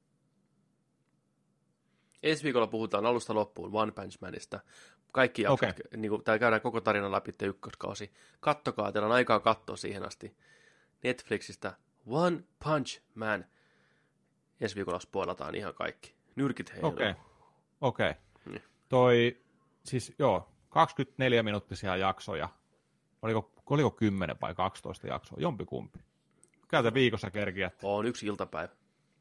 S2: Ensi viikolla puhutaan alusta loppuun One Punch Manista. Kaikki jaksot, niin täällä käydään koko tarina läpi ykköskausi. Kattokaa, teillä on aikaa katsoa siihen asti. Netflixistä One Punch Man. Ensi viikolla spoilataan ihan kaikki. Nyrkit heiluu.
S1: Okei.
S2: Niin.
S1: Siis 24-minuuttisia jaksoja. Oliko 10 vai 12 jaksoa? Jompikumpi. Käytä viikossa kerkiä.
S2: On yksi iltapäivä.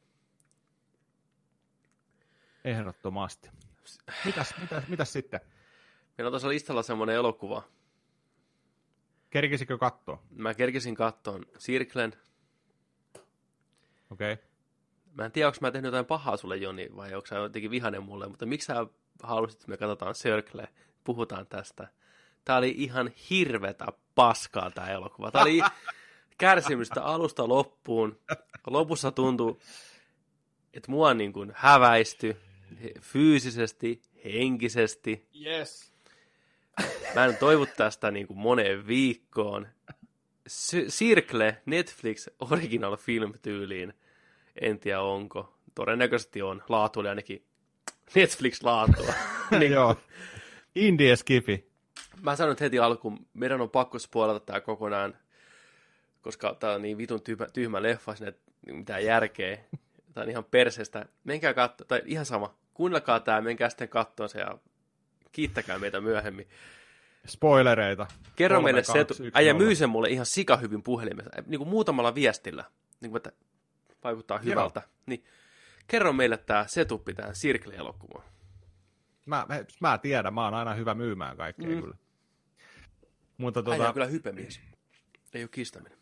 S1: Ehdottomasti. Mitäs sitten?
S2: Meillä on tuossa listalla semmoinen elokuva.
S1: Kerkisikö katsoa?
S2: Mä kerkisin kattoon Circlen.
S1: Okei.
S2: Mä en tiedä, onko mä tehnyt jotain pahaa sulle, Joni, vai onko sä jotenkin vihainen mulle, mutta miksi sä halusit, että me katsotaan Circle? Puhutaan tästä. Tää oli ihan hirvetä paskaa tää elokuva. Tää oli kärsimystä alusta loppuun. Lopussa tuntui, että mua niin kuin häväisty fyysisesti, henkisesti.
S1: Yes.
S2: Mä en toivu tästä niin kuin moneen viikkoon. Circle, Netflix, original film tyyliin. En tiedä onko. Todennäköisesti on. Laatu oli ainakin Netflix-laatua.
S1: Niin. Joo. Indie skifi.
S2: Mä sanon heti alkuun, meidän on pakko spoilata tää kokonaan, koska tää on niin vitun tyhmä leffa, sinne mitään järkeä. Tää on ihan perseestä. Menkää katsoa, tai ihan sama. Kuunnelkaa tää, menkää sitten katsoa se ja kiittäkää meitä myöhemmin.
S1: Spoilereita.
S2: Kerro 3, meille 2, se, äijä myy sen mulle ihan sikahyvin puhelimessa, niin kuin muutamalla viestillä, niin kuin, että vaikuttaa hyvältä. Niin, kerro meille tää setuppi tähän Circle-elokuvaan.
S1: Mä tiedän, mä oon aina hyvä myymään kaikkea kyllä. Mutta
S2: äijä on kyllä hypemies. Ei ole kiistäminen.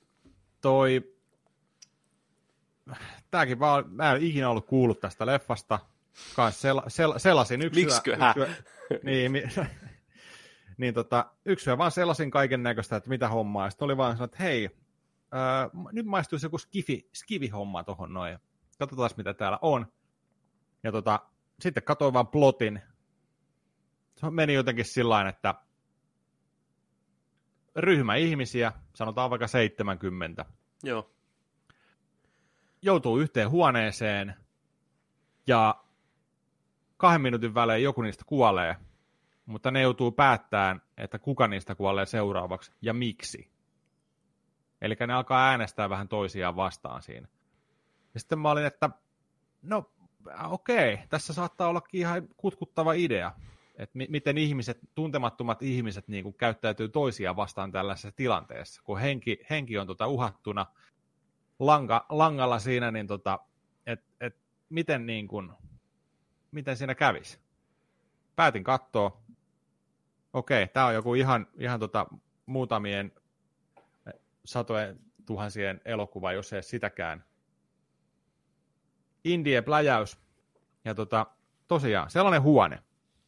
S1: Tääkin vaan, mä en ikinä ollut kuullut tästä leffasta. Selasin yksyä.
S2: Miksiköhän?
S1: Yksyä vaan selasin kaiken näköistä, että mitä hommaa. Ja sitten oli vaan sanonut, että hei, nyt maistuisi joku skivi-homma tohon noin. Katsotaan, mitä täällä on. Ja sitten katsoin vaan plotin. Se meni jotenkin sillain, että ryhmä ihmisiä, sanotaan vaikka 70.
S2: Joo.
S1: Joutuu yhteen huoneeseen ja 2 minuutin välein joku niistä kuolee, mutta ne joutuu päättämään, että kuka niistä kuolee seuraavaksi ja miksi. Eli ne alkaa äänestää vähän toisiaan vastaan siinä. Ja sitten mä olin, että no okei, tässä saattaa ollakin ihan kutkuttava idea, että miten ihmiset, tuntemattomat ihmiset niin kuin käyttäytyy toisiaan vastaan tällaisessa tilanteessa, kun henki on uhattuna langalla siinä, niin miten, niin kuin, miten siinä kävisi. Päätin katsoa. Okei, tämä on joku ihan muutamien satojen tuhansien elokuva, jos ei sitäkään. Indie pläjäys. Ja tosiaan, sellainen huone.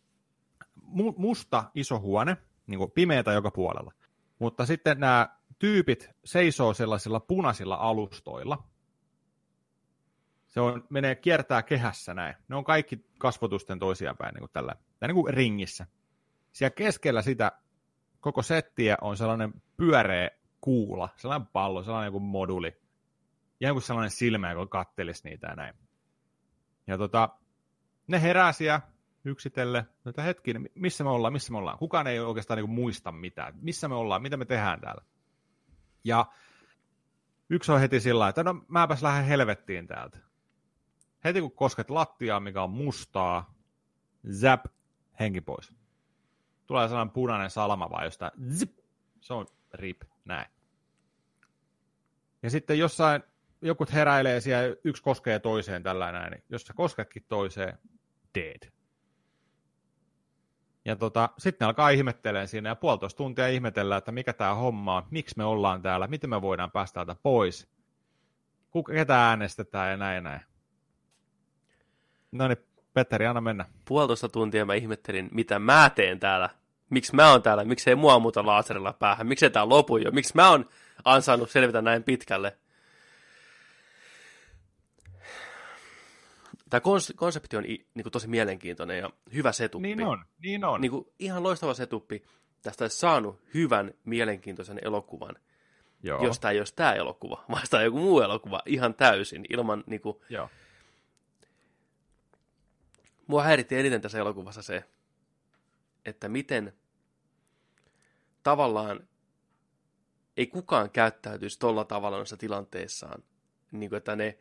S1: Musta iso huone, niin kuin pimeätä joka puolella. Mutta sitten nämä tyypit seisoo sellaisilla punaisilla alustoilla. Kiertää kehässä näin. Ne on kaikki kasvotusten toisiaan päin niin kuin tällä. Tai niin kuin ringissä. Siellä keskellä sitä koko settiä on sellainen pyöreä kuula, sellainen pallo, sellainen joku moduli. Ja joku sellainen silmä, joka kattelisi niitä ja näin. Ja ne herää siellä yksitellen. Hetkinen, missä me ollaan? Kukaan ei oikeastaan niin kuin muista mitään. Missä me ollaan? Mitä me tehdään täällä? Ja yksi on heti sillä että no mäpäs lähden helvettiin täältä. Heti kun kosket lattiaan, mikä on mustaa, zap, henki pois. Tulee sellainen punainen salama vaan jostain, zip, se on rip, näin. Ja sitten jossain jokut heräilee siellä, yksi koskee toiseen tällainen näin, niin jos sä kosketkin toiseen, dead. Ja sitten ne alkaa ihmettelemään siinä ja 1,5 tuntia ihmetellään, että mikä tää homma on, miksi me ollaan täällä, miten me voidaan päästä täältä pois, ketä äänestetään ja näin. No niin, Petteri, anna mennä.
S2: 1,5 tuntia mä ihmettelin, mitä mä teen täällä. Miksi mä oon täällä? Miksi ei mua muuta laaserilla päähän? Miksi ei tää lopu jo? Miksi mä oon ansainnut selvitä näin pitkälle? Tämä konsepti on niin tosi mielenkiintoinen ja hyvä setuppi.
S1: Niin on.
S2: Niin ihan loistava setuppi. Tästä olisi saanut hyvän, mielenkiintoisen elokuvan.
S1: Joo.
S2: Jos tämä ei olisi tämä elokuva, vaan tämä joku muu elokuva ihan täysin, ilman niin kuin...
S1: Joo.
S2: Mua häiritti eniten tässä elokuvassa se, että miten tavallaan ei kukaan käyttäytyisi tolla tavalla noissa tilanteissaan. Niin kuin, että ne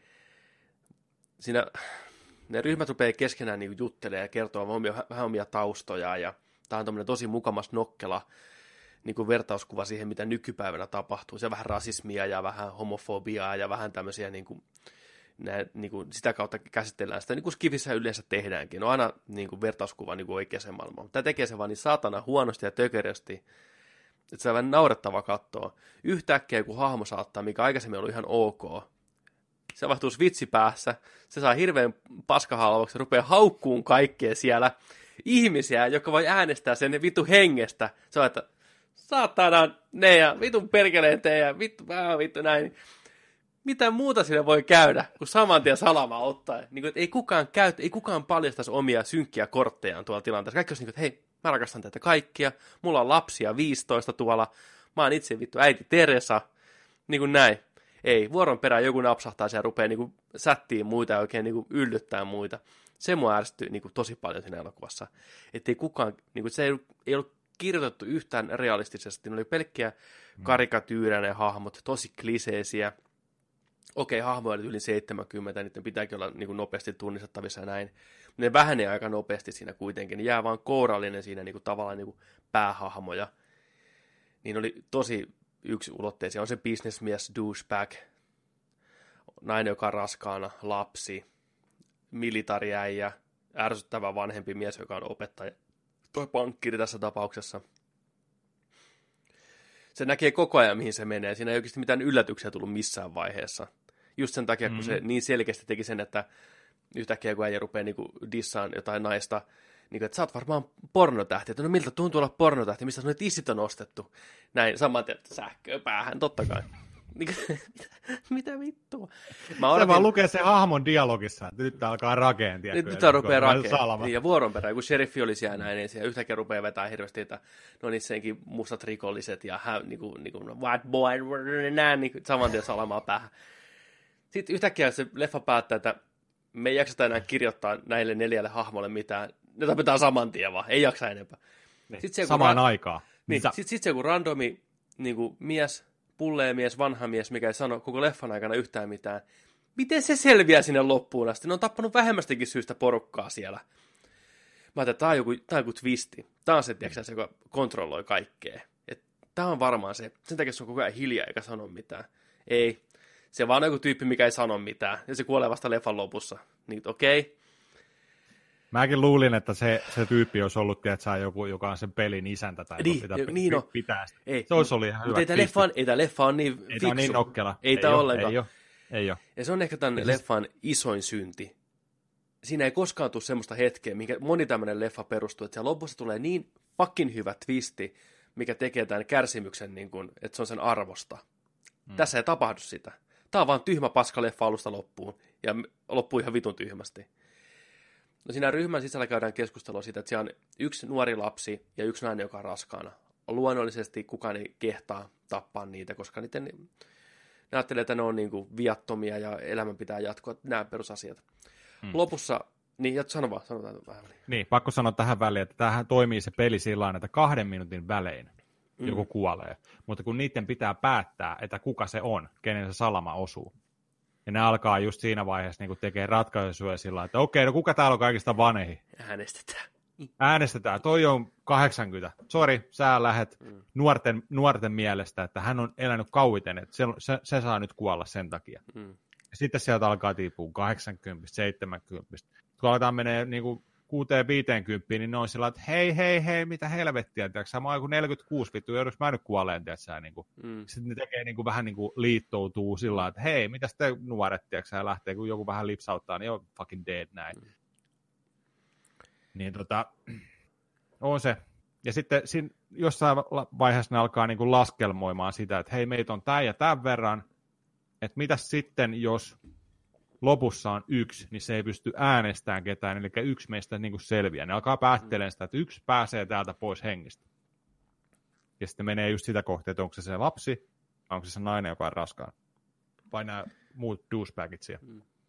S2: ryhmät rupeaa keskenään niin juttelemaan ja kertoo vähän omia taustoja. Ja tämä on tommoinen tosi mukamas nokkela niin kuin vertauskuva siihen, mitä nykypäivänä tapahtuu. Se on vähän rasismia ja vähän homofobiaa ja vähän tämmöisiä... Niin kuin sitä kautta käsitellään sitä, niin kuin Skifissä yleensä tehdäänkin. On aina niin kuin vertauskuva niin kuin oikeaan maailmaan. Tämä tekee se vaan niin saatana huonosti ja tökerösti, että se on vähän naurettava katsoa. Yhtäkkiä joku hahmo saattaa, mikä aikaisemmin oli ihan ok. Se vaihtuu vitsi päässä, se saa hirveän paskahalvauksen, se rupeaa haukkuun kaikkea siellä ihmisiä, jotka voi äänestää sen vittu hengestä. Se on, että saatana ne ja vitun perkeleen te ja vittu näin. Mitä muuta siinä voi käydä, kun saman tien salama ottaa. Niin kuin, ei kukaan paljastaisi omia synkkiä korttejaan tuolla tilanteessa. Kaikki olisi niin kuin, että hei, mä rakastan teitä kaikkia. Mulla on lapsia 15 tuolla. Mä oon itse vittu äiti Teresa. Niin kuin näin. Ei, vuoron perään joku napsahtaa ja rupeaa niin kuin sättiin muita ja oikein niin kuin yllyttää muita. Se mua ärsyttyy niin kuin tosi paljon siinä elokuvassa. Että ei kukaan, niin kuin, se ei ollut kirjoitettu yhtään realistisesti. Ne oli pelkkiä karikatyyrejä ne hahmot, tosi kliseisiä. Okei, hahmoja oli yli 70, niiden pitääkin olla niin kuin nopeasti tunnistettavissa ja näin. Ne vähenee aika nopeasti siinä kuitenkin. Ne jää vaan kourallinen siinä niin kuin tavallaan niin kuin päähahmoja. Niin oli tosi yksiulotteisia. On se businessmies, douchebag, nainen, joka on raskaana, lapsi, militariäijä, ärsyttävä vanhempi mies, joka on opettaja. Toi pankkiri tässä tapauksessa. Se näkee koko ajan, mihin se menee. Siinä ei oikeasti mitään yllätyksiä tullut missään vaiheessa. Just sen takia, kun se niin selkeästi teki sen, että yhtäkkiä kun äijä rupeaa niin dissaan jotain naista, niin kuin, että sä oot varmaan pornotähti. Että no miltä tuntuu olla pornotähti? Mistä sun tissit on ostettu? Näin saman tien, että sähköä päähän, totta kai. Mitä vittua?
S1: Se vaan lukee se hahmon dialogissa, että nyt alkaa rakentia.
S2: Nyt tämä rupeaa rakentaa. Niin, ja vuoron perään, kun sheriffi oli siellä näin, niin siellä yhtäkkiä rupeaa vetää hirveästi, että no niin senkin mustat rikolliset ja niin kuin white boy, näin, niin saman tien salamaa päähän. Sitten yhtäkkiä se leffa päättää, että me ei jakseta enää kirjoittaa näille 4 hahmolle mitään. Ne tapetaan saman tien vaan, ei jaksa enempää.
S1: Niin, samaan aikaan.
S2: Niin, sitten se joku randomi niin kuin mies, pullee mies, vanha mies, mikä ei sano koko leffan aikana yhtään mitään. Miten se selviää sinne loppuun asti? Ne on tappanut vähemmästäkin syystä porukkaa siellä. Mä ajattelin, että tämä on joku twisti. Tämä on se, tiiäksä, se, joka kontrolloi kaikkea. Tämä on varmaan se. Sen takia se on koko ajan hiljaa eikä sano mitään. Ei. Se vaan on joku tyyppi, mikä ei sano mitään. Ja se kuolee vasta leffan lopussa. Niin okei.
S1: Mäkin luulin, että se tyyppi olisi ollut, tiedätkö, joku, joka on sen pelin isäntä tai pitää sitä.
S2: Ei,
S1: se olisi ollut ihan hyvä.
S2: Ei tämä leffa on niin fiksu.
S1: Ei tämä niin nokkela.
S2: Ei tämä ollenkaan.
S1: Ei ole.
S2: Ja se on ehkä tämän leffan isoin synti. Siinä ei koskaan tule semmoista hetkeä, mikä moni tämmöinen leffa perustuu, että siellä lopussa tulee niin fucking hyvä twisti, mikä tekee tämän kärsimyksen, niin kuin, että se on sen arvosta. Tässä ei tapahdu sitä. Tämä on vaan tyhmä paska leffa alusta loppuun, ja loppuu ihan vitun tyhmästi. No siinä ryhmän sisällä käydään keskustelua siitä, että siellä on yksi nuori lapsi ja yksi nainen, joka on raskaana. Luonnollisesti kukaan ei kehtaa tappaa niitä, koska ne ajattelee, että ne on niin kuin viattomia ja elämän pitää jatkoa, nämä perusasiat. Lopussa, niin sanotaan vähän väliin.
S1: Niin, pakko sanoa tähän väliin, että tämähän toimii se peli sillä tavalla, että 2 minuutin välein joku kuolee. Mutta kun niiden pitää päättää, että kuka se on, kenen se salama osuu. Ja ne alkaa just siinä vaiheessa niin tekee ratkaisuja sillä että okei, no kuka täällä on kaikista vanhin? Äänestetään. Toi on 80. Sori, sä lähet nuorten mielestä, että hän on elänyt kauiten, että se saa nyt kuolla sen takia. Ja sitten sieltä alkaa tiipua 80, 70. Kun aletaan menee niin 6-50, niin ne on sillä että hei, mitä helvettiä, tiedätkö? Mä oon joku 46 vittu, joudunko mä nyt kuoleen, tiedätkö? Niin sitten ne tekee vähän niin kuin liittoutuu sillä että hei, mitäs te nuoret, tiedätkö? Ja lähtee, kun joku vähän lipsauttaa, niin on fucking dead näin. Niin on se. Ja sitten jossain vaiheessa ne alkaa niin kuin laskelmoimaan sitä, että hei, meitä on tämän ja tämän verran, että mitäs sitten, jos lopussa on 1, niin se ei pysty äänestämään ketään, eli 1 meistä niin kuin selviää. Ne alkaa päättelemään sitä, että 1 pääsee täältä pois hengistä. Ja sitten menee just sitä kohtaa, että onko se lapsi, vai onko se nainen, joka on raskaan. Vai nämä muut douchebagit siellä.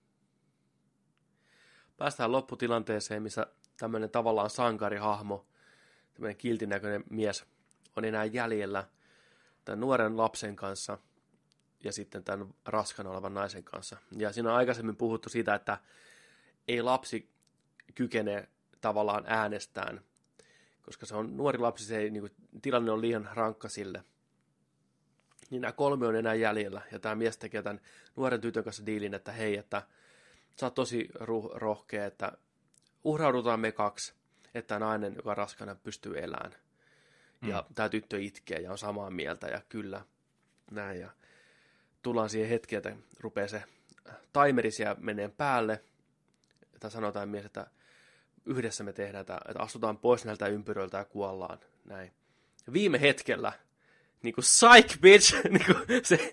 S2: Päästään lopputilanteeseen, missä tämmöinen tavallaan sankarihahmo, tämmöinen kiltinäköinen mies, on enää jäljellä tämän nuoren lapsen kanssa ja sitten tämän raskaana olevan naisen kanssa. Ja siinä on aikaisemmin puhuttu siitä, että ei lapsi kykene tavallaan äänestään, koska se on nuori lapsi, se ei, niin kuin, tilanne on liian rankka sille. Niin nämä 3 on enää jäljellä, ja tämä mies tekee tämän nuoren tytön kanssa diilin, että hei, että sä oot tosi rohkea, että uhraudutaan me 2, että nainen, joka on raskaana, pystyy elämään. Ja tämä tyttö itkee ja on samaa mieltä, ja kyllä, näin, ja tullaan siihen hetkeen, että rupeaa se timeri siellä menee päälle, että sanotaan mies, että yhdessä me tehdään tämä, että astutaan pois näiltä ympyröiltä ja kuollaan, näin. Ja viime hetkellä, niin kuin psych bitch, niin kuin se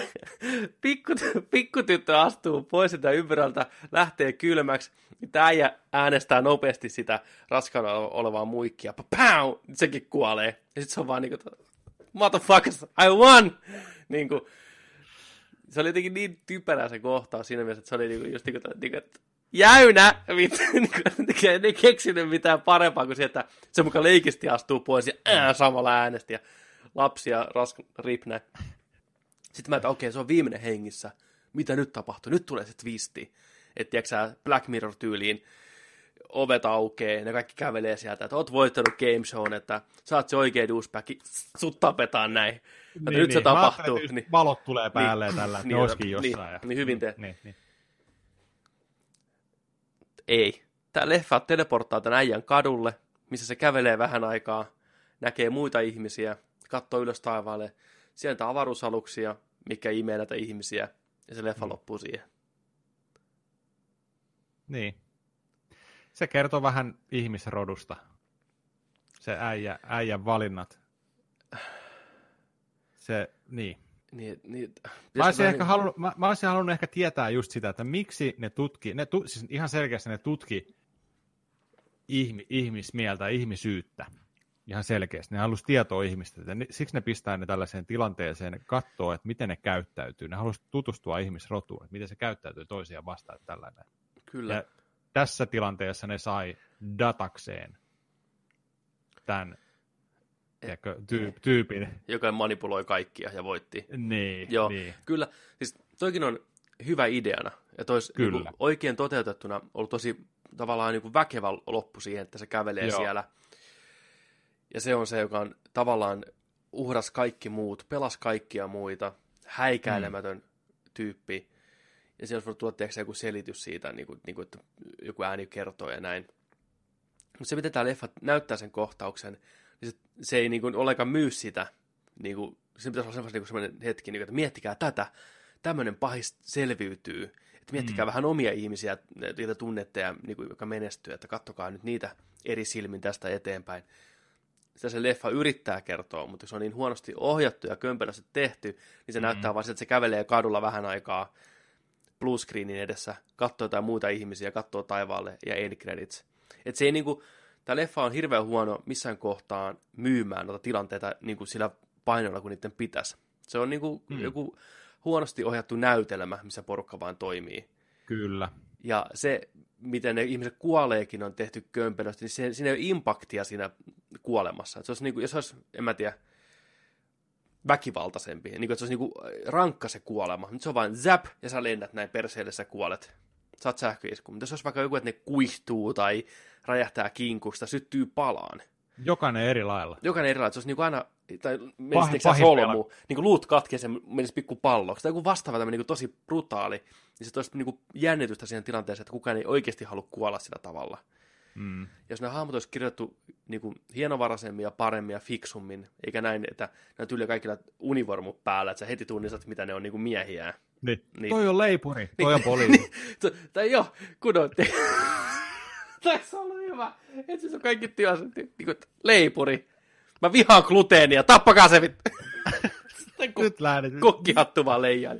S2: pikkutyttö astuu pois sitä ympyrältä, lähtee kylmäksi, niin tämä äijä äänestää nopeasti sitä raskaana olevaa muikkia, pow, sekin kuolee. Ja sitten se on vaan niin kuin, motherfuckers, I won! Niin kuin, se oli jotenkin niin typerä se kohtaus siinä mielessä, että se oli niin kuin, just niin kuin, jäynä, ei keksinyt mitään parempaa kuin se, että se mukaan leikisti astuu pois ja samalla äänesti ja lapsi ja rip näin. Sitten mä okei, se on viimeinen hengissä. Mitä nyt tapahtuu? Nyt tulee se twisti. Että tiedätkö sä, Black Mirror-tyyliin ovet aukeaa, ne kaikki kävelee sieltä, että oot voittanut game shown, että sä oot se oikea douchebag, sut tapetaan näin. Niin, nyt se tapahtuu.
S1: Niin. Valot tulee päälle niin, tällä, että ne olisikin jossain.
S2: Niin hyvin te. Niin. Ei. Tää leffa teleporttaa tämän äijän kadulle, missä se kävelee vähän aikaa, näkee muita ihmisiä, katsoo ylös taivaalle, sieltä avaruusaluksia, mikä imee näitä ihmisiä, ja se leffa loppuu siihen.
S1: Niin. Se kertoo vähän ihmisrodusta. Se äijän valinnat. Se, niin. Mä olisin halunnut ehkä tietää just sitä, että miksi ne siis ihan selkeästi ne tutki ihmismieltä, ihmisyyttä. Ihan selkeästi. Ne halusi tietoa ihmistä. Siksi ne pistää ne tällaiseen tilanteeseen, ne katsoo, että miten ne käyttäytyy. Ne halusi tutustua ihmisrotuun, että miten se käyttäytyy toisiaan vastaan. Tällainen.
S2: Kyllä.
S1: Ja tässä tilanteessa ne sai datakseen tämän tyypin.
S2: Joka manipuloi kaikkia ja voitti.
S1: Niin.
S2: Joo,
S1: niin.
S2: Kyllä. Siis toikin on hyvä ideana. Ja tois niin oikein toteutettuna ollut tosi tavallaan niin kuin väkevä loppu siihen, että se kävelee siellä. Ja se on se, joka on tavallaan uhras kaikki muut, pelas kaikkia muita, häikäilemätön tyyppi. Ja siellä olisi voinut tulla joku selitys siitä, niin kuin, että joku ääni kertoo ja näin. Mutta se, miten tämä leffa näyttää sen kohtauksen, niin se ei niin kuin ollenkaan myy sitä. Niin kuin, se pitäisi olla sellainen hetki, niin kuin, että miettikää tätä, tämmöinen pahis selviytyy. Että miettikää vähän omia ihmisiä, joita tunnette ja niin kuin, joka menestyy, että katsokaa nyt niitä eri silmin tästä eteenpäin. Sitä se leffa yrittää kertoa, mutta se on niin huonosti ohjattu ja kömpelösti tehty, niin se näyttää vaan siltä, että se kävelee kadulla vähän aikaa bluescreenin edessä, katsoo jotain muita ihmisiä, katsoo taivaalle ja end credits. Että se ei niinku, tämä leffa on hirveän huono missään kohtaan myymään noita tilanteita niinku sillä painolla, kun niiden pitäisi. Se on niinku joku huonosti ohjattu näytelmä, missä porukka vaan toimii.
S1: Kyllä.
S2: Ja se, miten ne ihmiset kuoleekin, on tehty kömpelösti, niin siinä ei ole impaktia siinä kuolemassa. Että se olisi, niinku, jos olisi, en mä tiedä, väkivaltaisempi, niin kuin, että se olisi niinku rankka se kuolema. Nyt se on vain zap, ja sä lennät näin perseelle, sä kuolet. Saat sähköisku. Mutta jos olisi vaikka joku, että ne kuihtuu tai räjähtää kinkusta, syttyy palaan.
S1: Jokainen eri lailla.
S2: Jokainen eri lailla. Se olisi niinku aina, tai menisi solmu, niin kuin luut katkee, se menisi pikku palloksi. Tai joku vastaava tämmöinen niin tosi brutaali, niin se toisi niin jännitystä siihen tilanteeseen, että kukaan ei oikeasti halua kuolla sillä tavalla. Jos nämä hahmot olisi kirjoitettu niin kuin hienovaraisemmin ja paremmin ja fiksummin, eikä näin, että ne on tyyliä kaikilla univormut päällä, että sä heti tunnistat, mitä ne on niin kuin miehiä.
S1: Niin. Toi on leipuri, toi on poliisi.
S2: Tai joo, kun on... Tässä on hyvä. Et siis on kaikki työssä. Niin leipuri. Mä vihaan gluteenia. Tappakaa se vittu.
S1: Nyt lähdet.
S2: Kokkihattu vaan leijaa.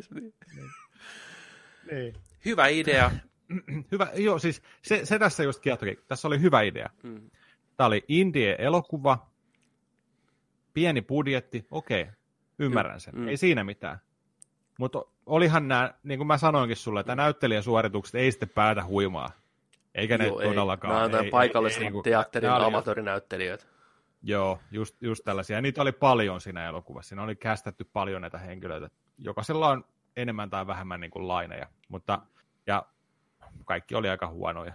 S1: Niin.
S2: Hyvä idea.
S1: Hyvä, joo, siis se tässä just kiehtokin. Tässä oli hyvä idea. Tämä oli indie-elokuva, pieni budjetti, okei, ymmärrän sen, ei siinä mitään. Mutta olihan nämä, niin kuin mä sanoinkin sulle, että näyttelijäsuoritukset ei sitten päätä huimaa. Eikä ne todellakaan.
S2: Nämä on jotain paikallisen teatterin amatöörinäyttelijöitä.
S1: Joo, just tällaisia. Ja niitä oli paljon siinä elokuvassa. Siinä oli kästetty paljon näitä henkilöitä. Jokaisella on enemmän tai vähemmän niin kuin laineja. Ja kaikki oli aika huonoja.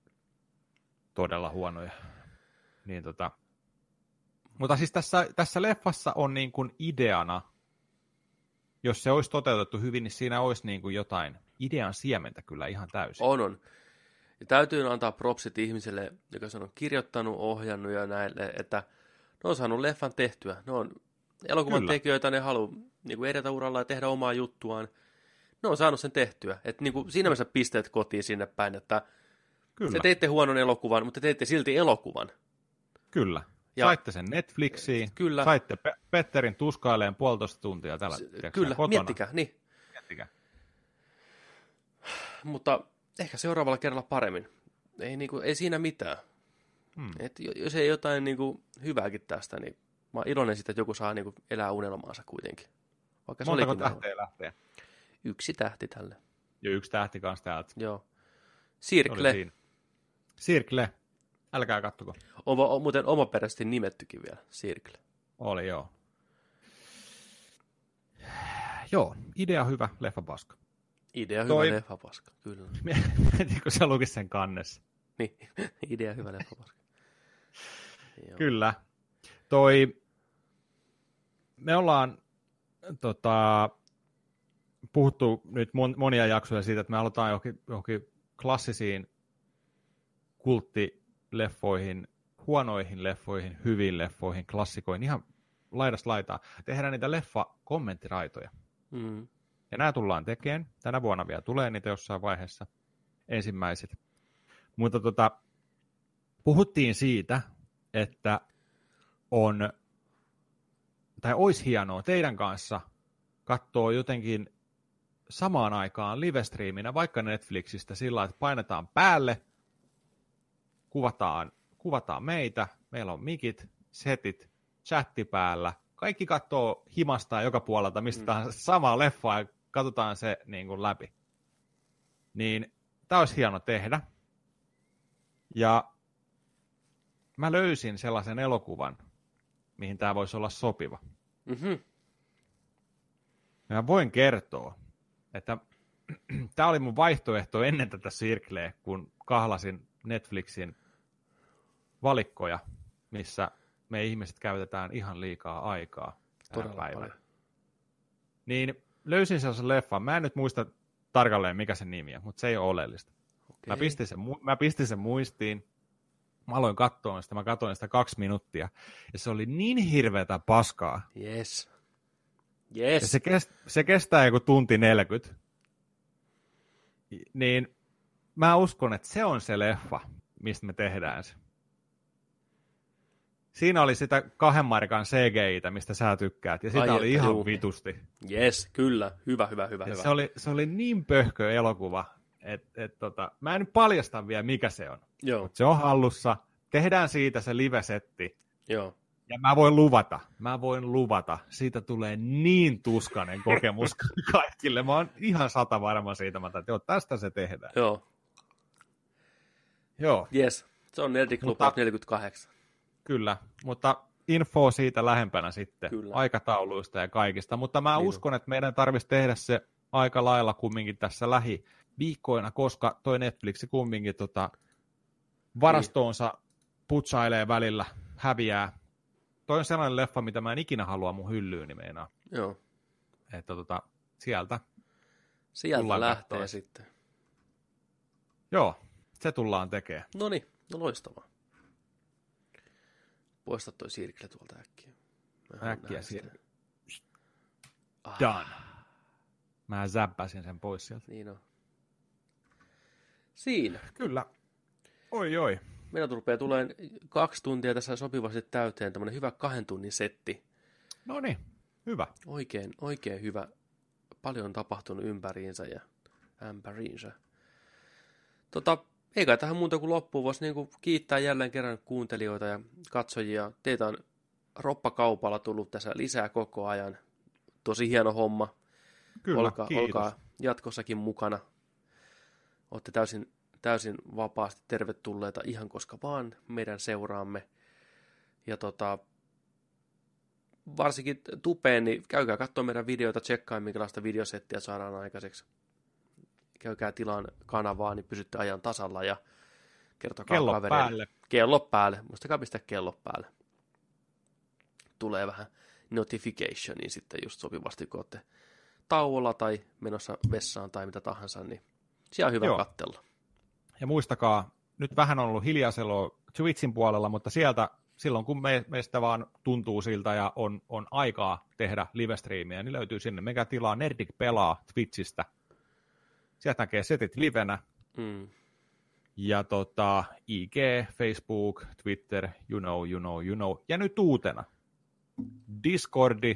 S1: Todella huonoja. Niin Mutta siis tässä leffassa on niin kuin ideana, jos se olisi toteutettu hyvin, niin siinä olisi niin kuin jotain idean siementä kyllä ihan täysin.
S2: On. Ja täytyy antaa propsit ihmiselle, joka se on kirjoittanut, ohjannut ja näille, että ne on saanut leffan tehtyä. Ne on elokuvan tekijöitä, ne haluaa niin edetä uralla ja tehdä omaa juttuaan. Ne on saanut sen tehtyä. Että niin kuin siinä mielessä pisteet kotiin sinne päin, että te teitte huonon elokuvan, mutta te teitte silti elokuvan.
S1: Kyllä. Ja saitte sen Netflixiin, saitte Petterin tuskaileen 1,5 tuntia tällä
S2: kyllä,
S1: kotona.
S2: Miettikää. Mutta ehkä seuraavalla kerralla paremmin. Ei siinä mitään. Et jos ei jotain hyvääkin tästä, niin mä oon iloinen siitä, että joku saa elää unelmaansa kuitenkin. Vaikka
S1: montako tähteä lähtee?
S2: 1 tähti tälle.
S1: Ja 1 tähti kanssa täältä.
S2: Joo.
S1: Circle. Älkää kattuko.
S2: On muuten omaperäisesti nimettykin vielä, Circle.
S1: Oli, joo. Joo, idea hyvä, leffa paska.
S2: Idea hyvä, leffa paska, kyllä.
S1: Mietin, kun sä lukis sen kannessa.
S2: Niin, idea hyvä, leffa paska.
S1: Kyllä. Me ollaan puhuttu nyt monia jaksoja siitä, että me aloitetaan johonkin klassisiin kulttileffoihin, huonoihin leffoihin, hyviin leffoihin, klassikoihin, ihan laidasta laitaan. Tehdään niitä leffa-kommenttiraitoja. Ja nämä tullaan tekemään. Tänä vuonna vielä tulee niitä jossain vaiheessa ensimmäiset. Mutta puhuttiin siitä, että olisi hienoa teidän kanssa katsoa jotenkin samaan aikaan live-striiminä, vaikka Netflixistä sillä, että painetaan päälle, kuvataan meitä, meillä on mikit, setit, chatti päällä, kaikki katsoo himastaan joka puolelta, mistä tahansa samaa leffaa ja katsotaan se niin kuin läpi. Niin tämä olisi hieno tehdä. Ja mä löysin sellaisen elokuvan, mihin tämä voisi olla sopiva. Ja mä voin kertoa, että tämä oli mun vaihtoehto ennen tätä Circleä, kun kahlasin Netflixin valikkoja, missä me ihmiset käytetään ihan liikaa aikaa tänä päivänä. Niin löysin sellaisen leffan. Mä en nyt muista tarkalleen, mikä sen nimi on, mutta se ei ole oleellista. Okay. Mä pistin sen muistiin, Mä aloin katsoa sitä, mä katsoin sitä 2 minuuttia, ja se oli niin hirveätä paskaa.
S2: Yes.
S1: Ja se kestää joku tunti 40. Niin mä uskon, että se on se leffa, mistä me tehdään se. Siinä oli sitä 2 markan CGI-tä, mistä sä tykkäät, ja sitä oli ihan vitusti.
S2: Yes, kyllä. Hyvä.
S1: Se oli niin pöhkö elokuva, että mä en nyt paljasta vielä, mikä se on. Mutta se on hallussa. Tehdään siitä se live-setti.
S2: Joo.
S1: Ja mä voin luvata, siitä tulee niin tuskainen kokemus kaikille. Mä oon ihan 100 varma siitä, että tästä se tehdään. Joo.
S2: Yes, se on Nerdik Club 48.
S1: Kyllä, mutta info siitä lähempänä sitten, aikatauluista ja kaikista. Mutta mä uskon, että meidän tarvitsisi tehdä se aika lailla kumminkin tässä lähiviikkoina, koska toi Netflix kumminkin varastoonsa putsailee välillä, häviää. Toi on sellainen leffa, mitä mä en ikinä halua mun hyllyyni meinaa.
S2: Joo.
S1: Että sieltä
S2: lähtee katsoa sitten.
S1: Joo, se tullaan tekemään.
S2: Noniin, loistavaa. Poista toi sirkle tuolta äkkiä.
S1: Äkkiä siellä. Done. Mä zäppäsin sen pois sieltä.
S2: Niin on. Siinä.
S1: Kyllä. Oi.
S2: Meillä rupeaa tulemaan 2 tuntia tässä sopivasti täyteen, tämmöinen hyvä 2 tunnin setti.
S1: No niin, hyvä.
S2: Oikein hyvä. Paljon on tapahtunut ympäriinsä ja ämpäriinsä. Eikä tähän muuta kuin loppuun voisi niinku kiittää jälleen kerran kuuntelijoita ja katsojia. Teitä on roppakaupalla tullut tässä lisää koko ajan. Tosi hieno homma.
S1: Kyllä,
S2: olkaa jatkossakin mukana. Olette täysin vapaasti tervetulleita ihan koska vaan meidän seuraamme. Ja varsinkin tupeen, niin käykää katsomaan meidän videoita, tsekkaa minkälaista videosettiä saadaan aikaiseksi. Käykää tilaan kanavaa, niin pysytte ajan tasalla ja kertokaa kavereille. Kello päälle. Muistakaa pistää kello päälle. Tulee vähän notificationia sitten just sopivasti, kun olette tauolla tai menossa vessaan tai mitä tahansa, niin siellä on hyvä katsella. Ja
S1: muistakaa, nyt vähän on ollut hiljaisella Twitchin puolella, mutta sieltä silloin kun meistä vaan tuntuu siltä ja on aikaa tehdä live-striimiä, niin löytyy sinne. Mekä tilaa Nerdik pelaa Twitchistä. Sieltä näkee setit livenä. Ja IG, Facebook, Twitter, you know. Ja nyt uutena. Discordi,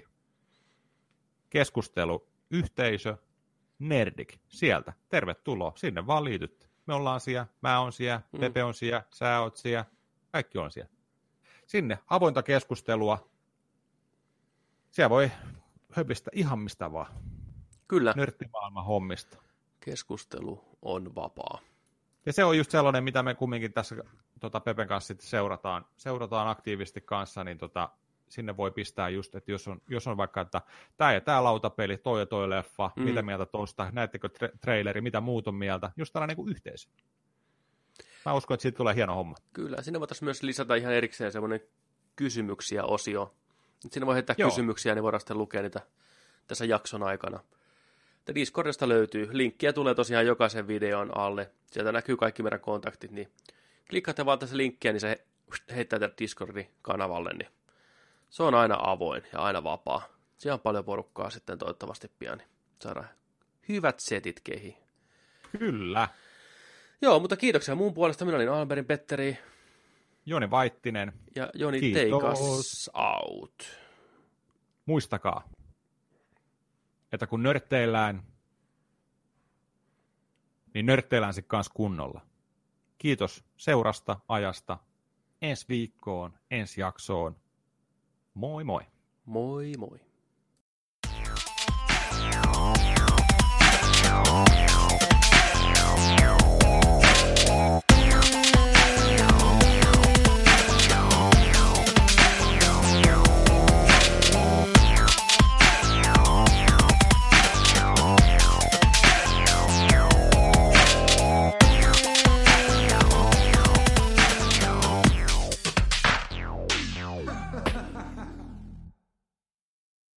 S1: keskustelu, yhteisö, Nerdik. Sieltä. Tervetuloa. Sinne vaan liitytte. Me ollaan siellä, mä oon siellä, Pepe on siellä, sä oot siellä. Kaikki on siellä. Sinne avointa keskustelua. Siellä voi höpistä ihan mistä vaan.
S2: Kyllä.
S1: Nörttimaailman hommista.
S2: Keskustelu on vapaa.
S1: Ja se on just sellainen, mitä me kumminkin tässä Pepen kanssa sitten seurataan aktiivisesti kanssa, niin sinne voi pistää just, että jos on vaikka, että tämä ja tämä lautapeli, toi ja toi leffa, mitä mieltä tuosta, näettekö traileri, mitä muut on mieltä, just tällainen niin kuin yhteisö. Mä uskon, että siitä tulee hieno homma.
S2: Kyllä, sinne voitaisiin myös lisätä ihan erikseen semmoinen kysymyksiä-osio. Sinne voi heittää kysymyksiä, niin voidaan sitten lukea niitä tässä jakson aikana. Discordista löytyy. Linkkiä tulee tosiaan jokaisen videon alle. Sieltä näkyy kaikki meidän kontaktit, niin klikkaatte vaan tässä linkkiä, niin se heittää tätä Discordin kanavalle, niin se on aina avoin ja aina vapaa. Siellä on paljon porukkaa sitten toivottavasti pian, niin saadaan hyvät setit kehiin.
S1: Kyllä.
S2: Joo, mutta kiitoksia muun puolesta. Minä olin Alberin Petteri.
S1: Joni Vaittinen.
S2: Ja Joni Teikas out.
S1: Muistakaa, että kun nörtteillään, niin nörtteillään sitten kanssa kunnolla. Kiitos seurasta, ajasta. Ensi viikkoon, ensi jaksoon. Moi moi.
S2: Moi moi.